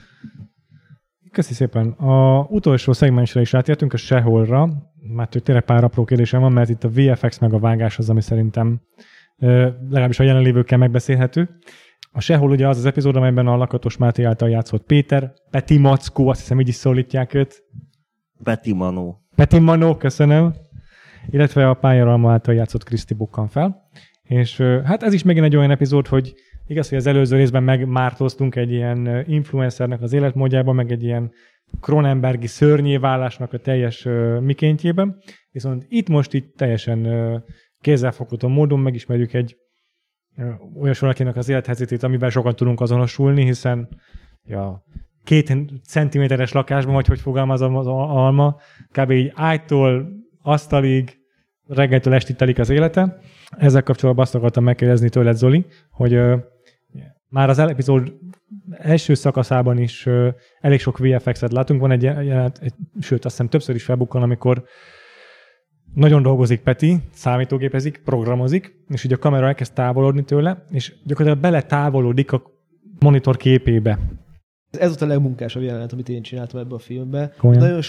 Speaker 1: Köszi szépen. A utolsó szegmensre is rátértünk, a Sehol-ra. Már tényleg pár apró kérdésem van, mert itt a VFX meg a vágás az, ami szerintem legalábbis a jelenlévőkkel megbeszélhető. A Sehol ugye az epizód, amelyben a Lakatos Máté által játszott Péter, Peti Mackó, azt hiszem így is szólítják őt.
Speaker 7: Peti Manó.
Speaker 1: Peti Manó, köszönöm. Illetve a Pályaralma által játszott Kriszti bukkan fel. És hát ez is megint egy olyan epizód, hogy igaz, hogy az előző részben megmártoztunk egy ilyen influencernek az életmódjában, meg egy ilyen Cronenbergi szörnyéválásnak a teljes mikéntjében. Viszont itt most így teljesen kézzelfogható módon megismerjük egy olyas valakinek az élethelyzetét, amiben sokan tudunk azonosulni, hiszen 2 centiméteres lakásban, vagy hogy fogalmazom az Alma, kb. Így ágytól, asztalig, reggeltől estig telik az élete. Ezzel kapcsolatban azt akartam megkérdezni tőled, Zoli, hogy már az epizód első szakaszában is elég sok VFX-et látunk. Van sőt, azt hiszem többször is felbukkan, amikor nagyon dolgozik Peti, számítógépezik, programozik, és ugye a kamera elkezd távolodni tőle, és gyakorlatilag beletávolodik a monitor képébe.
Speaker 4: Ez volt a legmunkásabb jelenet, amit én csináltam ebbe a filmbe.
Speaker 1: Komolyan?
Speaker 4: Nagyon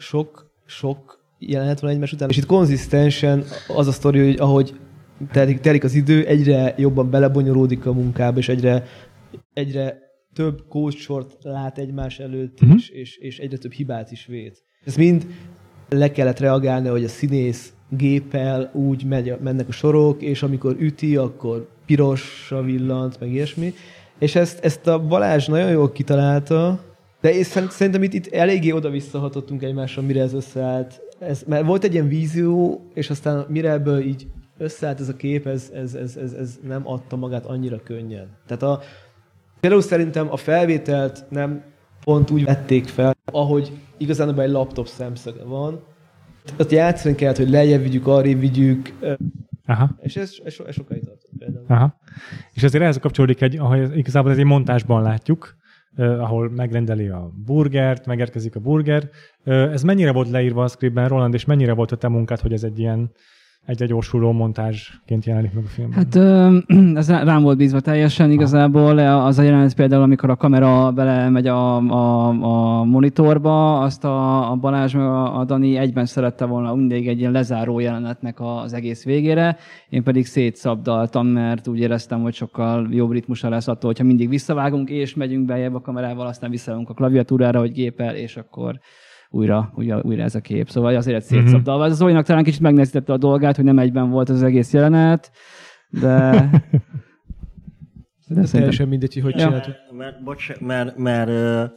Speaker 4: sok jelenet van egymás után, és itt konzisztensen az a sztori, hogy ahogy telik az idő, egyre jobban belebonyolódik a munkába, és egyre több kódsort lát egymás előtt, és egyre több hibát is vét. Ez mind le kellett reagálni, hogy a színész géppel úgy mennek a sorok, és amikor üti, akkor pirosra villant, meg ilyesmi. És ezt a Balázs nagyon jól kitalálta, de én szerintem itt eléggé oda-visszahatottunk egymásra, mire ez összeállt. Mert volt egy ilyen vízió, és aztán mire ebből így összeállt ez a kép, ez nem adta magát annyira könnyen. Tehát például szerintem a felvételt nem pont úgy vették fel, ahogy igazán egy laptop szemszöge van. Ott játszani kellett, hogy lejjebb vigyük, arrébb vigyük, és ez sokáig tartott például.
Speaker 1: Aha. És azért ehhez kapcsolódik igazából ez egy montásban látjuk, ahol megrendeli a burgert, megérkezik a burger. Ez mennyire volt leírva a scriptben, Roland, és mennyire volt a te munkád, hogy ez egy ilyen egy gyorsuló montázsként jelenik meg a filmben?
Speaker 6: Hát ez rám volt bízva teljesen igazából. Az a jelenet például, amikor a kamera belemegy a monitorba, azt a Balázs meg a Dani egyben szerette volna mindig egy ilyen lezáró jelenetnek az egész végére. Én pedig szétszabdaltam, mert úgy éreztem, hogy sokkal jobb ritmusa lesz attól, hogyha mindig visszavágunk és megyünk beljebb a kamerával, aztán visszavágunk a klaviatúrára, hogy géppel, és akkor újra ez a kép. Szóval azért szétszabdalva. Ez az Zolinak talán kicsit megnehezítette a dolgát, hogy nem egyben volt az egész jelenet, de
Speaker 4: teljesen mindegy, hogy csináltuk.
Speaker 7: Mert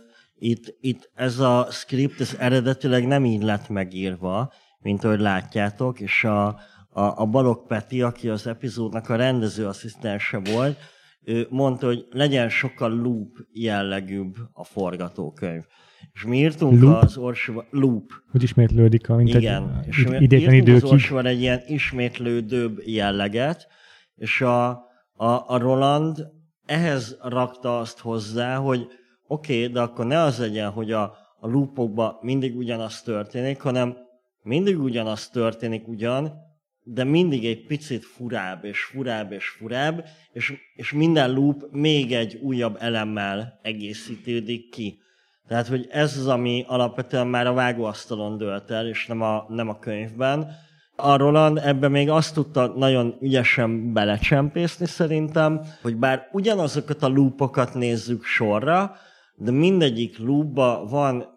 Speaker 7: itt ez a script ez eredetileg nem így lett megírva, mint ahogy látjátok, és a Balogh Peti, aki az epizódnak a rendezőasszisztense volt, ő mondta, hogy legyen sokkal loop jellegűbb a forgatókönyv. És mi írtunk az Orsival... Loop.
Speaker 1: Hogy ismétlődik, mint
Speaker 7: igen, és írtunk az Orsival egy ilyen ismétlődőbb jelleget, és a Roland ehhez rakta azt hozzá, hogy oké, de akkor ne az legyen, hogy a loopokban mindig ugyanaz történik, hanem mindig ugyanaz történik de mindig egy picit furább, és furább, és furább, és minden loop még egy újabb elemmel egészítődik ki. Tehát, hogy ez az, ami alapvetően már a vágóasztalon dőlt el, és nem a könyvben. A Roland ebben még azt tudta nagyon ügyesen belecsempészni szerintem, hogy bár ugyanazokat a loopokat nézzük sorra, de mindegyik loopban van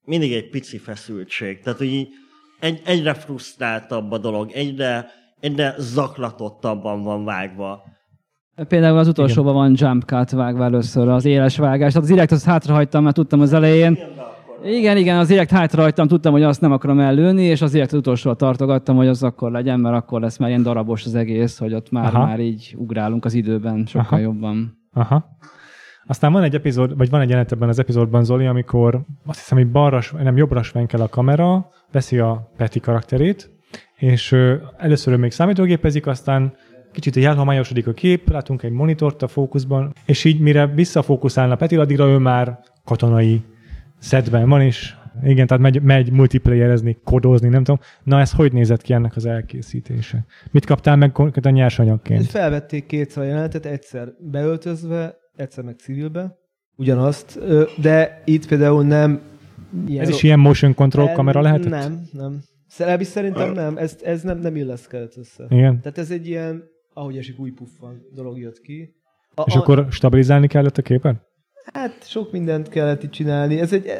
Speaker 7: mindig egy pici feszültség. Tehát, hogy így egyre frusztráltabb a dolog, egyre zaklatottabban van vágva.
Speaker 6: Például az utolsóban van jump cut vágva először, az éles vágás. Tehát az direkt azt hátrahagytam, mert tudtam az elején. Igen, az direkt hátrahagytam, tudtam, hogy azt nem akarom ellőni, és az direkt az utolsóra tartogattam, hogy az akkor legyen, mert akkor lesz már ilyen darabos az egész, hogy ott már így ugrálunk az időben sokkal jobban.
Speaker 1: Aha. Aztán van egy epizód, vagy van egy jelenet ebben az epizódban, Zoli, amikor azt hiszem, hogy jobbra svenkel a kamera, veszi a Peti karakterét, és először még számítógépezik, aztán kicsit elhomályosodik a kép, látunk egy monitort a fókuszban, és így mire visszafókuszálna Peti, addigra ő már katonai szedben van, és igen, tehát megy multiplayerezni, kodozni, nem tudom. Na, ez hogy nézett ki ennek az elkészítése? Mit kaptál meg konkrétan nyersanyagként?
Speaker 4: Felvették kétszer a jelenetet, egyszer beöltözve, egyszer meg civilbe, ugyanazt, de itt például nem...
Speaker 1: Ez is ilyen motion control kamera lehetett?
Speaker 4: Nem. Legalábbis szerintem nem, ez nem illeszkedett össze.
Speaker 1: Igen.
Speaker 4: Tehát ez egy ilyen, ahogy esik új puffan dolog jött ki.
Speaker 1: És akkor stabilizálni kellett a képet?
Speaker 4: Hát sok mindent kellett itt csinálni.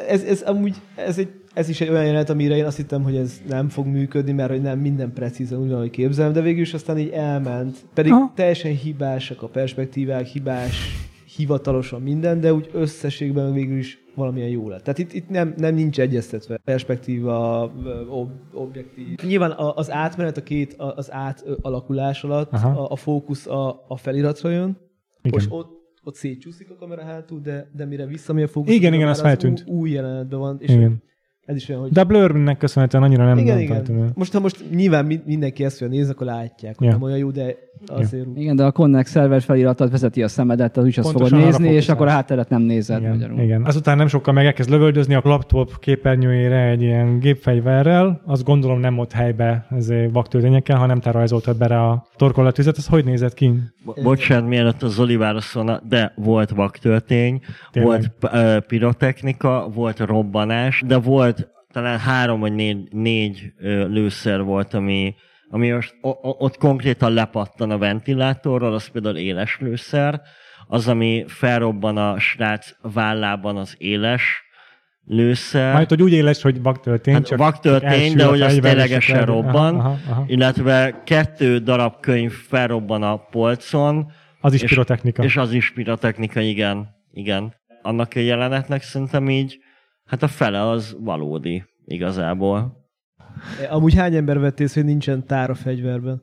Speaker 4: Ez is egy olyan jelenet, amire én azt hittem, hogy ez nem fog működni, mert hogy nem minden precízen ugyanúgy képzelem, de végül is aztán így elment. Pedig teljesen hibásak a perspektívák, hibás hivatalosan minden, de úgy összességben végül is valamilyen jó lett. Tehát itt nem nincs egyeztetve perspektíva, objektív. Nyilván az átmenet az átalakulás alatt a fókusz a feliratra jön, és ott szétcsúszik a kamera hátul, de mire visszamegy a fókusz,
Speaker 1: igen, az feltűnt.
Speaker 4: Új jelenetben van, és ez is olyan, hogy...
Speaker 1: De a blurnek köszönhetően annyira nem
Speaker 4: igen. Most nyilván mindenki ezt fogja nézni, akkor látják, hogy nem olyan jó, de azért...
Speaker 6: Igen, de a Connect szerver feliratát vezeti a szemedet, az is azt fogod nézni, és akkor a hátteret nem nézed magyarul.
Speaker 1: Igen. Azután nem sokkal meg elkezd lövöldözni a laptop képernyőjére egy ilyen gépfegyverrel, azt gondolom nem ott helybe vaktörvényekkel, hanem te rajzoltad bele a torkolatüzet. Ez hogy nézett ki?
Speaker 7: Bocsánat, mielőtt a Zoli válaszolna, de volt vaktörtény, volt pirotechnika, volt robbanás, de volt talán 3 vagy 4 lőszer volt, ami most ott konkrétan lepattan a ventilátorról, az például éles lőszer, az, ami felrobban a srác vállában, az éles lőszer.
Speaker 1: Majd, hogy úgy éles, hogy vaktörtény,
Speaker 7: hát vaktörtény, de hogy az ténylegesen robban, illetve 2 darab könyv felrobban a polcon.
Speaker 1: Az is pirotechnika.
Speaker 7: És az is pirotechnika, igen. Annak a jelenetnek szerintem így, hát a fele az valódi igazából.
Speaker 4: Amúgy hány ember vett észre, hogy nincsen tár a fegyverben?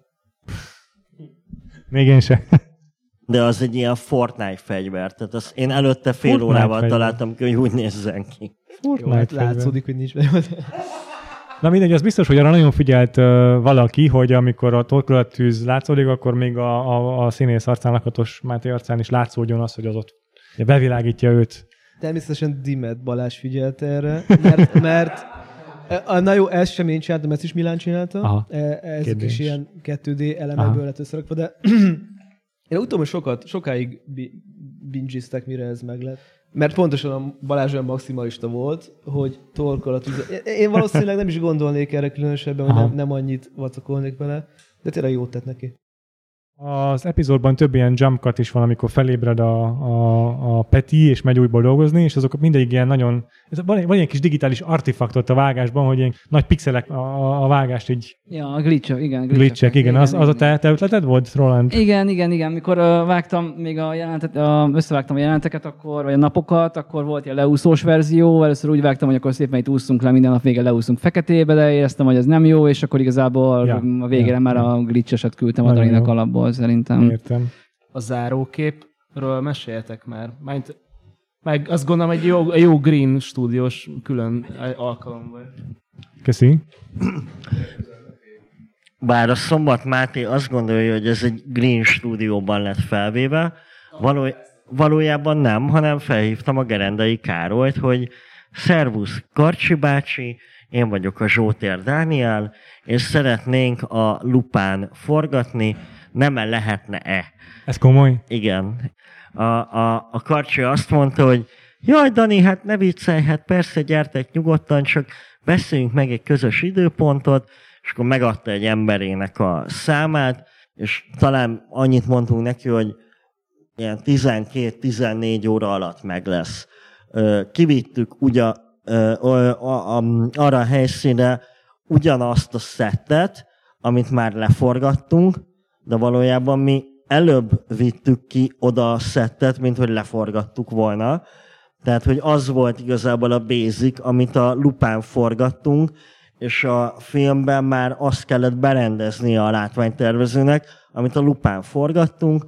Speaker 1: Még én sem.
Speaker 7: De az egy ilyen Fortnite fegyver. Tehát azt én előtte fél órával találtam ki, hogy úgy nézzen ki.
Speaker 4: Fortnite látszódik, hogy nincs benne.
Speaker 1: Na mindegy, az biztos, hogy arra nagyon figyelt valaki, hogy amikor a torkolatűz látszódik, akkor még a színész arcán, Lakatos Máté arcán is látszódjon az, hogy az ott bevilágítja őt.
Speaker 4: Természetesen Dimet Balázs figyelt erre, mert na jó, ezt sem én csináltam, ezt is Milán csinálta. Ezek is ilyen 2D elemekből lett összerakva, de én úgy tudom, hogy sokáig binge-iztek, mire ez meg lett. Mert pontosan a Balázs olyan maximalista volt, hogy torkolatűz. Én valószínűleg nem is gondolnék erre különösebben, hogy nem annyit vacakolnék vele, de tényleg jót tett neki.
Speaker 1: Az epizódban több ilyen jump cut is van, amikor felébred a Peti, és megy újból dolgozni, és azok mindegyik ilyen nagyon... Van ilyen kis digitális artefaktot a vágásban, hogy ilyen nagy pixelek a vágást így...
Speaker 6: Ja, a glitchek, igen.
Speaker 1: Glitchek, igen. Az a te ötleted volt, Roland?
Speaker 6: Igen. Mikor vágtam még összevágtam a jeleneteket, akkor, vagy a napokat, akkor volt ilyen leúszós verzió. Először úgy vágtam, hogy akkor szépen itt úszunk le, minden nap végén leúszunk feketébe, de éreztem, hogy ez nem jó, és akkor igazából a végére már a glitcheset küldtem a Daninak alapból, szerintem.
Speaker 1: Értem.
Speaker 2: A záróképről meséljetek már. Meg azt gondolom, egy jó Green stúdiós külön alkalom volt.
Speaker 1: Köszi.
Speaker 7: Bár a Szombat Máté azt gondolja, hogy ez egy Green stúdióban lett felvéve, valójában nem, hanem felhívtam a Gerendai Károlyt, hogy szervusz Karcsi bácsi, én vagyok a Zsótér Dániel, és szeretnénk a Lupán forgatni, nem lehetne-e?
Speaker 1: Ez komoly?
Speaker 7: Igen. A Karcsi azt mondta, hogy jaj, Dani, hát ne viccelj, hát persze, gyertek nyugodtan, csak beszéljünk meg egy közös időpontot, és akkor megadta egy emberének a számát, és talán annyit mondtunk neki, hogy ilyen 12-14 óra alatt meg lesz. Kivittük arra a helyszínre ugyanazt a szettet, amit már leforgattunk, de valójában mi előbb vittük ki oda a szettet, mint hogy leforgattuk volna. Tehát, hogy az volt igazából a basic, amit a lupán forgattunk, és a filmben már azt kellett berendezni a látványtervezőnek, amit a lupán forgattunk.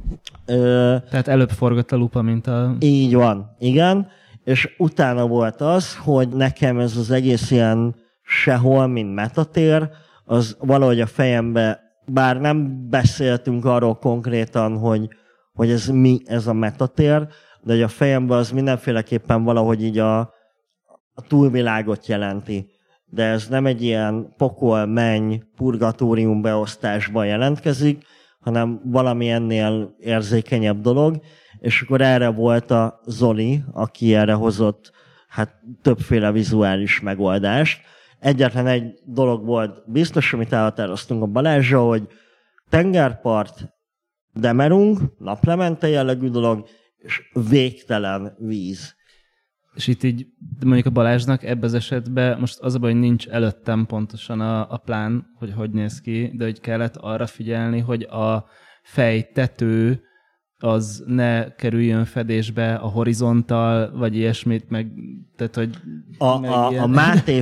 Speaker 2: Tehát előbb forgott a lupa, mint a...
Speaker 7: Így van, igen. És utána volt az, hogy nekem ez az egész ilyen sehol, mint metatér, az valahogy a fejembe, bár nem beszéltünk arról konkrétan, hogy ez mi ez a metatér, de hogy a fejemben az mindenféleképpen valahogy így a túlvilágot jelenti. De ez nem egy ilyen pokol, menny, purgatórium beosztásban jelentkezik, hanem valami ennél érzékenyebb dolog, és akkor erre volt a Zoli, aki erre hozott többféle vizuális megoldást. Egyetlen egy dolog volt biztos, amit elhatároztunk a Balázsra, hogy tengerpart, demerung, naplemente jellegű dolog, és végtelen víz.
Speaker 2: És itt így mondjuk a Balázsnak ebben az esetben most az a baj, hogy nincs előttem pontosan a plán, hogy néz ki, de hogy kellett arra figyelni, hogy a fejtető az ne kerüljön fedésbe a horizontal, vagy ilyesmit, meg... Tehát, hogy
Speaker 7: a Máté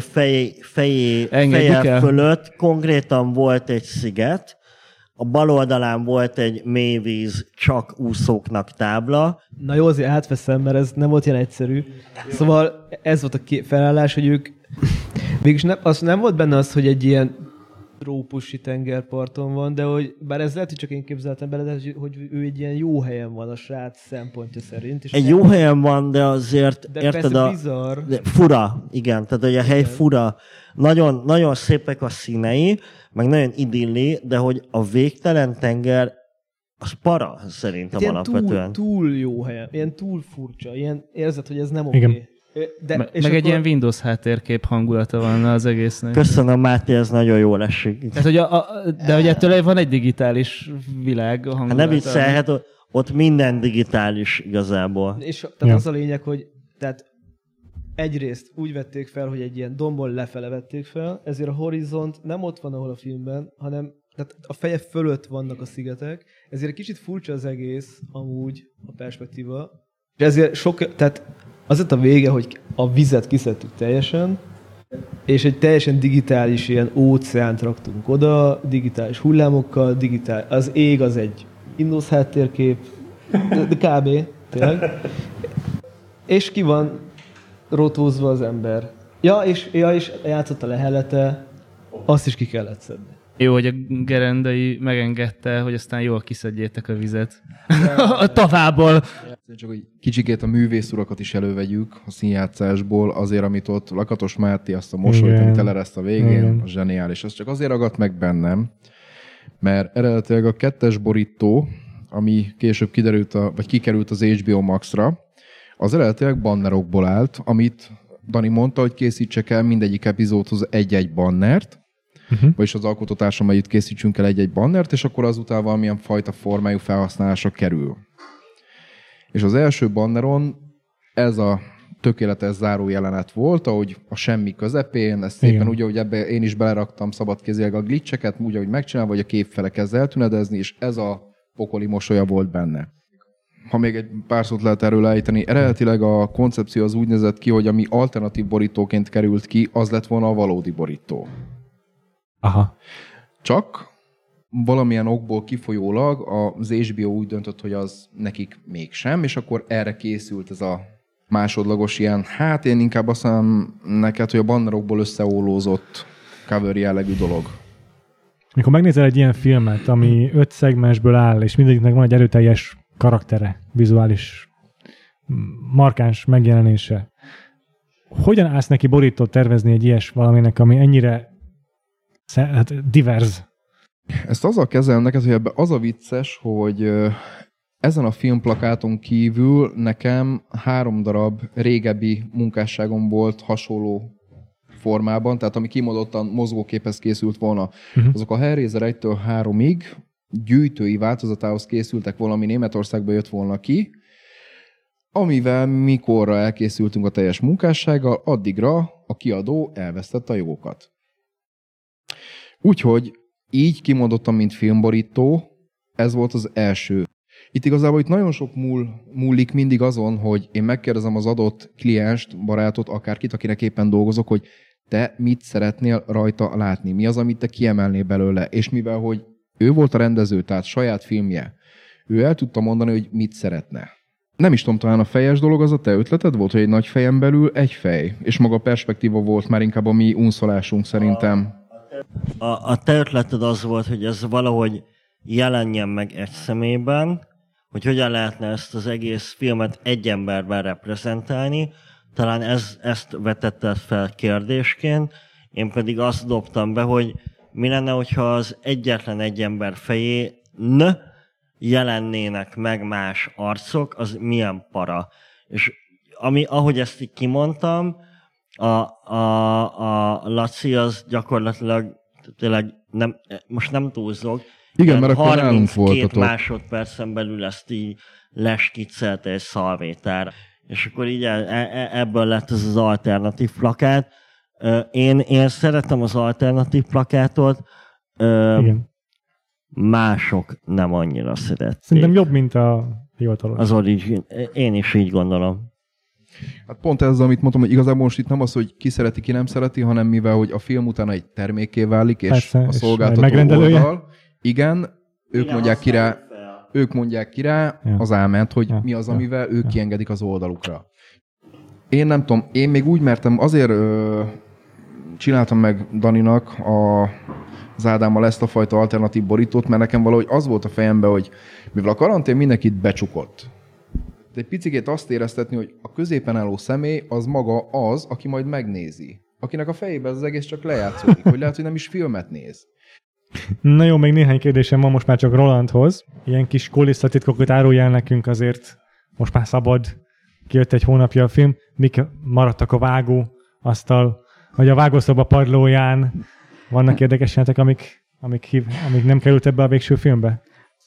Speaker 7: feje fölött konkrétan volt egy sziget, a bal oldalán volt egy mélyvíz, csak úszóknak tábla.
Speaker 4: Na jó, azért átveszem, mert ez nem volt ilyen egyszerű. Szóval ez volt a felállás, hogy ők... Mégis az nem volt benne az, hogy egy ilyen trópusi tengerparton van, de hogy bár ez lehet, hogy csak én képzeltem bele, de hogy ő egy ilyen jó helyen van a srác szempontja szerint. És
Speaker 7: egy jó helyen van, de azért
Speaker 4: de érted bizarr.
Speaker 7: Fura, igen, tehát hogy a hely fura. Nagyon, nagyon szépek a színei, meg nagyon idilli, de hogy a végtelen tenger az para szerintem hát alapvetően.
Speaker 4: Túl jó helyen, ilyen túl furcsa, ilyen érzed, hogy ez nem oké.
Speaker 2: Meg egy ilyen Windows háttérkép hangulata van az egésznek.
Speaker 7: Köszönöm, Máté, ez nagyon jól esik.
Speaker 2: Tehát, hogy de hogy ettől van egy digitális világ hangulata.
Speaker 7: Hát ne viccelhet, ott minden digitális igazából.
Speaker 4: És tehát az a lényeg, hogy tehát egyrészt úgy vették fel, hogy egy ilyen dombon lefele vették fel, ezért a horizont nem ott van, ahol a filmben, hanem tehát a feje fölött vannak a szigetek, ezért egy kicsit furcsa az egész amúgy a perspektíva. És ezért tehát azért a vége, hogy a vizet kiszedtük teljesen, és egy teljesen digitális ilyen óceánt raktunk oda, digitális hullámokkal, az ég az egy Windows háttérkép, de kb. Tényleg. És ki van rotózva az ember. Ja, és játszott a lehelete, azt is ki kellett szedni.
Speaker 2: Jó, hogy a gerendai megengedte, hogy aztán jól kiszedjétek a vizet a tavából.
Speaker 5: Csak hogy kicsikét a művészurakat is elővegyük a színjátszásból, azért, amit ott Lakatos Máté, azt a mosolyt, amit elereszt a végén, a zseniális. Ez csak azért ragadt meg bennem, mert eredetileg a 2-es borító, ami később kikerült az HBO Max-ra, az eredetileg bannerokból állt, amit Dani mondta, hogy készítsek el mindegyik epizódhoz egy-egy bannert, vagyis az alkotótársam együtt készítsünk el egy-egy bannert, és akkor azután valamilyen fajta formájú felhasználásra kerül. És az első banneron ez a tökéletes záró jelenet volt, ahogy a semmi közepén, ez szépen úgy, ahogy ebbe én is beleraktam szabadkézileg a glitcheket, úgy, ahogy megcsinálva, vagy a képfele kezd eltünedezni, és ez a pokoli mosolya volt benne. Ha még egy pár szót lehet erről állítani, eredetileg a koncepció az úgy nézett ki, hogy ami alternatív borítóként került ki, az lett volna a valódi borító.
Speaker 1: Aha.
Speaker 5: Csak valamilyen okból kifolyólag az HBO úgy döntött, hogy az nekik mégsem, és akkor erre készült ez a másodlagos ilyen, hát én inkább azt mondom neked, hogy a bannerokból összeólózott cover jellegű dolog.
Speaker 1: Mikor megnézel egy ilyen filmet, ami 5 szegmensből áll, és mindegyiknek van egy erőteljes karaktere, vizuális, markáns megjelenése, hogyan állsz neki borítót tervezni egy ilyes valaminek, ami ennyire divers?
Speaker 5: Ezt azzal kezelem neked, hogy ebben az a vicces, hogy ezen a filmplakáton kívül nekem 3 darab régebbi munkásságom volt hasonló formában, tehát ami kimondottan mozgóképhez készült volna. Azok a Hellraiser 1-től 3-ig gyűjtői változatához készültek volna, ami Németországba jött volna ki. amivel mikorra elkészültünk a teljes munkássággal, addigra a kiadó elvesztette a jogokat. Úgyhogy így kimondottan, mint filmborító, ez volt az első. Itt igazából nagyon sok múlik mindig azon, hogy én megkérdezem az adott klienst, barátot, akárkit, akinek éppen dolgozok, hogy te mit szeretnél rajta látni, mi az, amit te kiemelnél belőle, és mivel, hogy ő volt a rendező, tehát saját filmje, ő el tudta mondani, hogy mit szeretne. Nem is tudom, talán a fejes dolog az a te ötleted volt, hogy egy nagy fejen belül egy fej, és maga perspektíva volt már inkább a mi unszolásunk szerintem.
Speaker 7: A te ötleted az volt, hogy ez valahogy jelenjen meg egy személyben, hogy hogyan lehetne ezt az egész filmet egy emberben reprezentálni. Talán ezt vetetted fel kérdésként, én pedig azt dobtam be, hogy mi lenne, hogyha az egyetlen egy ember fején jelennének meg más arcok, az milyen para. És ahogy ezt így kimondtam, a Laci az gyakorlatilag tényleg most nem túlzok,
Speaker 5: igen, mert akkor
Speaker 7: 32 másodpercen belül ezt így leskiccelte egy szalvétára. És akkor így ebből lett ez az alternatív plakát. Én szeretem az alternatív plakátot,
Speaker 1: igen.
Speaker 7: Mások nem annyira szerették.
Speaker 1: Szerintem jobb, mint a hivatalos.
Speaker 7: Az origin. Én is így gondolom.
Speaker 5: Hát pont ez, amit mondtam, hogy igazából most itt nem az, hogy ki szereti, ki nem szereti, hanem mivel, hogy a film utána egy termékké válik, és persze, a szolgáltató oldal, igen, ők mondják ki rá az áment, hogy mi az, amivel ők kiengedik az oldalukra. Én nem tudom, én még úgy mertem, azért csináltam meg Daninak az Ádámmal ezt a fajta alternatív borítót, mert nekem valahogy az volt a fejemben, hogy mivel a karantén mindenkit becsukott, de egy picikét azt éreztetni, hogy a középen álló személy az maga az, aki majd megnézi. Akinek a fejében az egész csak lejátszódik, hogy lehet, hogy nem is filmet néz.
Speaker 1: Na jó, még néhány kérdésem van most már csak Rolandhoz. Ilyen kis kulisszatitkokat árulj el nekünk azért, most már szabad. Kijött egy hónapja a film. Mik maradtak a vágóasztal, vagy a vágószoba padlóján? Vannak érdekes jelentek, amik nem került ebbe a végső filmbe?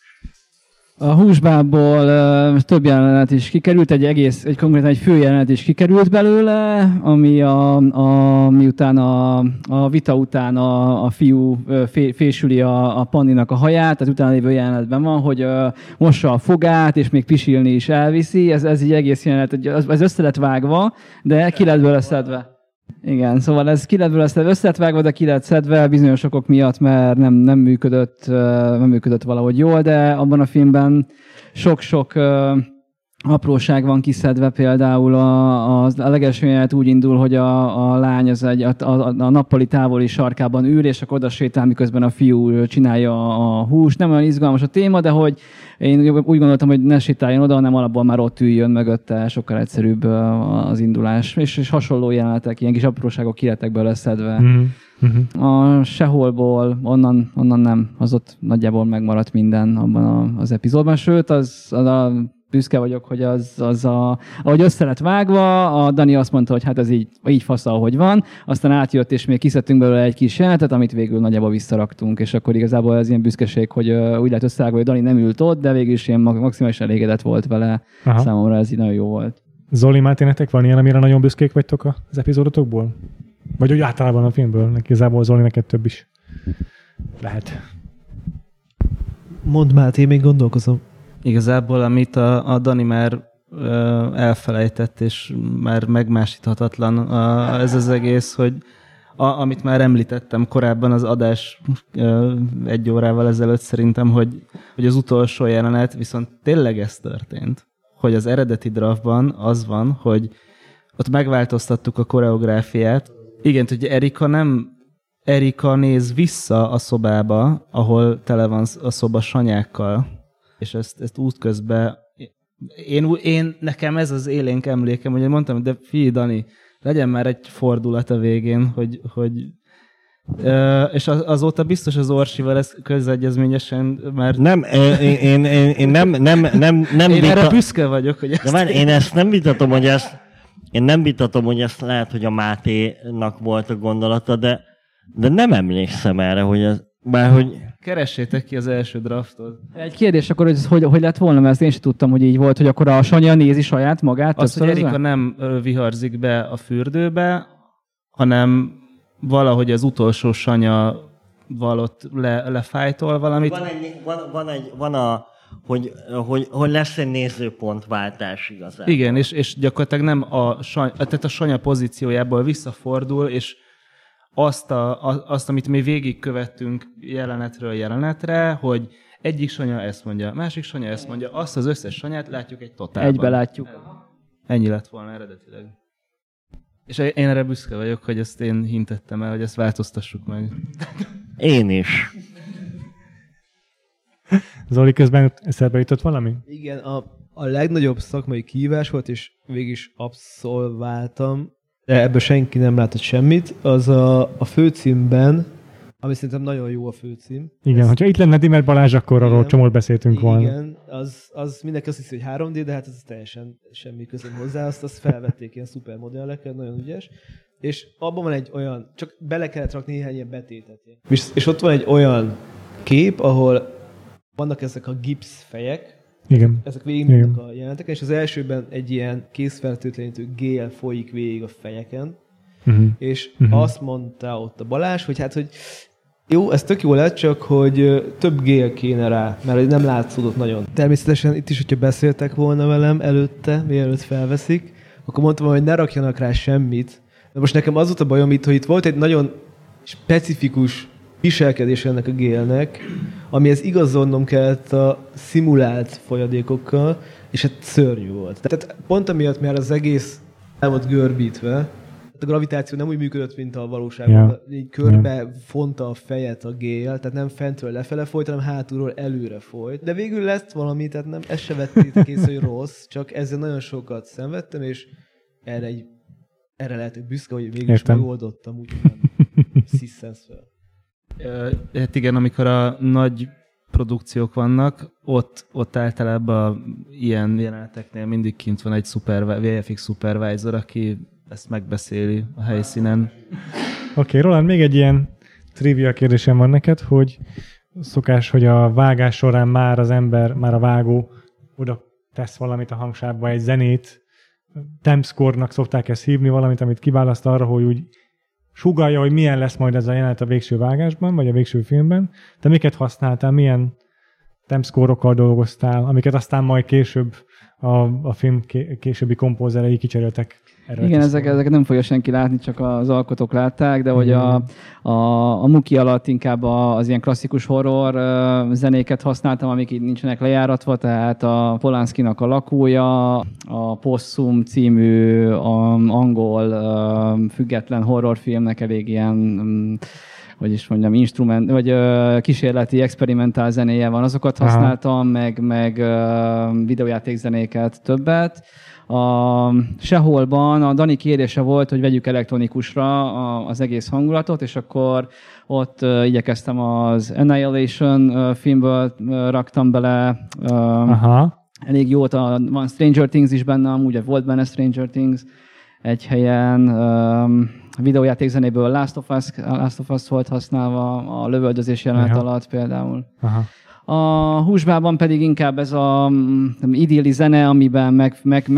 Speaker 6: A Húsbábból több jelenet is kikerült, konkrétan egy főjelenet is kikerült belőle, ami miután a vita után a fiú fésüli a Panninak a haját, tehát utána lévő jelenetben van, hogy mossa a fogát, és még pisilni is elviszi. Ez így egész jelenet, ez össze lett vágva, de ki lett belőle szedve. Igen, szóval ez ki lett belőle össze lett vágva, de ki lett szedve bizonyos okok miatt, mert nem működött valahogy jól, de abban a filmben sok-sok apróság van kiszedve, például a legelső jelenet úgy indul, hogy a lány a nappali távoli sarkában ül, és akkor oda sétál, miközben a fiú csinálja a húst. Nem olyan izgalmas a téma, de hogy én úgy gondoltam, hogy ne sétáljon oda, hanem alapból már ott üljön mögötte, sokkal egyszerűbb az indulás. És hasonló jelenetek, ilyen kis apróságok ki lettek belőle szedve. Mm-hmm. A Seholból, onnan nem, az ott nagyjából megmaradt minden abban az epizódban, sőt, büszke vagyok, hogy ahogy össze lett vágva, a Dani azt mondta, hogy hát ez így fasz, ahogy van, aztán átjött, és még kiszedtünk belőle egy kis jelenetet, amit végül nagyjából visszaraktunk, és akkor igazából ez ilyen büszkeség, hogy úgy lett összevágva, hogy Dani nem ült ott, de végül is ilyen maximálisan elégedett volt vele. Aha. Számomra ez így nagyon jó volt.
Speaker 1: Zoli, Máténetek van ilyen, amire nagyon büszkék vagytok az epizódotokból? Vagy úgy általában a filmből? Igazából Zoli, neked több is lehet.
Speaker 4: Mondd Máté, még gondolkozom.
Speaker 2: Igazából, amit a Dani már elfelejtett, és már megmásíthatatlan ez az egész, hogy amit már említettem korábban az adás 1 órával ezelőtt szerintem, hogy az utolsó jelenet, viszont tényleg ez történt, hogy az eredeti draftban az van, hogy ott megváltoztattuk a koreográfiát. Igen, hogy Erika néz vissza a szobába, ahol tele van a szoba sanyákkal, és ezt útközben nekem ez az élénk emlékem, hogy mondtam, de figyelj, Dani, legyen már egy fordulat a végén, hogy és azóta biztos az Orsival ez közegyezményesen már...
Speaker 7: Nem, én nem
Speaker 2: én erre büszke vagyok, hogy
Speaker 7: ezt... én ezt nem vitatom, hogy ezt lehet, hogy a Máténak volt a gondolata, de nem emlékszem erre, hogy Bárhogy...
Speaker 2: Keressétek ki az első draftot.
Speaker 6: Egy kérdés akkor, hogy lett volna, mert ezt én sem tudtam, hogy így volt, hogy akkor a Sanya nézi saját magát.
Speaker 2: Azt, hogy Erika nem viharzik be a fürdőbe, hanem valahogy az utolsó Sanya valott lefájtol valamit.
Speaker 7: Hogy lesz egy nézőpontváltás igazából.
Speaker 2: Igen, és gyakorlatilag nem tehát a Sanya pozíciójából visszafordul, és azt, amit mi végigkövettünk jelenetről jelenetre, hogy egyik Sanya ezt mondja, másik Sanya ezt mondja, azt az összes Sanyát látjuk egy totálban.
Speaker 6: Egybe látjuk.
Speaker 2: Ennyi lett volna eredetileg. És én erre büszke vagyok, hogy ezt én hintettem el, hogy ezt változtassuk meg.
Speaker 7: Én is.
Speaker 1: Zoli, közben eszedbe jutott valami?
Speaker 4: Igen, a legnagyobb szakmai kihívás volt, és végig is abszolváltam, de ebből senki nem látott semmit, az a főcímben, ami szerintem nagyon jó a főcím.
Speaker 1: Igen, hogyha itt lenne Dimmer Balázs, akkor arról csomót beszéltünk volna.
Speaker 4: Igen, az mindenki azt hiszi, hogy 3D, de hát ez teljesen semmi közöm hozzá, azt felvették ilyen szupermodellekkel, nagyon ügyes. És abban van egy olyan, csak bele kellett rakni néhány ilyen betétet. És ott van egy olyan kép, ahol vannak ezek a gipsz fejek,
Speaker 1: igen.
Speaker 4: Ezek végigmennek a jeleneteken, és az elsőben egy ilyen készfertőtlenítő gél folyik végig a fejeken, és azt mondta ott a Balázs, hogy hát, hogy jó, ez tök jó lett, csak hogy több gél kéne rá, mert nem látszódott nagyon. Természetesen itt is, hogyha beszéltek volna velem előtte, mielőtt felveszik, akkor mondtam, hogy ne rakjanak rá semmit. De most nekem az volt a bajom itt, hogy itt volt egy nagyon specifikus viselkedés ennek a gélnek, amihez igazolnom kellett a szimulált folyadékokkal, és hát szörnyű volt. Tehát pont amiatt, mert az egész el volt görbítve, a gravitáció nem úgy működött, mint a valóságban. Így körbe fonta a fejet a gél, tehát nem fentről lefele folyt, hanem hátulról előre folyt. De végül lett valami, tehát nem, ezt se vettétek észre, hogy rossz, csak ezzel nagyon sokat szenvedtem, és erre lehetek büszke, hogy mégis megoldottam, úgyhogy nem sziszensz fel.
Speaker 2: Hát igen, amikor a nagy produkciók vannak, ott általában ilyen jeleneteknél mindig kint van egy VFX supervisor, aki ezt megbeszéli a helyszínen.
Speaker 1: Oké, Roland, még egy ilyen trivia kérdésem van neked, hogy szokás, hogy a vágás során már a vágó oda tesz valamit a hangsávba, egy zenét, tempscore-nak szokták ezt hívni, valamit, amit kiválaszt arra, hogy úgy sugallja, hogy milyen lesz majd ez a jelenet a végső vágásban, vagy a végső filmben. Te miket használtál, milyen tempscore-okkal dolgoztál, amiket aztán majd később a film későbbi kompózerei kicseréltek?
Speaker 6: Igen, ezek nem fogja senki látni, csak az alkotók látták, de hogy a Muki alatt inkább az ilyen klasszikus horror zenéket használtam, amik így nincsenek lejáratva, tehát a Polanskinak a Lakója, a Possum című angol független horrorfilmnek elég ilyen hogy is mondjam, instrument, vagy kísérleti, experimentál zenéje van, azokat használtam, meg videójátékzenéket többet. Seholban a Dani kérése volt, hogy vegyük elektronikusra az egész hangulatot, és akkor ott igyekeztem az Annihilation filmből raktam bele. Elég jót, van Stranger Things is benne, amúgy volt benne Stranger Things egy helyen. A videójátékzenéből Last of Us volt használva, a lövöldözés jelenet alatt például. A húsbában pedig inkább ez a idilli zene, amiben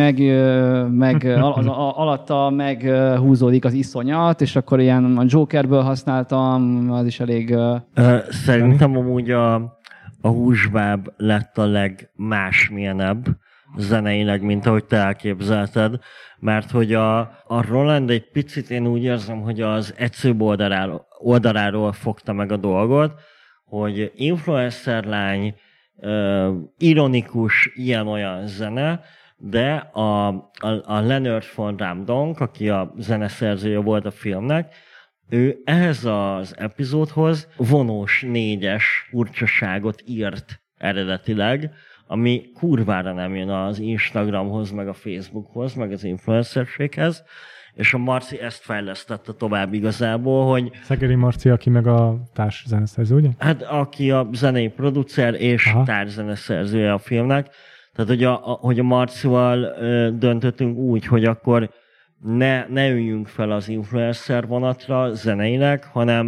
Speaker 6: alatta meghúzódik az iszonyat, és akkor ilyen a Jokerből használtam, az is elég...
Speaker 7: Szerintem amúgy a húsbáb lett a legmásmilyenebb zeneileg, mint ahogy te elképzelted, mert hogy a Roland egy picit én úgy érzem, hogy az egyszerűbb oldaláról fogta meg a dolgot, hogy influencer lány, ironikus ilyen-olyan zene, de a Leonard von Ramdonk, aki a zeneszerzője volt a filmnek, ő ehhez az epizódhoz vonós 4-es furcsaságot írt eredetileg, ami kurvára nem jön az Instagramhoz, meg a Facebookhoz, meg az influencerséghez, és a Marci ezt fejlesztette tovább igazából, hogy...
Speaker 1: Szegedi Marci, aki meg a társzeneszerző, ugye?
Speaker 7: Hát aki a zenei producer és társzeneszerzője a filmnek. Tehát, hogy a Marcival döntöttünk úgy, hogy akkor ne üljünk fel az influencer vonatra zeneileg, hanem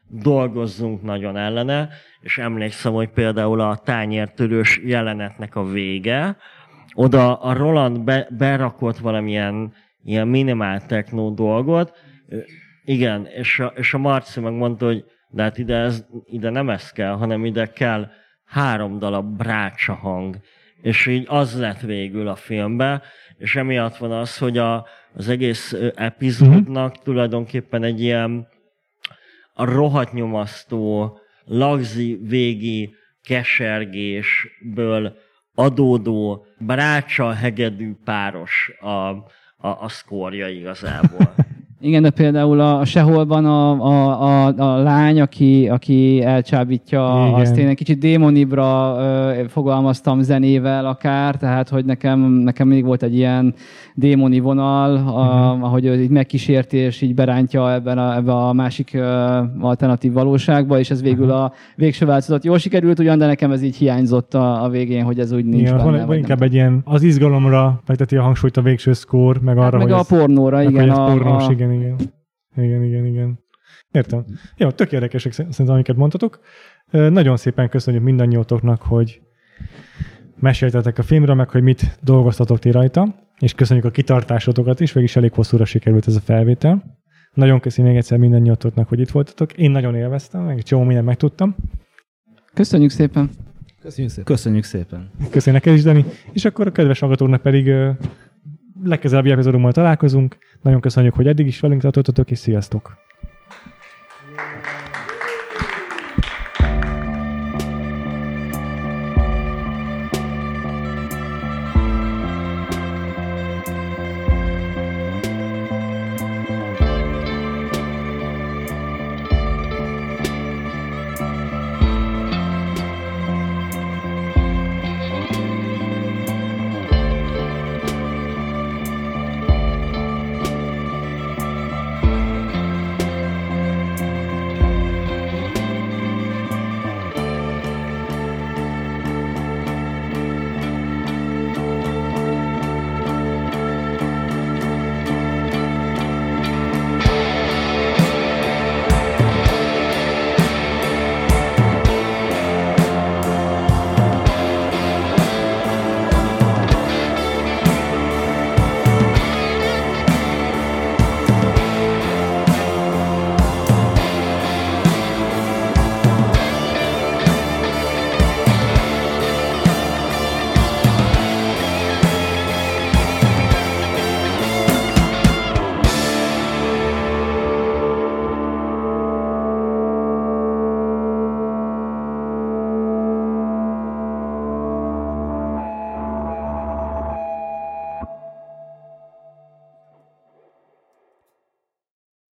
Speaker 7: dolgozzunk nagyon ellene, és emlékszem, hogy például a tányértörős jelenetnek a vége, oda a Roland berakott valamilyen ilyen minimál techno dolgot, igen, és a Marci megmondta, hogy de hát ide nem ez kell, hanem ide kell 3 darab brácsa hang. És így az lett végül a filmben, és emiatt van az, hogy az egész epizódnak tulajdonképpen egy ilyen a rohadt nyomasztó, lagzi végi kesergésből adódó brácsa hegedű páros a szkórja igazából.
Speaker 6: Igen, de például a Seholban a lány, aki elcsábítja, igen, azt én egy kicsit démonibra fogalmaztam zenével akár, tehát hogy nekem mindig volt egy ilyen démoni vonal, ahogy így megkísérti és így berántja ebbe a másik alternatív valóságba, és ez végül a végső változat jól sikerült ugyan, de nekem ez így hiányzott a végén, hogy ez úgy nincs benne.
Speaker 1: Van inkább egy ilyen, az izgalomra fekteti a hangsúlyt a végső szkór, meg arra,
Speaker 6: meg
Speaker 1: hogy
Speaker 6: a pornóra, igen.
Speaker 1: Pornós, igen. Értem. Jó, tök érdekesek szerintem, amiket mondtatok. Nagyon szépen köszönjük mindannyiótoknak, hogy meséltetek a filmről, meg hogy mit dolgoztatok ti rajta, és köszönjük a kitartásotokat is, végig elég hosszúra sikerült ez a felvétel. Nagyon köszönjük még egyszer mindannyiótoknak, hogy itt voltatok. Én nagyon élveztem, meg csomó mindent megtudtam.
Speaker 6: Köszönjük szépen.
Speaker 2: Köszönjük szépen.
Speaker 1: Köszönjük neked is, Dani. És akkor a kedves hallgatóknak pedig legközelebbi epizódunkban találkozunk. Nagyon köszönjük, hogy eddig is velünk tartottatok, és sziasztok!